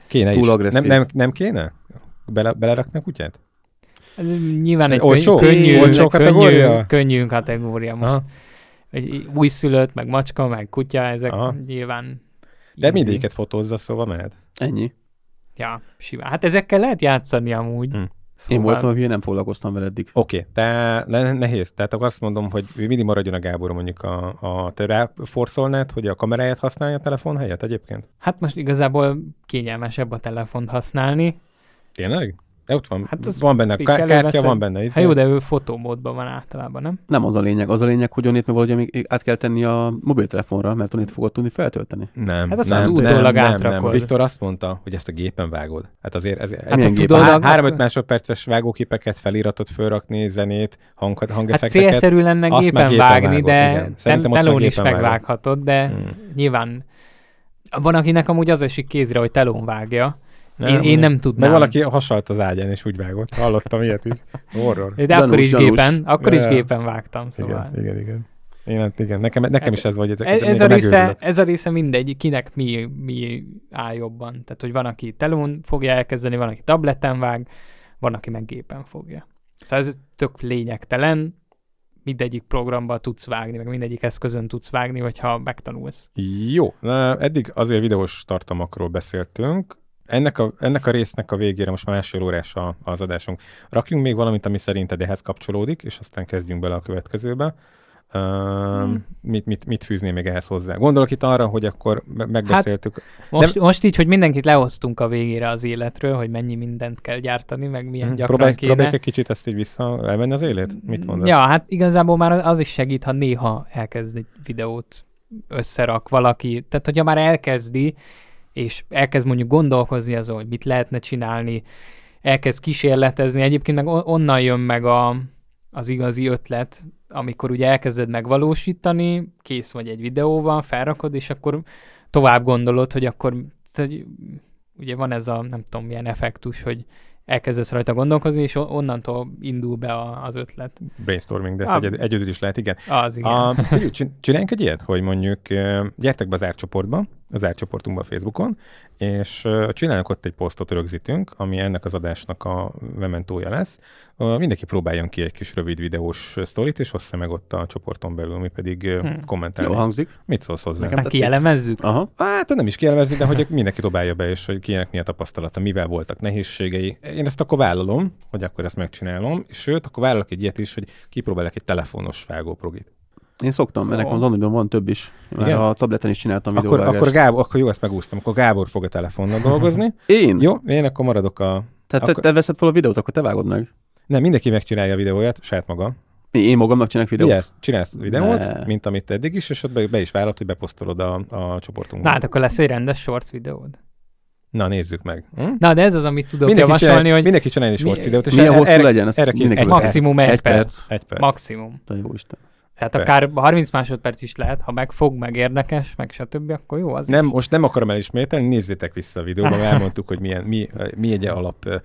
B: Kéne túl is. agresszív. Nem, nem, nem kéne? Bele, beleraknak kutyát?
A: Ez nyilván egy
B: Olcsó?
A: könnyű,
B: Olcsó
A: könnyű,
B: kategória?
A: könnyű kategória most. Aha. Egy újszülött, meg macska, meg kutya, ezek Aha. nyilván...
B: De mindéket fotózza, szóval mehet.
C: Ennyi.
A: Ja, simán. Hát ezekkel lehet játszani amúgy. Hm.
C: Szóval... Én voltam, hogy nem foglalkoztam vele eddig.
B: Oké, okay, de ne, nehéz. Tehát akkor azt mondom, hogy mindig maradjon a Gábor mondjuk a, a te ráforszolnád, hogy a kameráját használja a telefon helyett egyébként?
A: Hát most igazából kényelmesebb a telefont használni.
B: Tényleg? De ott van, hát van benne a ká- kártya, van benne.
A: Hát jó, de ő fotómódban van általában, nem?
C: Nem az a lényeg. Az a lényeg, hogy onnét meg valahogy még át kell tenni a mobiltelefonra, mert onnét fogod tudni feltölteni.
B: Nem,
A: hát
B: nem,
A: nem, nem, nem,
B: nem. Viktor azt mondta, hogy ezt a gépen vágod. Hát azért ez
A: hát egy gépen?
B: Há- három-öt másodperces vágóképeket, feliratot fölrakni, zenét, hang, hangeffekteket.
A: Hát célszerű lenne gépen vágni, de telón is megvághatod, de hmm. nyilván van, akinek amúgy az esik kézre, hogy telón vágja. Nem, én, én nem tudnám.
B: Meg valaki hasalt az ágyán, és úgy vágott. Hallottam ilyet is. Horror.
A: De gyanús, akkor is gyanús. gépen, akkor is gépen vágtam, szóval.
B: Igen, igen, igen. Én, igen. Nekem, nekem is ez vagy.
A: Ez, ez, a része, ez a része mindegy, kinek mi, mi áll jobban. Tehát, hogy van, aki telón fogja elkezdeni, van, aki tableten vág, van, aki meg gépen fogja. Szóval ez tök lényegtelen. Mindegyik programban tudsz vágni, meg mindegyik eszközön tudsz vágni, hogyha megtanulsz.
B: Jó. Na, eddig azért videós tartalmakról beszéltünk. Ennek a, ennek a résznek a végére, most már másfél órás a, az adásunk. Rakjunk még valamit, ami szerinted ehhez kapcsolódik, és aztán kezdjünk bele a következőbe. Uh, hmm. mit, mit, mit fűznél még ehhez hozzá? Gondolok itt arra, hogy akkor megbeszéltük.
A: Hát most, De... most így, hogy mindenkit lehoztunk a végére az életről, hogy mennyi mindent kell gyártani, meg milyen hmm. gyakran
B: Próbálj,
A: kéne.
B: Próbálj egy kicsit ezt így vissza elmenni az élet? Mit mondasz?
A: Ja, hát igazából már az is segít, ha néha elkezd egy videót összerak valaki. Tehát, hogyha már elkezdi, és elkezd mondjuk gondolkozni azon, hogy mit lehetne csinálni, elkezd kísérletezni. Egyébként meg onnan jön meg a, az igazi ötlet, amikor ugye elkezded megvalósítani, kész vagy egy videóval, felrakod, és akkor tovább gondolod, hogy akkor hogy ugye van ez a nem tudom milyen effektus, hogy elkezdesz rajta gondolkozni, és onnantól indul be a, az ötlet.
B: Brainstorming, de ezt egy, egyedül is lehet, igen.
A: Az, igen.
B: A, csináljunk egy ilyet, hogy mondjuk gyertek be az árcsoportba, az árcsoportunkba a Facebookon, és uh, csinálunk ott egy posztot, rögzítünk, ami ennek az adásnak a mementója lesz. Uh, mindenki próbáljon ki egy kis rövid videós sztorit, és hozza meg ott a csoporton belül, mi pedig uh, hmm. kommentálni.
C: Jó hangzik.
B: Mit szólsz hozzá?
A: Aztán kielemezzük?
B: Aha. Hát nem is kielemezni, de hogy mindenki dobálja be, és hogy kinek milyen tapasztalata, mivel voltak nehézségei. Én ezt akkor vállalom, hogy akkor ezt megcsinálom, sőt, akkor vállalok egy ilyet is, hogy kipróbálok egy telefonos vágóprogit.
C: Én szoktam, mert nekem az Androidon van több is. Már a tableten is csináltam
B: akkor,
C: videóvágást.
B: Akkor, Gábor, akkor jó, ezt megúsztam. Akkor Gábor fog a telefonnal dolgozni.
C: Én?
B: Jó, én akkor maradok a...
C: Tehát
B: akkor...
C: te, te veszed fel a videót, akkor te vágod meg.
B: Nem, mindenki megcsinálja a videóját, saját maga.
C: Én magamnak csinálok videót?
B: Yes, csinálsz videót, ne. mint amit eddig is, és ott be, be is vállalt, hogy beposztolod a, a csoportunkban.
A: Na hát akkor lesz egy rendes shorts videód.
B: Na, nézzük meg. Hm?
A: Na, de ez az, amit tudok
B: mindenki
A: javasolni,
B: csinál,
A: hogy...
B: Mindenki csinálni egy shorts videót. És
C: milyen hosszú
B: erre,
C: legyen?
B: Erre
C: egy
A: maximum egy, egy perc.
B: perc. Egy perc.
A: Maximum.
C: Te jó Isten.
A: Tehát persze. Akár harminc másodperc is lehet, ha megfog, meg érdekes, meg stb., akkor jó az
B: nem,
A: is.
B: Most nem akarom elismételni, nézzétek vissza a videóban, elmondtuk, hogy milyen, mi, mi egy alap,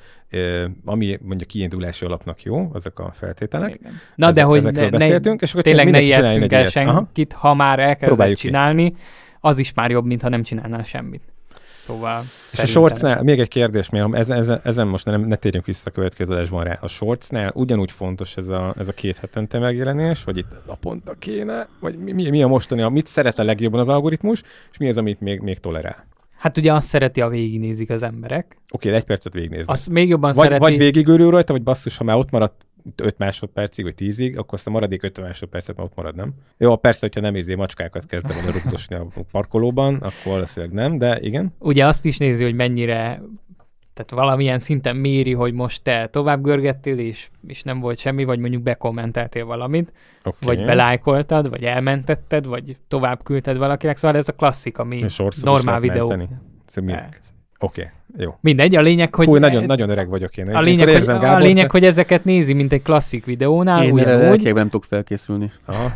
B: ami mondjuk kiindulási alapnak jó, azok a feltételek.
A: Igen. Na
B: Ezek,
A: de hogy
B: ezekről
A: ne,
B: beszéltünk, és akkor
A: tényleg ne ijesszünk el senkit, ha már elkezdett csinálni, ki. Az is már jobb, mint ha nem csinálnál semmit. Szóval
B: és a shortsnál, még egy kérdés, mert ezen, ezen, ezen most nem, ne térjünk vissza a következő adásban rá. A shortsnál ugyanúgy fontos ez a, ez a két hetente megjelenés, vagy itt naponta kéne, vagy mi, mi, mi a mostani, mit szeret a legjobban az algoritmus, és mi az, amit még, még tolerál?
A: Hát ugye azt szereti, ha végignézik az emberek.
B: Oké, okay, egy percet végignézni.
A: Azt még jobban
B: vagy,
A: szereti.
B: Vagy végigörül rajta, vagy basszus, ha már ott maradt öt másodpercig, vagy tízig, akkor azt a maradék ötven másodpercet már ott marad, nem? Jó, persze, hogyha nem érzé macskákat kezdtem volna rúgdosni a parkolóban, akkor valószínűleg nem, de igen.
A: Ugye azt is nézi, hogy mennyire, tehát valamilyen szinten méri, hogy most te tovább görgettél, és, és nem volt semmi, vagy mondjuk bekommenteltél valamit, okay. Vagy belájkoltad, vagy elmentetted, vagy tovább küldted valakinek, szóval ez a klasszik, ami normál videó.
B: Szóval Oké, okay, jó.
A: Mindegy, a lényeg, hogy...
B: Fúj, nagyon, nagyon öreg vagyok én.
A: A lényeg, hogy, Gábor, a lényeg te... hogy ezeket nézi, mint egy klasszik videónál.
C: Én ugyanúgy. Én nem tudok felkészülni.
B: Aha.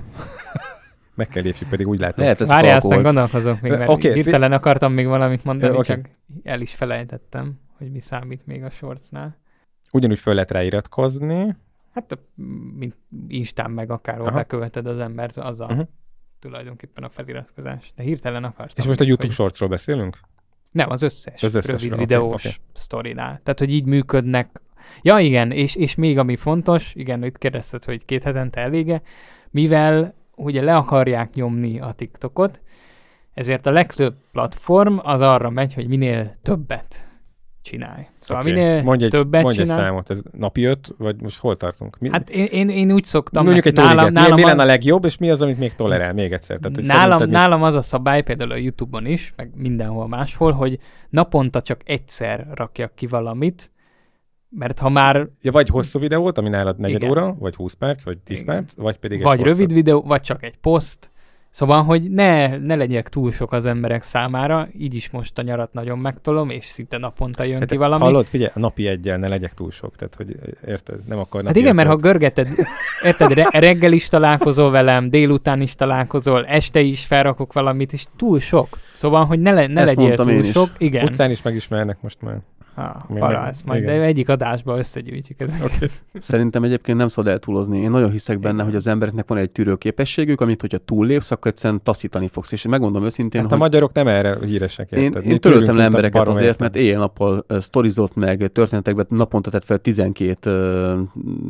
B: Meg kell lépjük, pedig úgy látom.
A: Várjál, aztán gondolkozok még, mert okay, hirtelen fi... akartam még valamit mondani, okay. Csak el is felejtettem, hogy mi számít még a shortsnál.
B: Ugyanúgy föl lehet ráiratkozni.
A: Hát, mint Instán meg akárhol beköveted az embert, az a uh-huh. tulajdonképpen a feliratkozás. De hirtelen akartam.
B: És most a YouTube hogy... shortsról beszélünk?
A: Nem, az összes,
B: az összes
A: rövid
B: okay,
A: videós okay. sztorinál. Tehát, hogy így működnek. Ja, igen, és, és még ami fontos, igen, itt kérdezted, hogy két hetente elége, mivel ugye le akarják nyomni a TikTokot, ezért a legtöbb platform az arra megy, hogy minél többet csinálj. Szóval okay. minél mondj egy, többet
B: mondj
A: csinálj.
B: Mondj egy számot, ez napi öt, vagy most hol tartunk? Mi?
A: Hát én, én, én úgy szoktam.
B: Mondjuk egy nálam, nálam mi, mi lenne a legjobb, és mi az, amit még tolerál? Még egyszer. Tehát,
A: nálam, nálam az a szabály, például a YouTube-on is, meg mindenhol máshol, hogy naponta csak egyszer rakjak ki valamit, mert ha már...
B: Ja, vagy hosszú videót, ami nálad negyed óra, vagy húsz perc, vagy tíz igen. perc, vagy pedig egy
A: Vagy
B: sorszat.
A: rövid videó, vagy csak egy poszt. Szóval, hogy ne, ne legyek túl sok az emberek számára, így is most a nyarat nagyon megtolom, és szinte naponta jön tehát ki valami.
B: Hallod, figyelj, a napi egyel ne legyek túl sok, tehát hogy érted, nem akar
A: Hát igen, mert ha görgeted, érted, re- reggel is találkozol velem, délután is találkozol, este is felrakok valamit, és túl sok. Szóval, hogy ne, le, ne legyél túl sok. Igen.
B: Utcán is megismernek most már.
A: Ah, parász, majd de egyik adásba összegyűjtjük ezt.
C: Okay. Szerintem egyébként nem szabad eltúlozni. Én nagyon hiszek benne, hogy az embereknek van egy tűrőképességük, amit hogyha túllépsz, akkor egyszerűen taszítani fogsz. És megmondom őszintén,
B: hát
C: hogy...
B: a magyarok nem erre híresek.
C: Én, én töröltem le embereket azért, értem. Mert éjjel-nappal uh, sztorizott meg, történetekben naponta tett fel tizenkét uh,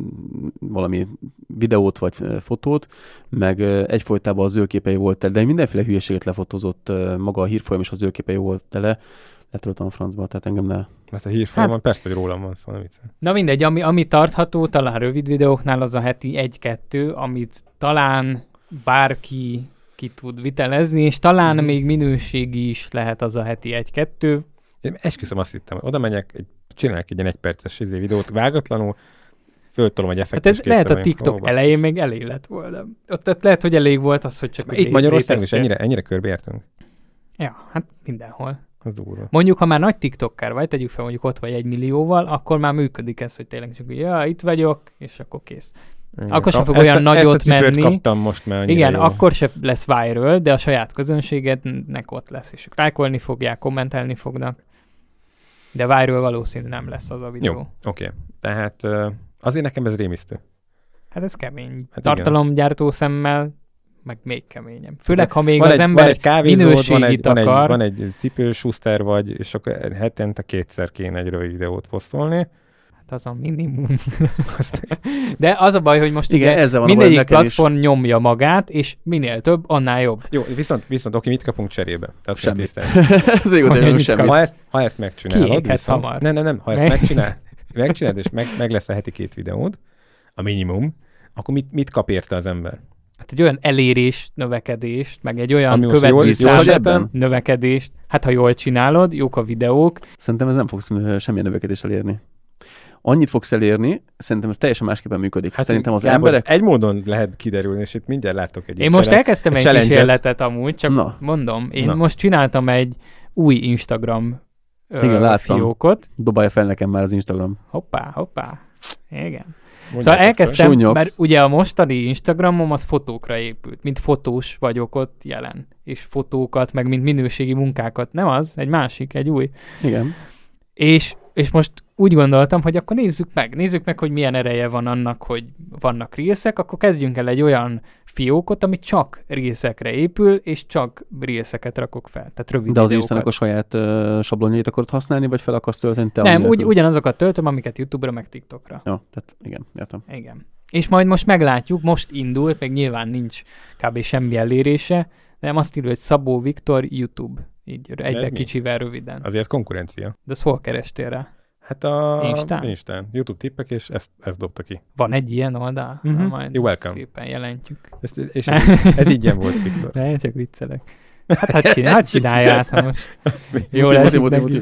C: valami videót vagy uh, fotót, meg uh, egyfolytában az ő képei volt tele, de mindenféle hülyeséget lefotózott uh, maga a hírfolyam, és az ő képei volt tele. Letöltem a francba, tehát engem ne...
B: Mert a hírfolyamon hát, persze, hogy rólam van, szóval vicc.
A: Na mindegy, ami, ami tartható, talán rövid videóknál az a heti egy-kettő, amit talán bárki ki tud vitelezni, és talán mm. még minőségi is lehet az a heti egy-kettő.
B: Én esküszöm, azt hittem, hogy oda megyek, egy, csinálok egy ilyen egyperces videót vágatlanul, föltolom egy effektus.
A: Hát ez lehet a TikTok oh, elején még elég lett volna. Ott, ott lehet, hogy elég volt az, hogy csak...
B: Itt Magyarországon is ennyire, ennyire körbeértünk?
A: Ja, hát mindenhol.
B: durva.
A: Mondjuk, ha már nagy TikToker vagy, tegyük fel, mondjuk ott vagy egy millióval, akkor már működik ez, hogy tényleg csak, ja, itt vagyok, és akkor kész. Igen. Akkor sem fog olyan a, nagyot menni.
B: Kaptam most már.
A: Igen,
B: jó.
A: akkor sem lesz viral, de a saját közönségednek ott lesz, és lájkolni fogják, kommentelni fognak. De viral valószínűleg nem lesz az a videó.
B: Jó, oké. Okay. Tehát azért nekem ez rémisztő.
A: Hát ez kemény. Hát tartalomgyártó szemmel meg még keményebb. Főleg, ha még
B: van
A: az
B: egy,
A: ember minőségit
B: van egy,
A: akar.
B: Van egy, van egy cipősúszter vagy, és akkor hetente kétszer kéne egy rövid videót posztolni.
A: Hát az a minimum. De az a baj, hogy most
C: igen,
A: ugye
C: ezzel van
A: mindegyik platform is nyomja magát, és minél több, annál jobb.
B: Jó, viszont, viszont oké, mit kapunk cserébe?
C: Semmit. Ez jó, de semmi.
B: Ha ezt, ha ezt megcsinálod, viszont, hamar. Nem, nem, nem, ha ezt megcsinál, megcsinálod, és meg, meg lesz a heti két videód, a minimum, akkor mit, mit kap érte az ember?
A: Hát egy olyan elérés növekedést, meg egy olyan követőszám növekedést. Hát ha jól csinálod, jók a videók.
C: Szerintem ez nem fogsz semmilyen növekedést elérni. Annyit fogsz elérni, szerintem ez teljesen másképpen működik. Hát szerintem az emberek...
B: Egy módon lehet kiderülni, és itt mindjárt látok egy
A: Én most elkezdtem egy, egy kísérletet amúgy, csak Na. mondom, én Na. most csináltam egy új Instagram
C: Igen,
A: ö, fiókot.
C: Dobálja fel nekem már az Instagram.
A: Hoppá, hoppá. Igen. Mondjátok szóval elkezdtem, Súnyogsz. Mert ugye a mostani Instagramom az fotókra épült, mint fotós vagyok ott jelen, és fotókat, meg mint minőségi munkákat. Nem az, egy másik, egy új.
C: Igen.
A: És, és most úgy gondoltam, hogy akkor nézzük meg, nézzük meg, hogy milyen ereje van annak, hogy vannak reelsek, akkor kezdjünk el egy olyan fiókot, ami csak reelsekre épül, és csak reelseket rakok fel, tehát rövid
C: De az
A: videókat.
C: Instának a saját uh, sablonjait akarod használni, vagy fel akarsz tölteni te?
A: Nem, ugy, ugyanazokat töltöm, amiket YouTube-ra, meg TikTokra.
C: Ja, tehát igen, értem.
A: Igen. És majd most meglátjuk, most indult, meg nyilván nincs kb. Semmi elérése, de azt írja, hogy Szabó Viktor YouTube. Így egybe kicsivel röviden.
B: Azért konkurencia.
A: De ezt hol kerestél rá?
B: Hát a
A: Instán?
B: Instán. YouTube tippek, és ezt, ezt dobta ki.
A: Van egy ilyen oldal?
B: Mm-hmm.
A: Majd
B: You're welcome.
A: Szépen jelentjük.
B: Ezt, és ez, ez így volt, Viktor.
A: Ne, csak viccelek. Hát, hát, csinál, hát csinálják, ha most jól esik neki.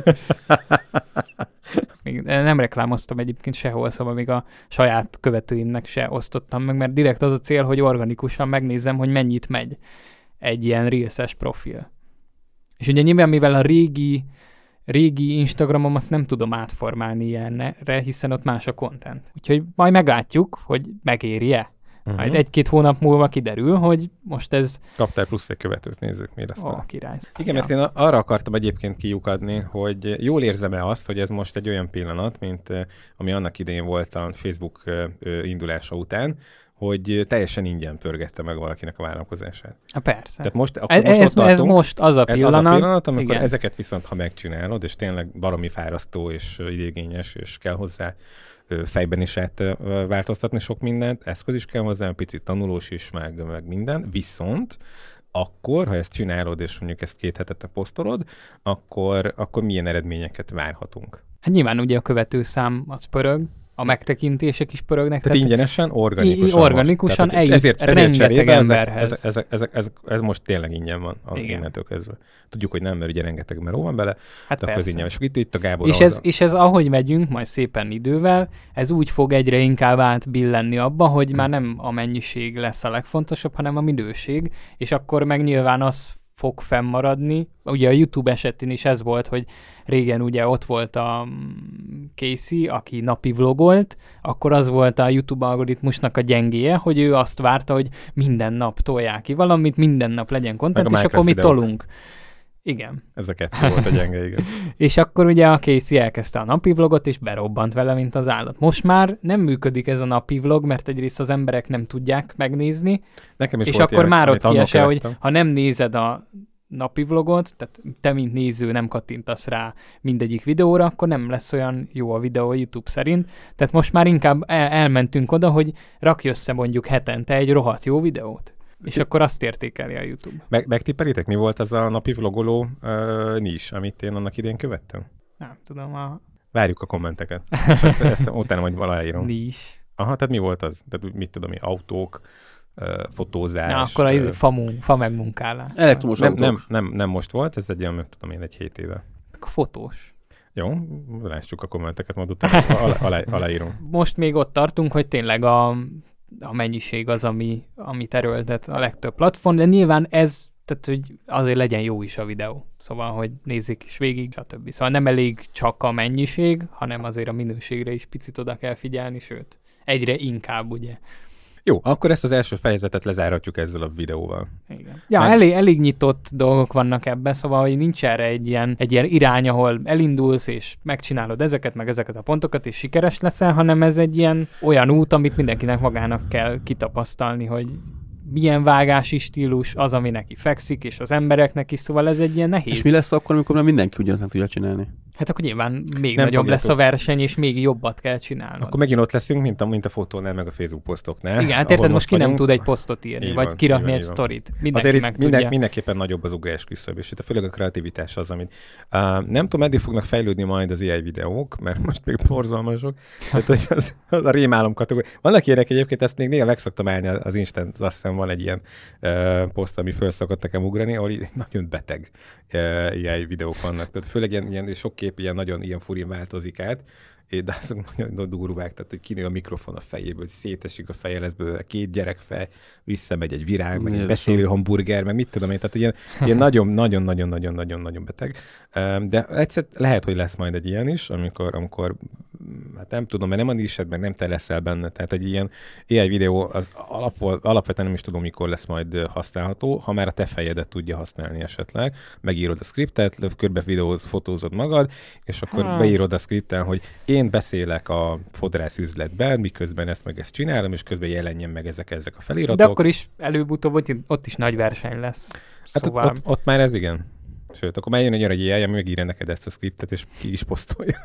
A: Még nem reklámoztam egyébként sehol, szóval még a saját követőimnek se osztottam meg, mert direkt az a cél, hogy organikusan megnézem, hogy mennyit megy egy ilyen reelses profil. És ugye nyilván, mivel a régi régi Instagramom azt nem tudom átformálni ilyenre, hiszen ott más a content. Úgyhogy majd meglátjuk, hogy megéri-e. Uh-huh. Majd egy-két hónap múlva kiderül, hogy most ez...
B: Kaptál plusz egy követőt, nézzük, mi lesz.
A: Ó, király.
B: Igen, ja. Mert én arra akartam egyébként kiukadni, hogy jól érzem-e azt, hogy ez most egy olyan pillanat, mint ami annak idején volt a Facebook indulása után, hogy teljesen ingyen pörgette meg valakinek a vállalkozását.
A: Ha persze.
B: Tehát most, akkor
A: ez,
B: most
A: ez,
B: tartunk,
A: ez most az a pillanat,
B: ez az a pillanat amikor
A: igen.
B: ezeket viszont, ha megcsinálod, és tényleg baromi fárasztó és idégényes, és kell hozzá fejben is átváltoztatni sok mindent, eszköz is kell hozzá, picit tanulós is, meg, meg minden, viszont akkor, ha ezt csinálod, és mondjuk ezt két hetete posztolod, akkor, akkor milyen eredményeket várhatunk?
A: Hát nyilván ugye a követőszám az pörög, a megtekintések is pörögnek.
B: Tehát, tehát ingyenesen, organikusan.
A: Organikusan
B: most.
A: eljut
B: ezért, ezért
A: rengeteg emberhez.
B: Ez, ez, ez, ez, ez, ez most tényleg ingyen van a innentől kezdve. Tudjuk, hogy nem, mert ugye rengeteg meló van bele,
A: hát
B: de akkor ez ingyen. És itt, itt a Gábor
A: és ez, és ez ahogy megyünk, majd szépen idővel, ez úgy fog egyre inkább átbillenni abba, hogy már nem a mennyiség lesz a legfontosabb, hanem a minőség, és akkor meg nyilván az fog fennmaradni. Ugye a YouTube esetén is ez volt, hogy régen ugye ott volt a Casey, aki napi vlogolt, akkor az volt a YouTube algoritmusnak a gyengéje, hogy ő azt várta, hogy minden nap tolják ki valamit, minden nap legyen content, és akkor mi tolunk. Igen.
B: Ez a kettő volt a gyenge, igen.
A: És akkor ugye a Casey elkezdte a napi vlogot, és berobbant vele, mint az állat. Most már nem működik ez a napi vlog, mert egyrészt az emberek nem tudják megnézni,
B: Nekem is
A: és
B: volt
A: akkor
B: ilyen,
A: már ott kiesel, hogy
B: követtem.
A: ha nem nézed a napi vlogot, tehát te, mint néző nem kattintasz rá mindegyik videóra, akkor nem lesz olyan jó a videó a YouTube szerint. Tehát most már inkább el- elmentünk oda, hogy rakj össze mondjuk hetente egy rohadt jó videót. És akkor azt értékeli a YouTube.
B: Meg, megtippelitek, mi volt az a napi vlogoló uh, nis, amit én annak idén követtem?
A: Nem tudom, a...
B: Várjuk a kommenteket. És ezt, ezt utána majd valaírom.
A: Nis.
B: Aha, tehát mi volt az? Tehát mit tudom, autók, uh, fotózás.
A: Na, akkor a
B: uh,
A: fa, mun- fa megmunkálás.
C: Elektromos
B: nem,
C: autók.
B: nem, nem, nem most volt, ez egy olyan, nem tudom én, egy hét éve.
A: Akkor fotós.
B: Jó, lássuk a kommenteket, majd utána alá, alá, aláírom.
A: Most még ott tartunk, hogy tényleg a, a mennyiség az, ami, amit erőltet a legtöbb platform, de nyilván ez, tehát hogy azért legyen jó is a videó. Szóval, hogy nézzék is végig, stb. Szóval nem elég csak a mennyiség, hanem azért a minőségre is picit oda kell figyelni, sőt, egyre inkább, ugye.
B: Jó, akkor ezt az első fejezetet lezárhatjuk ezzel a videóval.
A: Igen. Ja, elég, elég nyitott dolgok vannak ebben, szóval, hogy nincs erre egy ilyen, egy ilyen irány, ahol elindulsz, és megcsinálod ezeket, meg ezeket a pontokat, és sikeres leszel, hanem ez egy ilyen olyan út, amit mindenkinek magának kell kitapasztalni, hogy milyen vágási stílus az, ami neki fekszik, és az embereknek is, szóval ez egy ilyen nehéz.
C: És mi lesz akkor, amikor már mindenki ugyanazt meg tudja csinálni?
A: Hát akkor nyilván még
B: Nem
A: nagyobb lesz
B: fogjátok.
A: a verseny, és még jobbat kell csinálnod.
B: Akkor megint ott leszünk, mint a, mint a fotónál, meg a Facebook posztoknál.
A: Igen, hát érted, most ki nem
B: vagyunk.
A: tud egy posztot írni,
B: Így
A: vagy
B: van,
A: kirakni
B: így van,
A: egy
B: így van.
A: sztorit. Mindenki
B: Azért
A: meg
B: itt minden,
A: tudja.
B: mindenképpen nagyobb az ugrás küszöb, és itt a főleg a kreativitás az, amit uh, nem tudom, meddig fognak fejlődni majd az á i videók, mert most még borzalmasok. Tehát, hogy az, az a rémálom kategória. Vannak ilyenek egyébként, ezt még néha meg szoktam állni az Instant, azt hiszem van egy ilyen uh, poszt, ami föl szokott nekem ugrani, ahol így nagyon beteg uh, á i videók vannak. Tehát főleg ilyen, ilyen sok kép ilyen nagyon ilyen furin változik át, de azok nagyon durvák, tehát hogy kinő a mikrofon a fejéből, hogy szétesik a feje, lesz belőle két gyerekfej, visszamegy egy virág, meg egy beszélő hamburger, meg mit tudom én, tehát ilyen, ilyen nagyon-nagyon-nagyon-nagyon-nagyon-nagyon beteg. De egyszer lehet, hogy lesz majd egy ilyen is, amikor, amikor hát nem tudom, mert nem a nised, meg nem te leszel benne, tehát egy ilyen á i videó az alap, alapvetően nem is tudom, mikor lesz majd használható, ha már a te fejedet tudja használni esetleg, megírod a skriptet, körbe videóz, fotózod magad, és akkor hát. beírod a skripten, hogy én beszélek a fodrász üzletben, miközben ezt meg ezt csinálom, és közben jelenjen meg ezek, ezek a feliratok.
A: De akkor is előbb-utóbb ott, ott is nagy verseny lesz.
B: Hát
A: szóval...
B: ott, ott, ott már ez igen. Sőt, akkor már jön egy olyan, hogy á i, ami megírja neked ezt a skriptet, és ki is posztolja.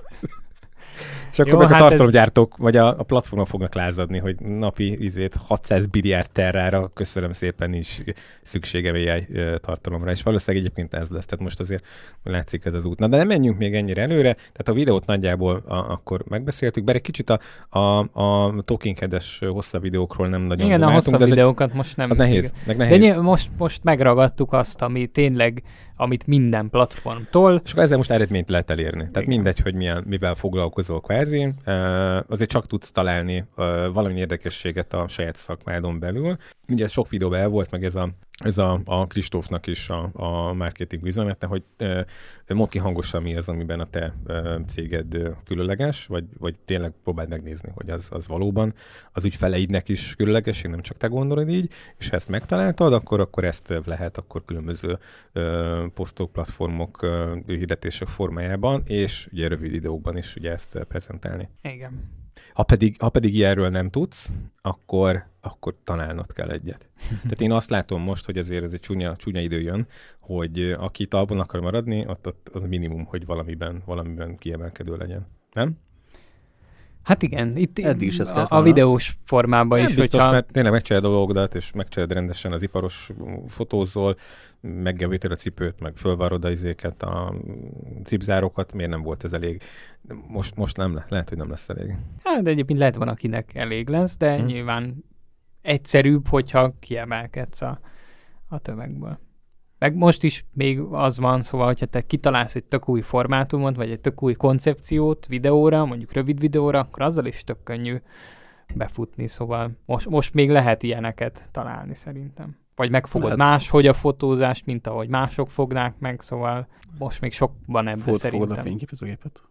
B: És akkor Jó, meg hát a tartalomgyártók, ez... vagy a, a platformon fognak lázadni, hogy napi izét hatszáz billiárd terrára, köszönöm szépen, nincs szükségem á i tartalomra. És valószínűleg egyébként ez lesz. Tehát most azért látszik ez az út. Na, de nem menjünk még ennyire előre. Tehát a videót nagyjából a, akkor megbeszéltük, bár egy kicsit a, a, a Talking Head-es hosszabb videókról nem nagyon
A: Igen, a hosszabb videókat egy... most nem.
B: Az nehéz, meg nehéz.
A: De most, most megragadtuk azt, ami tényleg, amit minden platformtól.
B: És akkor ezzel most eredményt lehet elérni. Tehát igen. Mindegy, hogy milyen, mivel foglalkozol kvázi, uh, azért csak tudsz találni uh, valami érdekességet a saját szakmádon belül. Ugye ez sok videóban el volt, meg ez a, ez a, a Kristófnak is a, a marketing üzenete, hogy uh, mondd ki hangosan, mi az, amiben a te uh, céged uh, különleges, vagy, vagy tényleg próbáld megnézni, hogy az, az valóban az ügyfeleidnek is különleges, nem csak te gondolod így, és ha ezt megtaláltad, akkor, akkor ezt lehet akkor különböző uh, posztok, platformok, uh, hirdetések formájában, és ugye rövid videókban is ugye ezt uh, prezentálni.
A: Igen.
B: Ha pedig, ha pedig ilyenről nem tudsz, akkor, akkor találnod kell egyet. Tehát én azt látom most, hogy azért ez egy csúnya, csúnya idő jön, hogy aki talpon akar maradni, ott, ott az minimum, hogy valamiben, valamiben kiemelkedő legyen. Nem?
A: Hát igen, itt
C: eddig is
A: a, a videós formában
B: nem
A: is.
B: Biztos,
A: hogyha...
B: mert tényleg megcsinálod a dolgodat, és megcsinálod rendesen az iparos fotózol, meggevítél a cipőt, meg fölvarod a izéket, a cipzárokat, miért nem volt ez elég? Most, most nem le, lehet, hogy nem lesz elég.
A: Hát, de egyébként lehet van, akinek elég lesz, de hmm. nyilván egyszerűbb, hogyha kiemelkedsz a, a tömegből. Meg most is még az van, szóval, hogyha te kitalálsz egy tök új formátumot, vagy egy tök új koncepciót videóra, mondjuk rövid videóra, akkor azzal is tök könnyű befutni, szóval most, most még lehet ilyeneket találni szerintem. Vagy megfogod máshogy a fotózást, mint ahogy mások fognák meg, szóval most még sokban ebben Fot, szerintem.
C: Fogod a fényképezőgépet?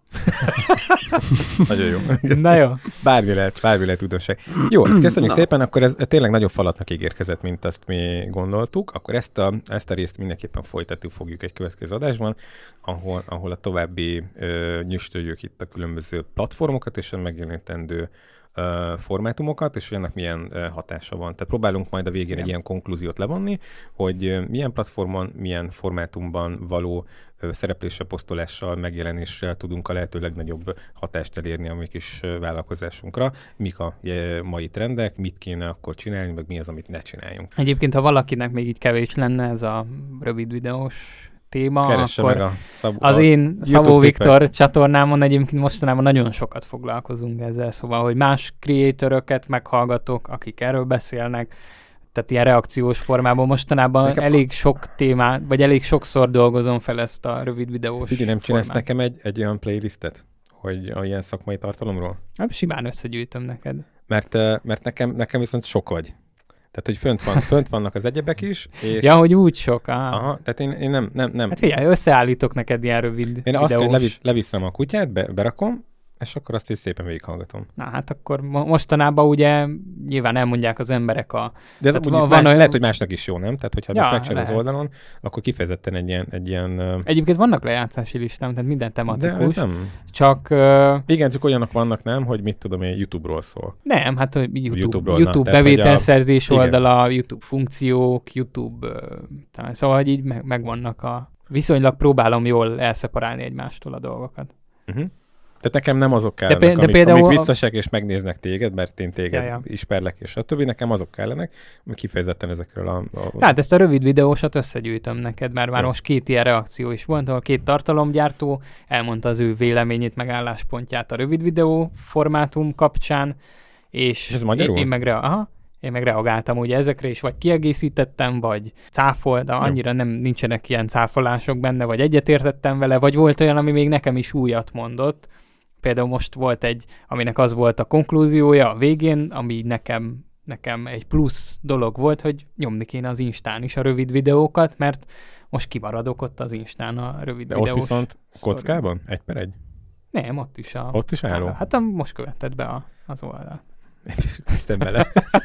B: Nagyon jó.
A: Na jó.
B: Bármi lehet, bármi lehet újdonság. Jó, köszönjük szépen, akkor ez tényleg nagyobb falatnak ígérkezett, mint azt mi gondoltuk. Akkor ezt a, ezt a részt mindenképpen folytatni fogjuk egy következő adásban, ahol, ahol a további ö, nyüstöljük itt a különböző platformokat és a megjelenítendő Uh, formátumokat, és hogy ennek milyen uh, hatása van. Tehát próbálunk majd a végén Igen. egy ilyen konklúziót levonni, hogy uh, milyen platformon, milyen formátumban való uh, szerepléssel, posztolással, megjelenéssel tudunk a lehető legnagyobb hatást elérni a mi kis uh, vállalkozásunkra, mik a uh, mai trendek, mit kéne akkor csinálni, meg mi az, amit ne csináljunk.
A: Egyébként, ha valakinek még így kevés lenne ez a rövid videós téma,
B: Keresse
A: akkor
B: meg a szab-
A: az
B: a
A: én Szabó Viktor csatornámon egyébként mostanában nagyon sokat foglalkozunk ezzel, szóval, hogy más creatoröket meghallgatok, akik erről beszélnek, tehát ilyen reakciós formában mostanában nekem elég a... sok témát, vagy elég sokszor dolgozom fel ezt a rövid videós
B: Ugye nem csinálsz
A: formát.
B: nekem egy, egy olyan playlistet, hogy a ilyen szakmai tartalomról?
A: Hát simán összegyűjtöm neked.
B: Mert, mert nekem, nekem viszont sok vagy. Tehát, hogy fönt, van, fönt vannak az egyebek is. És...
A: Ja, hogy úgy sok. Aha.
B: Aha, tehát én, én nem, nem, nem.
A: Hát figyelj, összeállítok neked ilyen rövid
B: Én
A: videós.
B: azt, hogy levisz, leviszem a kutyát, be, berakom, és akkor azt is szépen végighallgatom.
A: Na hát akkor mo- mostanában ugye nyilván elmondják az emberek a...
B: De ez van, van olyan... lehet, hogy másnak is jó, nem? Tehát, hogyha ja, ezt megcsinál az oldalon, akkor kifejezetten egy ilyen... Egy ilyen uh...
A: Egyébként vannak lejátszási listám, tehát minden tematikus.
B: De nem.
A: Csak... Uh...
B: Igen, csak olyanok vannak, nem? Hogy mit tudom én, YouTube-ról szól.
A: Nem, hát hogy YouTube,
B: YouTube,
A: YouTube bevételszerzés a... oldala, igen. YouTube funkciók, YouTube... Uh, szóval, hogy így meg, megvannak a... Viszonylag próbálom jól elszeparálni egymástól a dolgokat.
B: Uh-huh. Tehát nekem nem azok kellenek, de, amik, de például amik viccesek és megnéznek téged, mert én téged ja, ja. ismerlek, és a többi nekem azok kellenek, amik kifejezetten ezekről a... a...
A: Hát ezt a rövid videósat összegyűjtöm neked, mert már ja. most két ilyen reakció is volt, ahol két tartalomgyártó elmondta az ő véleményét, meg álláspontját a rövid videó formátum kapcsán, és, és
B: ez magyarul?
A: Én, én meg, rea- aha, én meg reagáltam ugye ezekre is, vagy kiegészítettem, vagy cáfolt, de annyira nem nincsenek ilyen cáfolások benne, vagy egyetértettem vele, vagy volt olyan, ami még nekem is újat mondott. Például most volt egy, aminek az volt a konklúziója a végén, ami nekem, nekem egy plusz dolog volt, hogy nyomni kéne az Instán is a rövid videókat, mert most kimaradok ott az Instán a rövid
B: de
A: videós.
B: Ott viszont kockában? Egy per egy?
A: Nem, ott is a...
B: Ott is álló?
A: Hát most követted be a, az oldalt.
B: Tisztem bele.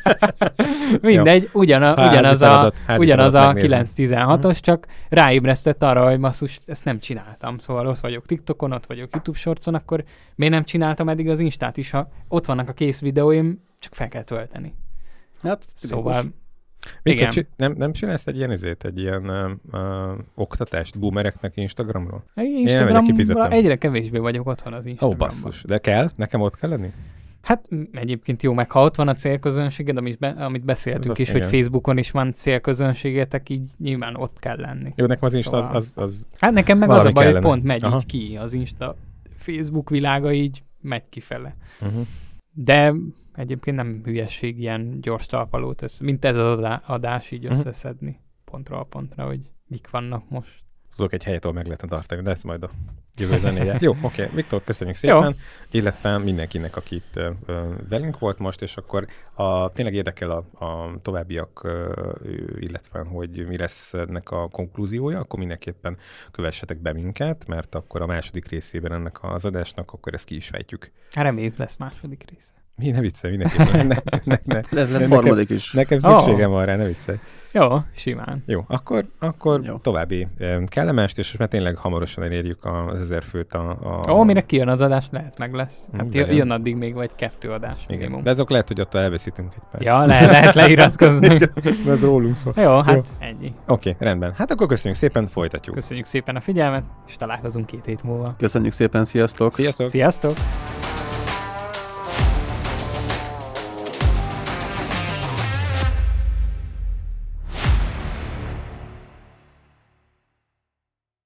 A: Mindegy, ugyana, ugyanaz a, ugyanaz a kilenc tizenhatos, csak ráébresztett arra, hogy masszus, ezt nem csináltam. Szóval ott vagyok TikTokon, ott vagyok YouTube Shortson, akkor miért nem csináltam eddig az Instát is, ha ott vannak a kész videóim, csak fel kell tölteni.
C: Hát,
A: szóval...
B: Igen. Csi- nem, nem csinálsz egy ilyen izét, egy ilyen uh, uh, oktatást boomereknek Instagramról?
A: Instagramról egyre kevésbé vagyok otthon az Instagramban.
B: Ó, basszus. De kell? Nekem ott kell lenni?
A: Hát egyébként jó, meg ha ott van a célközönséged, amit, be, amit beszéltünk is, igen. hogy Facebookon is van célközönségetek, így nyilván ott kell lenni.
B: Jó, nekem az Insta szóval... az, az, az...
A: Hát nekem meg az a baj, hogy pont megy Aha. így ki az Insta, Facebook világa így megy kifele. Uh-huh. De egyébként nem hülyeség ilyen gyors talpalót össze, mint ez az adás így uh-huh. összeszedni pontról pontra, hogy mik vannak most.
B: Tudok egy helyet, ahol meg lehetne tartani, de ez majd a jövő zenéje. Jó, oké. Okay. Viktor, köszönjük szépen, Jó. illetve mindenkinek, akit uh, velünk volt most, és akkor a, tényleg érdekel a, a továbbiak, uh, illetve hogy mi lesz ennek a konklúziója, akkor mindenképpen kövessetek be minket, mert akkor a második részében ennek az adásnak, akkor ezt ki is fejtjük.
A: Hát reméljük lesz második része.
B: Mi, ne viccelj, mindenképpen. Ne, ne, ne.
C: Ez lesz harmadik is.
B: Nekem szükségem oh. van rá, ne viccelj.
A: Jó, simán.
B: Jó, akkor, akkor Jó. további kellemest, és már tényleg hamarosan elérjük az ezer főt a... a...
A: Ó, mire kijön az adás, lehet meg lesz. Hát jön, jön addig még vagy kettő adás minimum.
B: Igen. De azok lehet, hogy ott elveszítünk egy pár.
A: Ja, le, lehet leiratkozni.
B: Ez rólunk szól.
A: Jó, hát Jó. ennyi.
B: Oké, okay, rendben. Hát akkor köszönjük szépen, folytatjuk.
A: Köszönjük szépen a figyelmet, és találkozunk két hét múlva.
C: Köszönjük szépen, sziasztok!
B: Sziasztok!
A: Sziasztok!